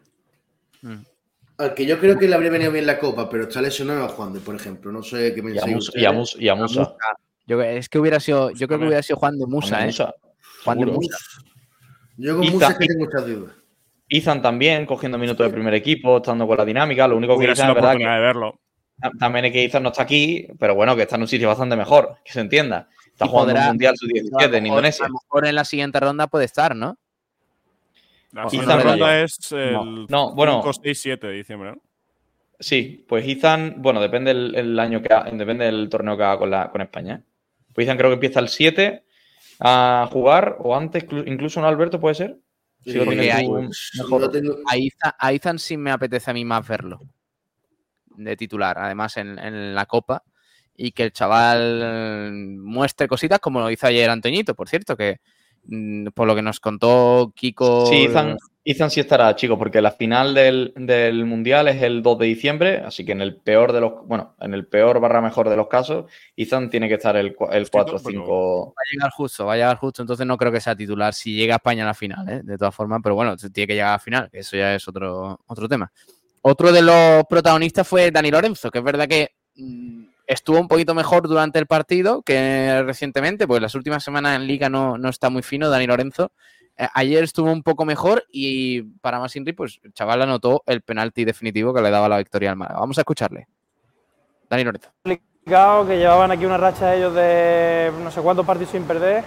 Al que yo creo que le habría venido bien la Copa, pero está lesionado a Juan de, por ejemplo. No sé qué me y a Musa. Yo creo que hubiera sido Juan de Musa, Juan de Musa. Juan de Musa. Yo con Musa es que tengo muchas dudas. Izan también, cogiendo minutos de primer equipo, estando con la dinámica. Lo único que Hubiera Izan sido es la verdad oportunidad de verlo. también es que Izan no está aquí, pero bueno, que está en un sitio bastante mejor, que se entienda. Está jugando un Mundial Sub-17 en Indonesia. A lo mejor en la siguiente ronda puede estar, ¿no? La siguiente ronda es el No, bueno. 5, 6, 7 de diciembre, ¿no? Sí, pues Izan, bueno, depende el año depende del torneo que haga con España. Pues Izan creo que empieza el 7 a jugar, o antes, incluso un Alberto, ¿puede ser? Sí, porque a Izan sí me apetece a mí más verlo de titular, además en la Copa, y que el chaval muestre cositas como lo hizo ayer Antoñito, por cierto, que por lo que nos contó Kiko... Sí, Izan sí estará, chicos, porque la final del Mundial es el 2 de diciembre, así que en el peor de los... Bueno, en el peor / mejor de los casos, Izan tiene que estar el 4 o 5... Va a llegar justo, entonces no creo que sea titular si llega a España a la final, ¿eh? De todas formas, pero bueno, tiene que llegar a la final, que eso ya es otro tema. Otro de los protagonistas fue Dani Lorenzo, que es verdad que estuvo un poquito mejor durante el partido que recientemente, pues las últimas semanas en Liga no está muy fino Dani Lorenzo. Ayer estuvo un poco mejor y para más Inri, pues el chaval anotó el penalti definitivo que le daba la victoria al Málaga. Vamos a escucharle. Dani Lorenzo. Complicado, que llevaban aquí una racha ellos de no sé cuántos partidos sin perder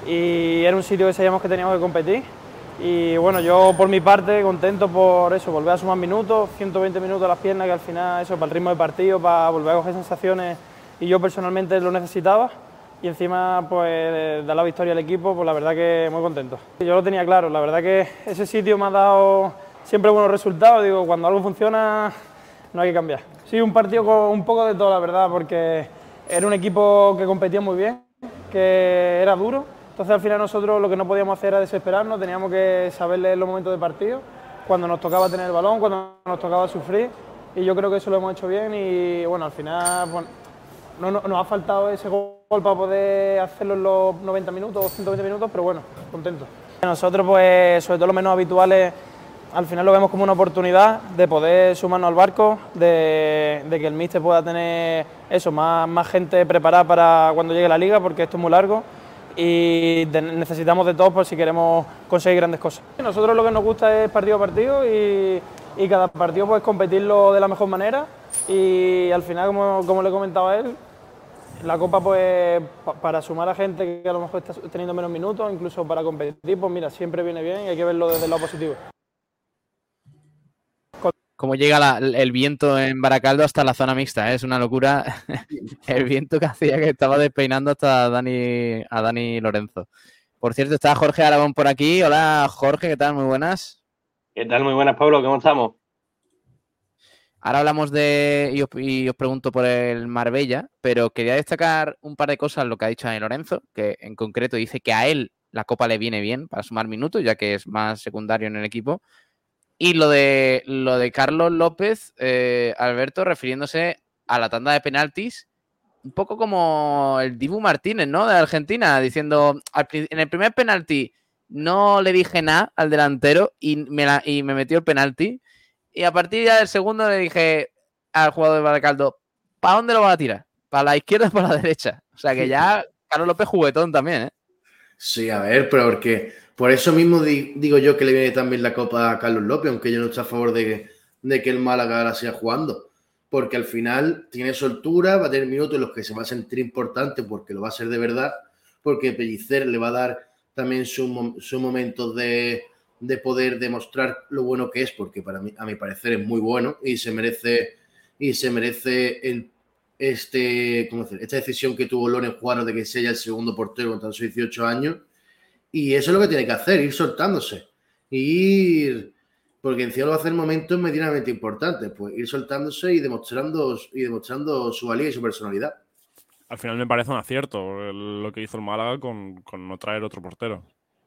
y era un sitio que sabíamos que teníamos que competir. Y bueno, yo por mi parte contento por eso, volver a sumar minutos, 120 minutos a las piernas, que al final eso, para el ritmo de partido, para volver a coger sensaciones, y yo personalmente lo necesitaba. Y encima, pues, dar la victoria al equipo, pues la verdad que muy contento. Yo lo tenía claro, la verdad que ese sitio me ha dado siempre buenos resultados, digo, cuando algo funciona no hay que cambiar. Sí, un partido con un poco de todo, la verdad, porque era un equipo que competía muy bien, que era duro, entonces al final nosotros lo que no podíamos hacer era desesperarnos, teníamos que saber leer los momentos de partido, cuando nos tocaba tener el balón, cuando nos tocaba sufrir, y yo creo que eso lo hemos hecho bien y bueno, al final bueno, nos ha faltado ese gol para poder hacerlo en los 90 minutos o 120 minutos, pero bueno, contento. Nosotros, pues, sobre todo los menos habituales, al final lo vemos como una oportunidad de poder sumarnos al barco, de que el míster pueda tener eso, más gente preparada para cuando llegue la liga, porque esto es muy largo y necesitamos de todos por si queremos conseguir grandes cosas. Nosotros lo que nos gusta es partido a partido y cada partido pues competirlo de la mejor manera y al final, como le he comentado a él, la Copa, pues, para sumar a gente que a lo mejor está teniendo menos minutos, incluso para competir, pues mira, siempre viene bien y hay que verlo desde el lado positivo. Cómo llega el viento en Baracaldo hasta la zona mixta, ¿eh? Es una locura el viento que hacía, que estaba despeinando hasta a Dani Lorenzo. Por cierto, está Jorge Aragón por aquí. Hola, Jorge, ¿qué tal? Muy buenas. ¿Qué tal? Muy buenas, Pablo, ¿cómo estamos? Ahora hablamos y os pregunto por el Marbella, pero quería destacar un par de cosas lo que ha dicho Dani Lorenzo, que en concreto dice que a él la Copa le viene bien para sumar minutos, ya que es más secundario en el equipo. Y lo de Carlos López, Alberto, refiriéndose a la tanda de penaltis, un poco como el Dibu Martínez, ¿no? De Argentina, diciendo, en el primer penalti no le dije nada al delantero y me metió el penalti. Y a partir ya del segundo le dije al jugador de Baracaldo, ¿para dónde lo vas a tirar? ¿Para la izquierda o para la derecha? O sea que ya Carlos López juguetón también, ¿eh? Sí, a ver, pero porque por eso mismo digo yo que le viene también la Copa a Carlos López, aunque yo no estoy a favor de que el Málaga ahora siga jugando. Porque al final tiene soltura, va a tener minutos en los que se va a sentir importante porque lo va a ser de verdad, porque Pellicer le va a dar también su momento de poder demostrar lo bueno que es, porque para mí, a mi parecer, es muy bueno y se merece esta decisión que tuvo Loren Juárez de que sea el segundo portero con tan solo 18 años. Y eso es lo que tiene que hacer, ir soltándose. Porque encima lo va a hacer en momentos medianamente importantes, pues ir soltándose y demostrando su valía y su personalidad. Al final me parece un acierto lo que hizo el Málaga con no traer otro portero.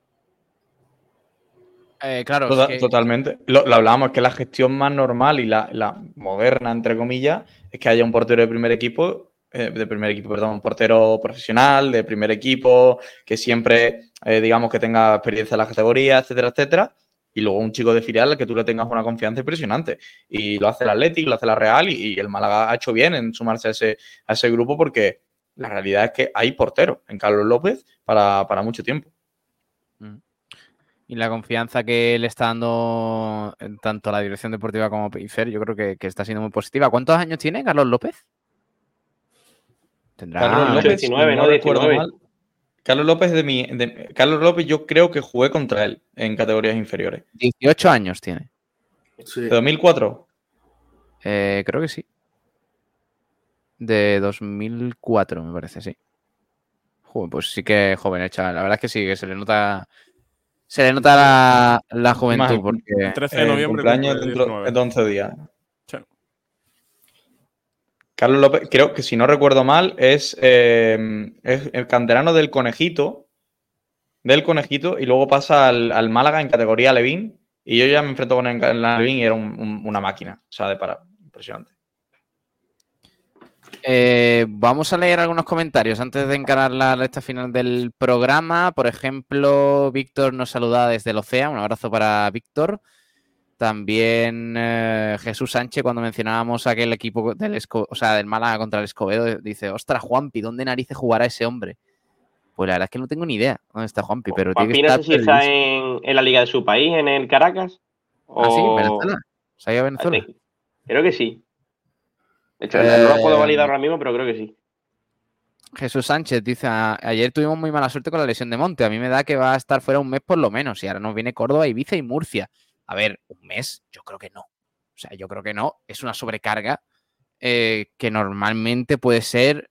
Claro, Totalmente. Lo hablábamos, es que la gestión más normal y la moderna, entre comillas, es que haya un portero de primer equipo, un portero profesional, de primer equipo, que siempre, digamos, que tenga experiencia en la categoría, etcétera, etcétera, y luego un chico de filial al que tú le tengas una confianza impresionante. Y lo hace el Athletic, lo hace la Real, y el Málaga ha hecho bien en sumarse a ese grupo, porque la realidad es que hay portero en Carlos López para mucho tiempo. y la confianza que le está dando tanto la dirección deportiva como Pellicer, yo creo que está siendo muy positiva. ¿Cuántos años tiene Carlos López? Tendrá Carlos López, 19, ¿no? Recuerdo mal. Carlos López, yo creo que jugué contra él en categorías inferiores. 18 años tiene. Sí. ¿De 2004? Creo que sí. De 2004, me parece, sí. Joder, pues sí que joven hecha. La verdad es que sí, que se le nota la juventud. Porque 13 de noviembre. Cumpleaños dentro de 11 días. Sí. Carlos López, creo que si no recuerdo mal, es el canterano del Conejito. Y luego pasa al Málaga en categoría Levín. Y yo ya me enfrento con el Levín y era una máquina. O sea, de parar. Impresionante. Vamos a leer algunos comentarios antes de encarar la recta final del programa. Por ejemplo, Víctor nos saluda desde el Ocea. Un abrazo para Víctor. También Jesús Sánchez, cuando mencionábamos aquel equipo del Málaga contra el Escobedo, dice: ostras, Juanpi, ¿dónde narices jugará ese hombre? Pues la verdad es que no tengo ni idea dónde está Juanpi. Pero Juanpi no sé si está en la liga de su país, en el Caracas. ¿Ah, sí? ¿Venezuela? ¿Se ha ido a Venezuela? Creo que sí. De hecho, no lo puedo validar ahora mismo, pero creo que sí. Jesús Sánchez dice: ayer tuvimos muy mala suerte con la lesión de Monte. A mí me da que va a estar fuera un mes por lo menos. Y ahora nos viene Córdoba, Ibiza y Murcia. A ver, un mes, yo creo que no. O sea, yo creo que no. Es una sobrecarga que normalmente puede ser...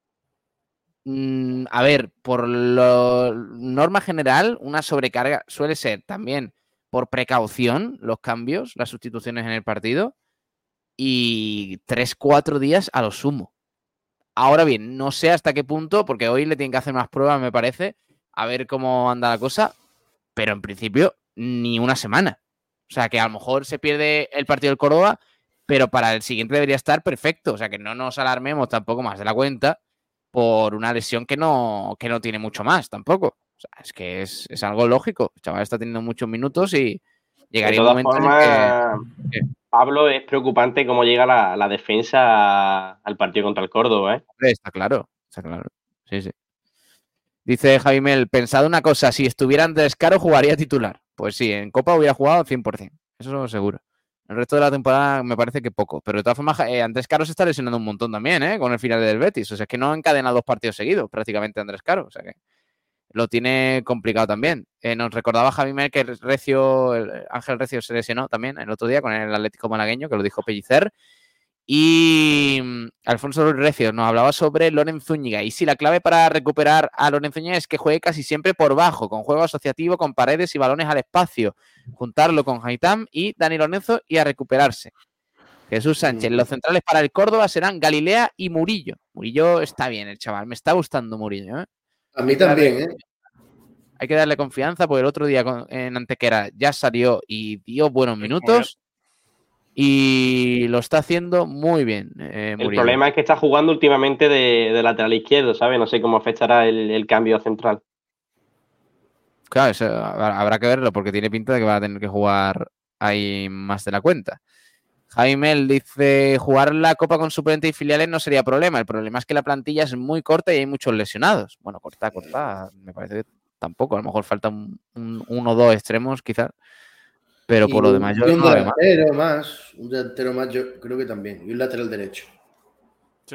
a ver, por norma general, una sobrecarga suele ser también por precaución los cambios, las sustituciones en el partido. Y 3-4 días a lo sumo. Ahora bien, no sé hasta qué punto, porque hoy le tienen que hacer más pruebas, me parece, a ver cómo anda la cosa, pero en principio ni una semana. O sea, que a lo mejor se pierde el partido del Córdoba, pero para el siguiente debería estar perfecto. O sea, que no nos alarmemos tampoco más de la cuenta por una lesión que no tiene mucho más tampoco. O sea, es que es algo lógico. El chaval está teniendo muchos minutos y llegaría un momento en el que... Pablo, es preocupante cómo llega la defensa al partido contra el Córdoba, ¿eh? Está claro. Sí. Dice Javi Mel: pensado una cosa, si estuviera Andrés Caro jugaría titular. Pues sí, en Copa hubiera jugado 100%, eso seguro. El resto de la temporada me parece que poco. Pero de todas formas, Andrés Caro se está lesionando un montón también, con el final del Betis. O sea, es que no encadena 2 partidos seguidos prácticamente Andrés Caro. O sea que lo tiene complicado también. Nos recordaba Javi Mel que Ángel Recio se lesionó también el otro día con el Atlético malagueño, que lo dijo Pellicer. Y Alfonso Recio nos hablaba sobre Lorenzo Zúñiga. Y sí, la clave para recuperar a Lorenzo Zúñiga es que juegue casi siempre por bajo, con juego asociativo, con paredes y balones al espacio. Juntarlo con Haitham y Dani Lorenzo y a recuperarse. Jesús Sánchez: los centrales para el Córdoba serán Galilea y Murillo. Murillo está bien, el chaval. Me está gustando Murillo, ¿eh? A mí también, Hay que darle confianza, porque el otro día en Antequera ya salió y dio buenos minutos. Y lo está haciendo muy bien. El problema es que está jugando últimamente de lateral izquierdo, ¿sabes? No sé cómo afectará el cambio central. Claro, eso habrá que verlo, porque tiene pinta de que va a tener que jugar ahí más de la cuenta. Jaime dice: jugar la Copa con suplente y filiales no sería problema. El problema es que la plantilla es muy corta y hay muchos lesionados. Bueno, corta, me parece que tampoco. A lo mejor faltan 1 o 2 extremos, quizás. Pero por lo demás, un delantero más, yo creo que también. Y un lateral derecho. Sí.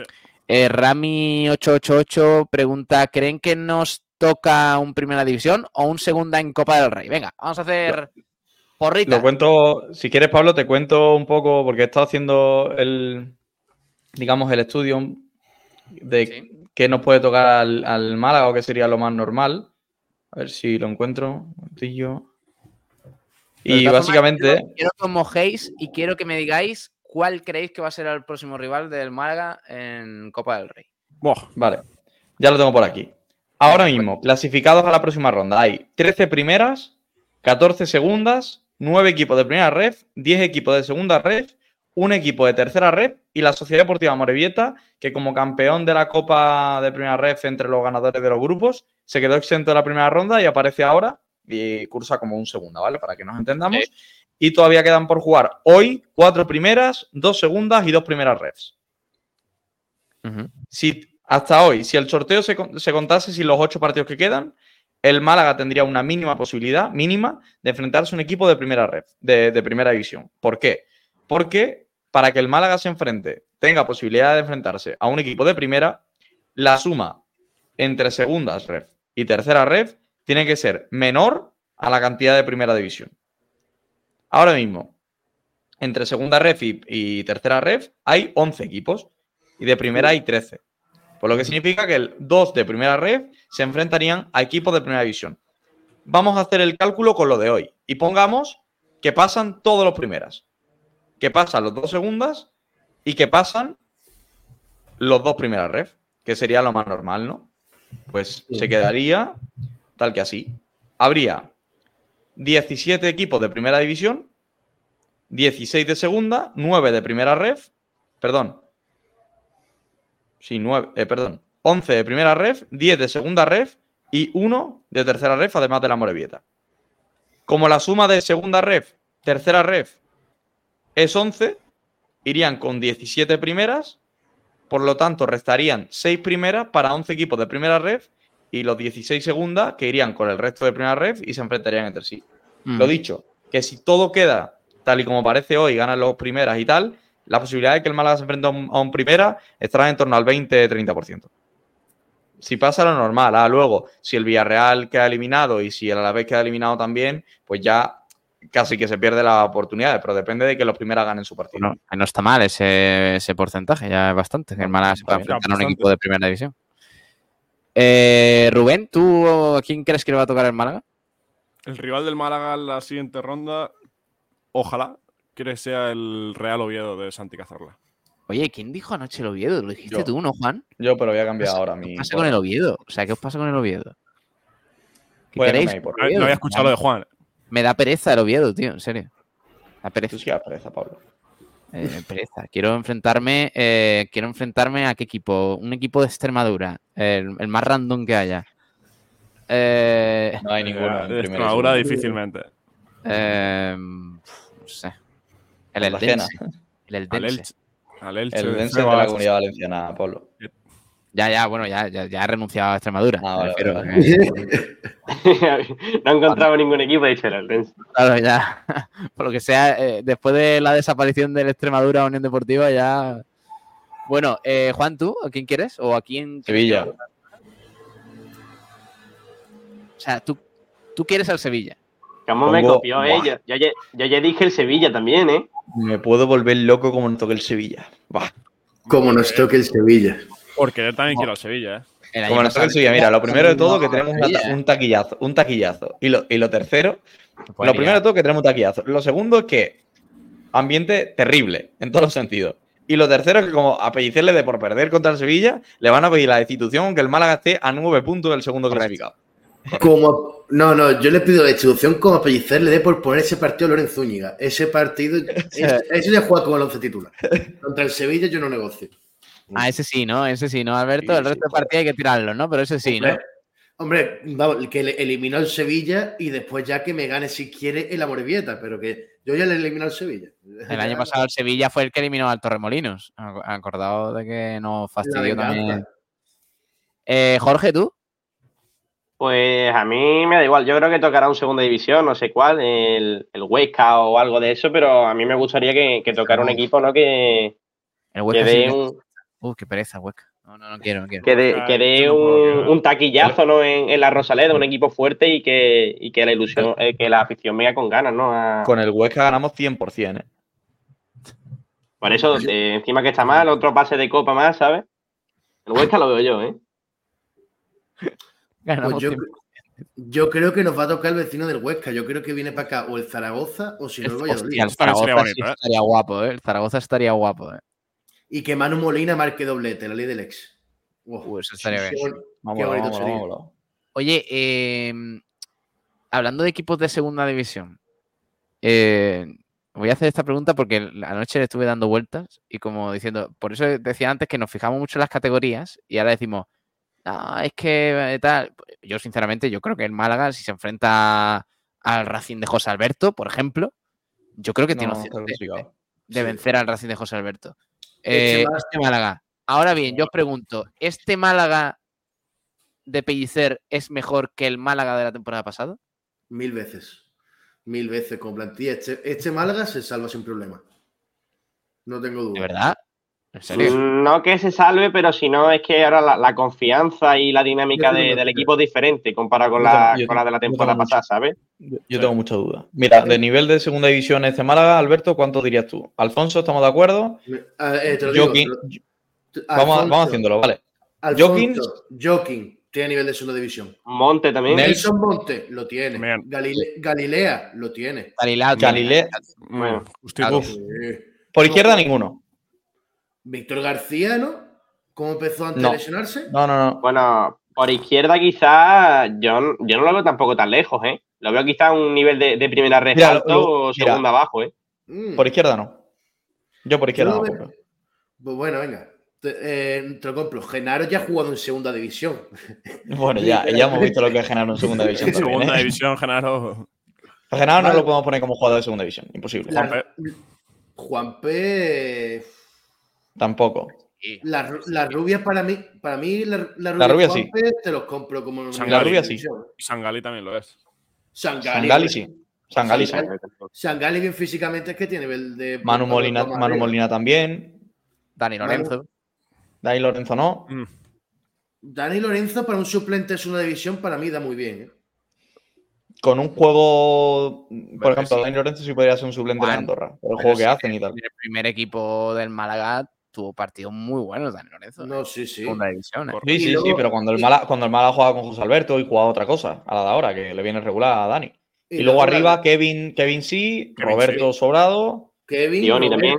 Rami888 pregunta: ¿creen que nos toca un Primera División o un Segunda en Copa del Rey? Venga, vamos a hacer porrita. Lo cuento, si quieres, Pablo, te cuento un poco, porque he estado haciendo el estudio de qué nos puede tocar al Málaga o qué sería lo más normal. A ver si lo encuentro. Un momentillo. Y básicamente... Quiero que os mojéis y quiero que me digáis cuál creéis que va a ser el próximo rival del Málaga en Copa del Rey. Vale, ya lo tengo por aquí. Ahora mismo, clasificados a la próxima ronda, hay 13 primeras, 14 segundas, 9 equipos de primera ref, 10 equipos de segunda ref, un equipo de tercera ref y la Sociedad Deportiva Amorebieta, que como campeón de la Copa de primera ref entre los ganadores de los grupos, se quedó exento de la primera ronda y aparece ahora y cursa como un segunda, ¿vale? Para que nos entendamos. Sí. Y todavía quedan por jugar hoy 4 primeras, 2 segundas y 2 primeras refs. Si hasta hoy, si el sorteo se contase sin los 8 partidos que quedan, el Málaga tendría una mínima posibilidad, mínima, de enfrentarse a un equipo de primera ref, de primera división. ¿Por qué? Porque para que el Málaga se enfrente, tenga posibilidad de enfrentarse a un equipo de primera, la suma entre segundas ref y tercera ref tiene que ser menor a la cantidad de primera división. Ahora mismo, entre segunda ref y tercera ref hay 11 equipos y de primera hay 13. Por lo que significa que 2 de primera ref se enfrentarían a equipos de primera división. Vamos a hacer el cálculo con lo de hoy y pongamos que pasan todos los primeras, que pasan los 2 segundas y que pasan los 2 primeras ref, que sería lo más normal, ¿no? Pues se quedaría tal que así. Habría 17 equipos de primera división, 16 de segunda, 9 de primera ref, perdón. Sí, 11 de primera ref, 10 de segunda ref y 1 de tercera ref, además de la Amorebieta. Como la suma de segunda ref, tercera ref es 11, irían con 17 primeras, por lo tanto restarían 6 primeras para 11 equipos de primera ref y los 16 segundas que irían con el resto de primera ref y se enfrentarían entre sí. Lo dicho, que si todo queda tal y como parece hoy, ganan los primeras y tal, la posibilidad de que el Málaga se enfrente a un primera estará en torno al 20-30%. Si pasa lo normal. Luego, si el Villarreal queda eliminado y si el Alavés queda eliminado también, pues ya casi que se pierde la oportunidad, pero depende de que los primeras ganen su partido. No está mal ese porcentaje, ya es bastante, que el Málaga se pueda enfrentar a un equipo de primera división. Rubén, ¿tú a quién crees que le va a tocar el Málaga? El rival del Málaga en la siguiente ronda, ojalá, que sea el Real Oviedo de Santi Cazorla. Oye, ¿quién dijo anoche el Oviedo? ¿Lo dijiste tú, no, Juan? Yo, pero voy a cambiar ahora ¿Qué pasa con el Oviedo? O sea, ¿qué os pasa con el Oviedo? ¿Qué queréis? No había escuchado lo de Juan. Me da pereza el Oviedo, tío, en serio. Da pereza. Tú sí da pereza, Pablo. Pereza. Quiero enfrentarme a qué equipo. Un equipo de Extremadura. El más random que haya. No hay ninguno. De Extremadura difícilmente. No sé. El Eldense. El Eldense. El Eldense de la Comunidad Valenciana, Pablo. Bueno, ya he renunciado a Extremadura. Vale. No he encontrado ningún equipo, he dicho el Eldense. Claro, ya. Por lo que sea, después de la desaparición del Extremadura Unión Deportiva, ya. Bueno, Juan, ¿tú? ¿A quién quieres? ¿O a quién? Sevilla. O sea, tú quieres al Sevilla. ¿Cómo me copió, Yo ya dije el Sevilla también, ¿eh? Me puedo volver loco como nos toque el Sevilla. Bah. Como nos toque el Sevilla. Porque yo también quiero al Sevilla, ¿eh? Como nos toque el Sevilla. Mira, lo primero de todo que tenemos un taquillazo. Y lo tercero, lo primero de todo que tenemos un taquillazo. Lo segundo es que ambiente terrible, en todos los sentidos. Y lo tercero es que como a Pellicer de por perder contra el Sevilla, le van a pedir la destitución aunque el Málaga esté a 9 puntos del segundo clasificado. No, yo le pido la distribución como a Pellicer le dé por poner ese partido a Lorenzo Zúñiga. Ese partido, ese ya juega con el 11 titular. Contra el Sevilla yo no negocio. Ese sí, ¿no? Alberto, sí, el resto de partidos hay que tirarlo, ¿no? Pero ese sí, ¿no? Hombre, vamos, que le eliminó el Sevilla y después ya que me gane si quiere el Amorebieta, pero que yo ya le eliminó al Sevilla. El año pasado el Sevilla fue el que eliminó al Torremolinos. Acordado de que nos fastidió también. Jorge, ¿tú? Pues a mí me da igual. Yo creo que tocará un segunda división, no sé cuál, el Huesca o algo de eso, pero a mí me gustaría que tocara un equipo, ¿no? Que dé un... qué pereza, Huesca. No quiero. Que dé un taquillazo, ¿no? En la Rosaleda, un equipo fuerte y que la ilusión, que la afición venga con ganas, ¿no? Con el Huesca ganamos 100%, ¿eh? Por eso, encima que está mal, otro pase de copa más, ¿sabes? El Huesca lo veo yo, ¿eh? Pues yo creo que nos va a tocar el vecino del Huesca. Yo creo que viene para acá o el Zaragoza o si no el Valladolid. El Zaragoza estaría guapo, ¿eh? El Zaragoza estaría guapo, ¿eh? Y que Manu Molina marque doblete, la ley del ex. Eso estaría bien. Vamos. Oye, hablando de equipos de segunda división, voy a hacer esta pregunta porque anoche le estuve dando vueltas y como diciendo, por eso decía antes que nos fijamos mucho en las categorías y ahora decimos, no, es que tal. Yo, sinceramente, yo creo que el Málaga, si se enfrenta al Racing de José Alberto, por ejemplo, yo creo que tiene opción de vencer al Racing de José Alberto. Este Málaga. Ahora bien, yo os pregunto, ¿este Málaga de Pellicer es mejor que el Málaga de la temporada pasada? 1000 veces. 1000 veces con plantilla. Este Málaga se salva sin problema. No tengo duda. ¿De verdad? ¿En serio? No que se salve, pero si no es que ahora la confianza y la dinámica del equipo es diferente comparado con la de la temporada pasada, ¿sabes? Yo tengo mucha duda. Mira, de nivel de segunda división este Málaga, Alberto, ¿cuánto dirías tú? Alfonso, ¿estamos de acuerdo? Te lo digo, vamos haciéndolo, ¿vale? Joaquín tiene nivel de segunda división. Monte también. Nelson Monte lo tiene. Galilea lo tiene. Galilea. Bueno, por izquierda ninguno. Víctor García, ¿no? ¿Cómo empezó antes de lesionarse? No. Bueno, por izquierda quizás yo no lo veo tampoco tan lejos, ¿eh? Lo veo quizás a un nivel de primera red alto o segunda abajo, ¿eh? Por izquierda no. Yo por izquierda no. Pues bueno, venga. Te lo compro. Genaro ya ha jugado en segunda división. Bueno, ya hemos visto lo que es Genaro en segunda división. Segunda división, Genaro. A Genaro no lo podemos poner como jugador de segunda división. Imposible. Juanpe. Tampoco. Las rubias para mí la rubia Juanpe, sí. te los compro como la rubia sí. Y Sangali también lo es. Sangali sí. Sangali bien físicamente es que tiene nivel de... Manu Molina también. Dani Lorenzo. Dani Lorenzo no. Dani Lorenzo para un suplente de segunda división para mí da muy bien, ¿eh? Con un juego, por ejemplo, Dani Lorenzo sí podría ser un suplente de Andorra, por el juego que hacen y tal. El primer equipo del Málaga tuvo partidos muy buenos, Dani Lorenzo. No, sí. Segunda división, ¿eh? Sí, pero cuando el Málaga jugaba con José Alberto y jugaba otra cosa, a la de ahora, que le viene regular a Dani. Y luego arriba, Kevin sí, Roberto Sobrado. Dioni también.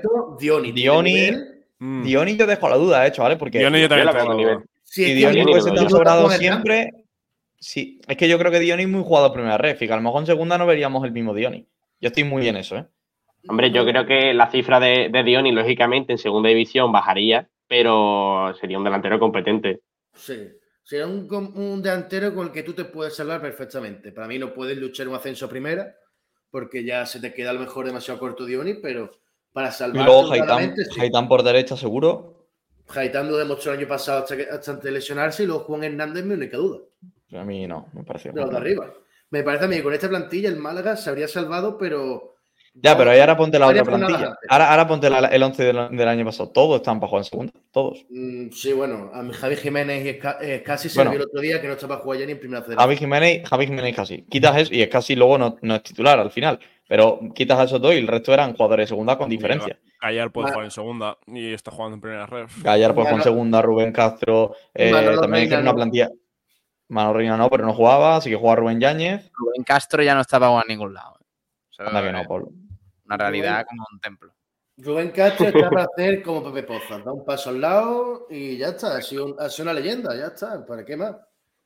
Dioni yo dejo la duda, de hecho, ¿vale? Porque Dioni yo también tengo la duda. Si Dioni puede ser tan sobrado siempre... Sí, es que yo creo que Dioni es muy jugado en primera red, y que a lo mejor en segunda no veríamos el mismo Dioni. Yo estoy muy en eso, ¿eh? Hombre, yo creo que la cifra de Dioni, lógicamente, en segunda división bajaría, pero sería un delantero competente. Sí, sería un delantero con el que tú te puedes salvar perfectamente. Para mí no puedes luchar un ascenso a primera, porque ya se te queda a lo mejor demasiado corto Dioni, pero para salvar... Y luego Haitán por derecha, seguro. Haitán lo demostró el año pasado hasta antes de lesionarse, y luego Juan Hernández, mi única duda. A mí no, me parece. De los de arriba. Me parece a mí que con esta plantilla el Málaga se habría salvado, pero... Ya, pero ahí ahora ponte la otra plantilla. Ahora ponte el 11 del año pasado. Todos están para jugar en segunda. Todos. Sí, bueno. A Javi Jiménez y casi se vio el otro día que no estaba para jugar ya ni en primera federación. Javi Jiménez casi. Quitas eso y es casi luego no es titular al final. Pero quitas a esos dos y el resto eran jugadores de segunda con diferencia. Gallar puede jugar en segunda y está jugando en primera red. Gallar puede jugar en segunda, Rubén Castro. También hay una plantilla. Mano Reina no, pero no jugaba, así que jugaba Rubén Yáñez. Rubén Castro ya no estaba a ningún lado. Anda que no, Pablo. Una realidad como un templo. Rubén Castro está para hacer como Pepe Poza, da un paso al lado y ya está. Ha sido una leyenda, ya está. ¿Para qué más?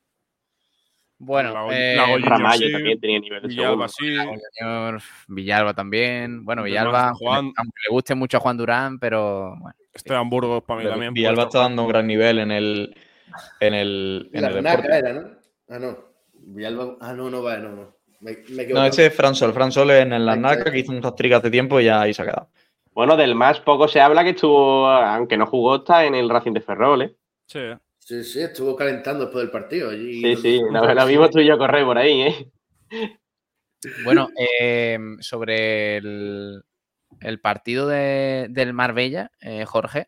Bueno, Ramallo también tenía nivel de Villalba sí. Villalba también. Bueno, Villalba, aunque le guste mucho a Juan Durán, pero bueno. Esteban Burgos para mí también. Villalba está dando un gran nivel en el Naca era, ¿no? Ah, no. Villalba. Ah, no. No, ese es Fran Sol en el Larnaca, que hizo un hat-trick hace tiempo y ya ahí se ha quedado. Bueno, del más poco se habla que estuvo, aunque no jugó, está en el Racing de Ferrol, ¿eh? Sí, estuvo calentando después del partido. Sí, lo mismo tú y yo correr por ahí, ¿eh? Bueno, sobre el partido del Marbella, Jorge,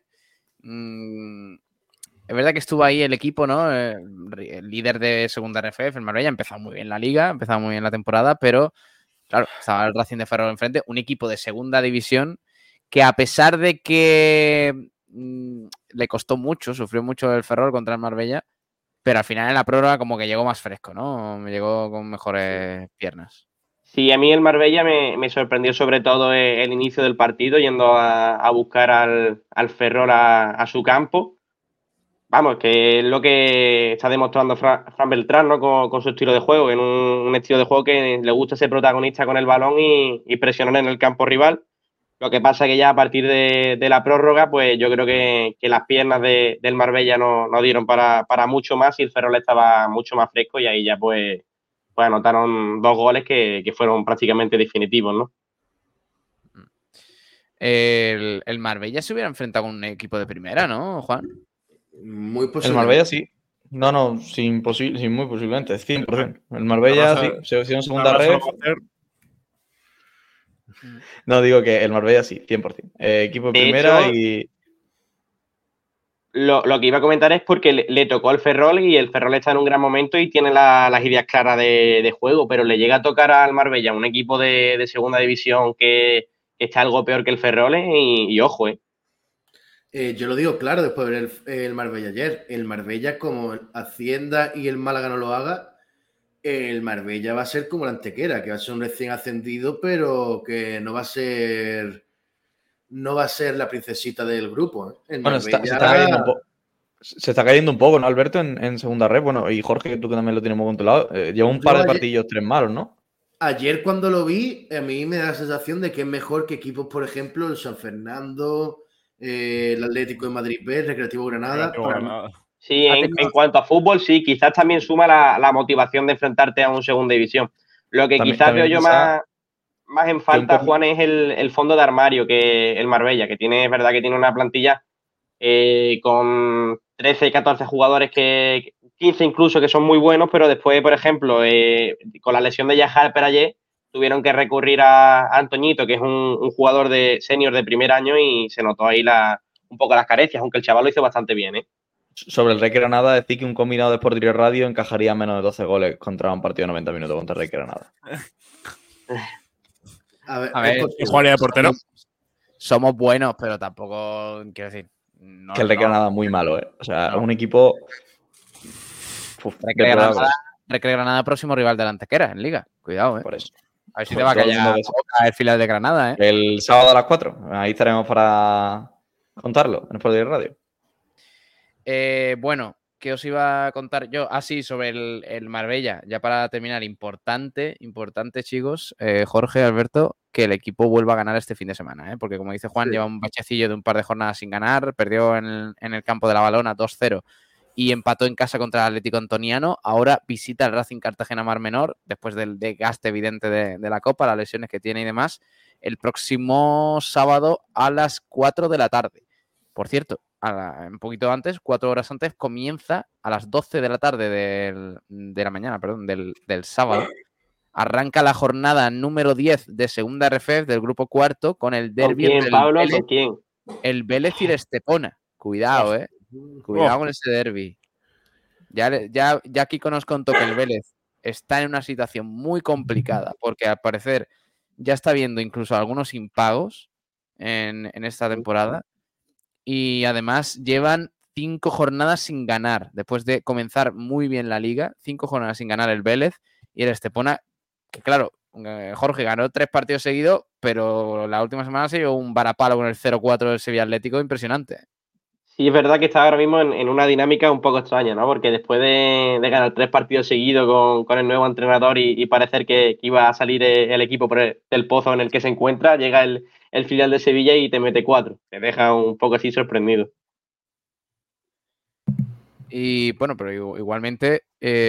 es verdad que estuvo ahí el equipo, ¿no? El líder de segunda RFF, el Marbella, empezó muy bien la liga, empezó muy bien la temporada, pero claro, estaba el Racing de Ferrol enfrente, un equipo de segunda división que a pesar de que le costó mucho, sufrió mucho el Ferrol contra el Marbella, pero al final en la prórroga como que llegó más fresco, ¿no? Llegó con mejores piernas. Sí, a mí el Marbella me sorprendió sobre todo el inicio del partido, yendo a buscar al Ferrol a su campo. Vamos, que es lo que está demostrando Fran Beltrán, ¿no? Con su estilo de juego, en un estilo de juego que le gusta ser protagonista con el balón y presionar en el campo rival. Lo que pasa es que ya a partir de la prórroga, pues yo creo que las piernas del Marbella no dieron para mucho más y el Ferrol estaba mucho más fresco y ahí ya pues anotaron 2 goles que fueron prácticamente definitivos, ¿no? El Marbella se hubiera enfrentado con un equipo de primera, ¿no, Juan? Muy posible. El Marbella sí. No, sin muy posiblemente, 100%. El Marbella sí, se en segunda red. No, digo que el Marbella sí, 100%. Equipo de primera hecho, y... Lo que iba a comentar es porque le tocó al Ferrol y el Ferrol está en un gran momento y tiene las ideas claras de juego, pero le llega a tocar al Marbella, un equipo de segunda división que está algo peor que el Ferrol y ojo, Yo lo digo claro después de ver el Marbella ayer. El Marbella, como Hacienda y el Málaga no lo haga, el Marbella va a ser como la Antequera, que va a ser un recién ascendido, pero que no va a ser la princesita del grupo. El Bueno, Marbella... se está cayendo un poco, ¿no, Alberto? En segunda red. Bueno, y Jorge, tú que también lo tienes muy controlado. Lleva un par de partidos, 3 malos, ¿no? Ayer cuando lo vi, a mí me da la sensación de que es mejor que equipos, por ejemplo, el San Fernando, el Atlético de Madrid B, el Recreativo Granada. Sí, en cuanto a fútbol, sí, quizás también suma la motivación de enfrentarte a un segunda división. Lo que quizás veo yo más en falta, Juan, es el fondo de armario que el Marbella, que es verdad que tiene una plantilla con 13, 14 jugadores, 15 incluso, que son muy buenos, pero después, por ejemplo, con la lesión de Yahya Perayé, tuvieron que recurrir a Antoñito, que es un jugador de senior de primer año, y se notó ahí un poco las carencias, aunque el chaval lo hizo bastante bien, ¿eh? Sobre el Rey Granada, decir que un combinado de Sport Direct Radio encajaría menos de 12 goles contra un partido de 90 minutos contra el Rey Granada. A ver, ¿Y jugaría de portero? Somos buenos, pero tampoco, quiero decir... No, que el Rey Granada es muy malo, ¿eh? O sea, es un equipo... Recre Granada, próximo rival de la Antequera en Liga. Cuidado, ¿eh? Por eso. A ver si te va a callar el filial de Granada, ¿eh? El sábado a las 4. Ahí estaremos para contarlo en Sport Direct Radio. Bueno, ¿qué os iba a contar yo? Sí, sobre el Marbella. Ya para terminar, importante, chicos, Jorge, Alberto, que el equipo vuelva a ganar este fin de semana, ¿eh? Porque como dice Juan, lleva un bachecillo de un par de jornadas sin ganar, perdió en el campo de la Balona 2-0 y empató en casa contra el Atlético Antoniano. Ahora visita el Racing Cartagena Mar Menor, después del desgaste evidente de la Copa, las lesiones que tiene y demás, el próximo sábado a las 4 de la tarde. Por cierto, un poquito antes, 4 horas antes, comienza a las 12 de la tarde de la mañana, perdón, del sábado. Arranca la jornada número 10 de segunda RFEF del grupo cuarto con el derbi entre Pablo, ¿con quién? El Vélez y el Estepona. Cuidado, Cuidado con ese derbi. Ya Kiko nos contó que el Vélez está en una situación muy complicada porque al parecer ya está viendo incluso algunos impagos en esta temporada. Y además llevan 5 jornadas sin ganar, después de comenzar muy bien la liga, 5 jornadas sin ganar el Vélez y el Estepona, que claro, Jorge ganó 3 partidos seguidos, pero la última semana se llevó un varapalo con el 0-4 del Sevilla Atlético impresionante. Sí, es verdad que está ahora mismo en una dinámica un poco extraña, ¿no? Porque después de ganar 3 partidos seguidos con el nuevo entrenador y parecer que iba a salir el equipo del pozo en el que se encuentra, llega el filial de Sevilla y te mete 4. Te deja un poco así sorprendido. Y bueno, pero igualmente,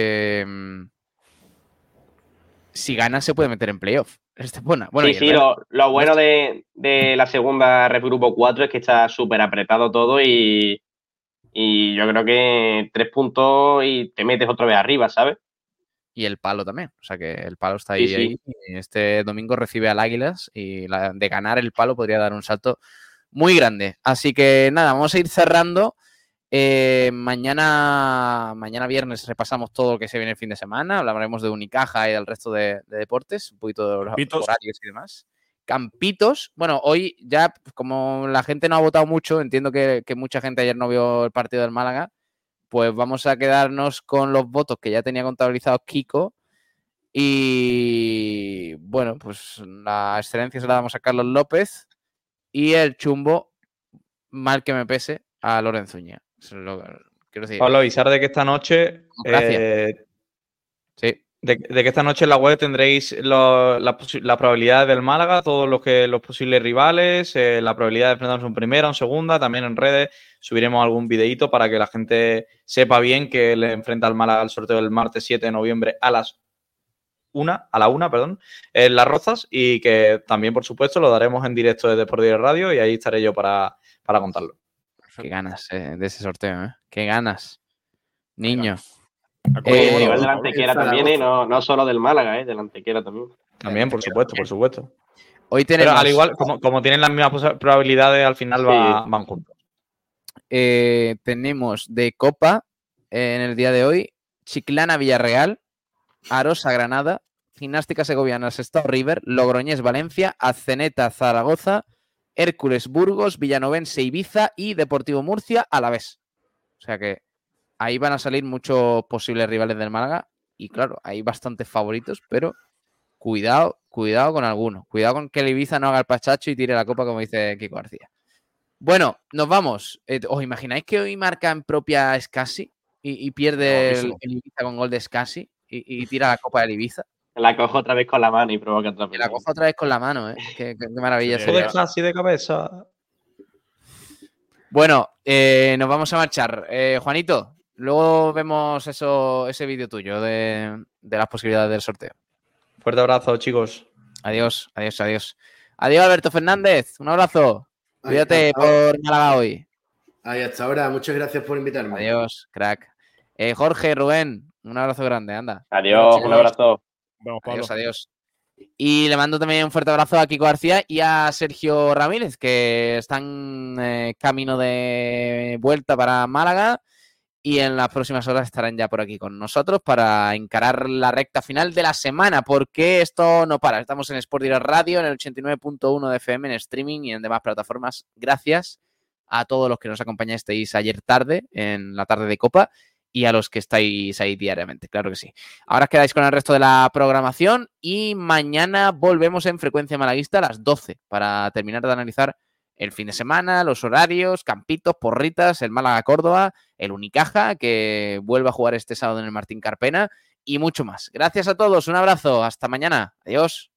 si gana se puede meter en playoff. Bueno, sí, lo bueno de la segunda Ref Grupo 4 es que está súper apretado todo y yo creo que 3 puntos y te metes otra vez arriba, ¿sabes? Y el Palo también, o sea que el Palo está ahí. Y este domingo recibe al Águilas y de ganar el Palo podría dar un salto muy grande. Así que nada, vamos a ir cerrando. Mañana viernes repasamos todo lo que se viene el fin de semana. Hablaremos de Unicaja y del resto de deportes, un poquito de los horarios y demás. Campitos, bueno, hoy ya como la gente no ha votado mucho, entiendo que mucha gente ayer no vio el partido del Málaga, pues vamos a quedarnos con los votos que ya tenía contabilizados Kiko. Y bueno, pues la excelencia se la damos a Carlos López y el chumbo, mal que me pese, a Lorenzo Uña. Quiero decir. Pablo, avisar de que esta noche. Sí. De que esta noche en la web tendréis la probabilidad del Málaga, todos los posibles rivales, la probabilidad de enfrentarnos en primera, en segunda, también en redes subiremos algún videíto para que la gente sepa bien que le enfrenta al Málaga al sorteo del martes 7 de noviembre a la 1, en Las Rozas, y que también, por supuesto, lo daremos en directo desde Sport Direct Radio y ahí estaré yo para contarlo. Qué ganas de ese sorteo, ¿eh? Qué ganas. Niño. El rival del Antequera también, no solo del Málaga, del Antequera también. También, por supuesto, por supuesto. Hoy tenemos... Pero al igual, como tienen las mismas probabilidades, al final van juntos. Tenemos de Copa en el día de hoy Chiclana Villarreal, Arosa Granada, Gimnástica Segoviana Sestao River, Logroñés Valencia, Azeneta Zaragoza, Hércules Burgos, Villanovense Ibiza y Deportivo Murcia Alavés. O sea que ahí van a salir muchos posibles rivales del Málaga y claro, hay bastantes favoritos, pero cuidado con algunos. Cuidado con que el Ibiza no haga el pachacho y tire la copa, como dice Kiko García. Bueno, nos vamos. ¿Os imagináis que hoy marca en propia Scassi y pierde el Ibiza con gol de Scassi y tira la copa del Ibiza? La cojo otra vez con la mano y provoca otra vez. La cojo otra vez con la mano, ¿eh? Qué maravilla. Sí, de Scassi de cabeza. Bueno, nos vamos a marchar. Juanito, luego vemos ese vídeo tuyo de las posibilidades del sorteo. Fuerte abrazo, chicos. Adiós. Adiós, Alberto Fernández. Un abrazo. Cuídate por Málaga hoy. Ahí hasta ahora. Muchas gracias por invitarme. Adiós, crack. Jorge, Rubén, un abrazo grande, anda. Adiós, un abrazo. Adiós. Y le mando también un fuerte abrazo a Kiko García y a Sergio Ramírez, que están camino de vuelta para Málaga y en las próximas horas estarán ya por aquí con nosotros para encarar la recta final de la semana, porque esto no para. Estamos en Sport Direct Radio, en el 89.1 de FM, en streaming y en demás plataformas. Gracias a todos los que nos acompañasteis ayer tarde, en la tarde de Copa, y a los que estáis ahí diariamente, claro que sí. Ahora os quedáis con el resto de la programación y mañana volvemos en Frecuencia Malaguista a las 12 para terminar de analizar el fin de semana, los horarios, campitos, porritas, el Málaga-Córdoba, el Unicaja, que vuelve a jugar este sábado en el Martín Carpena y mucho más. Gracias a todos, un abrazo, hasta mañana, adiós.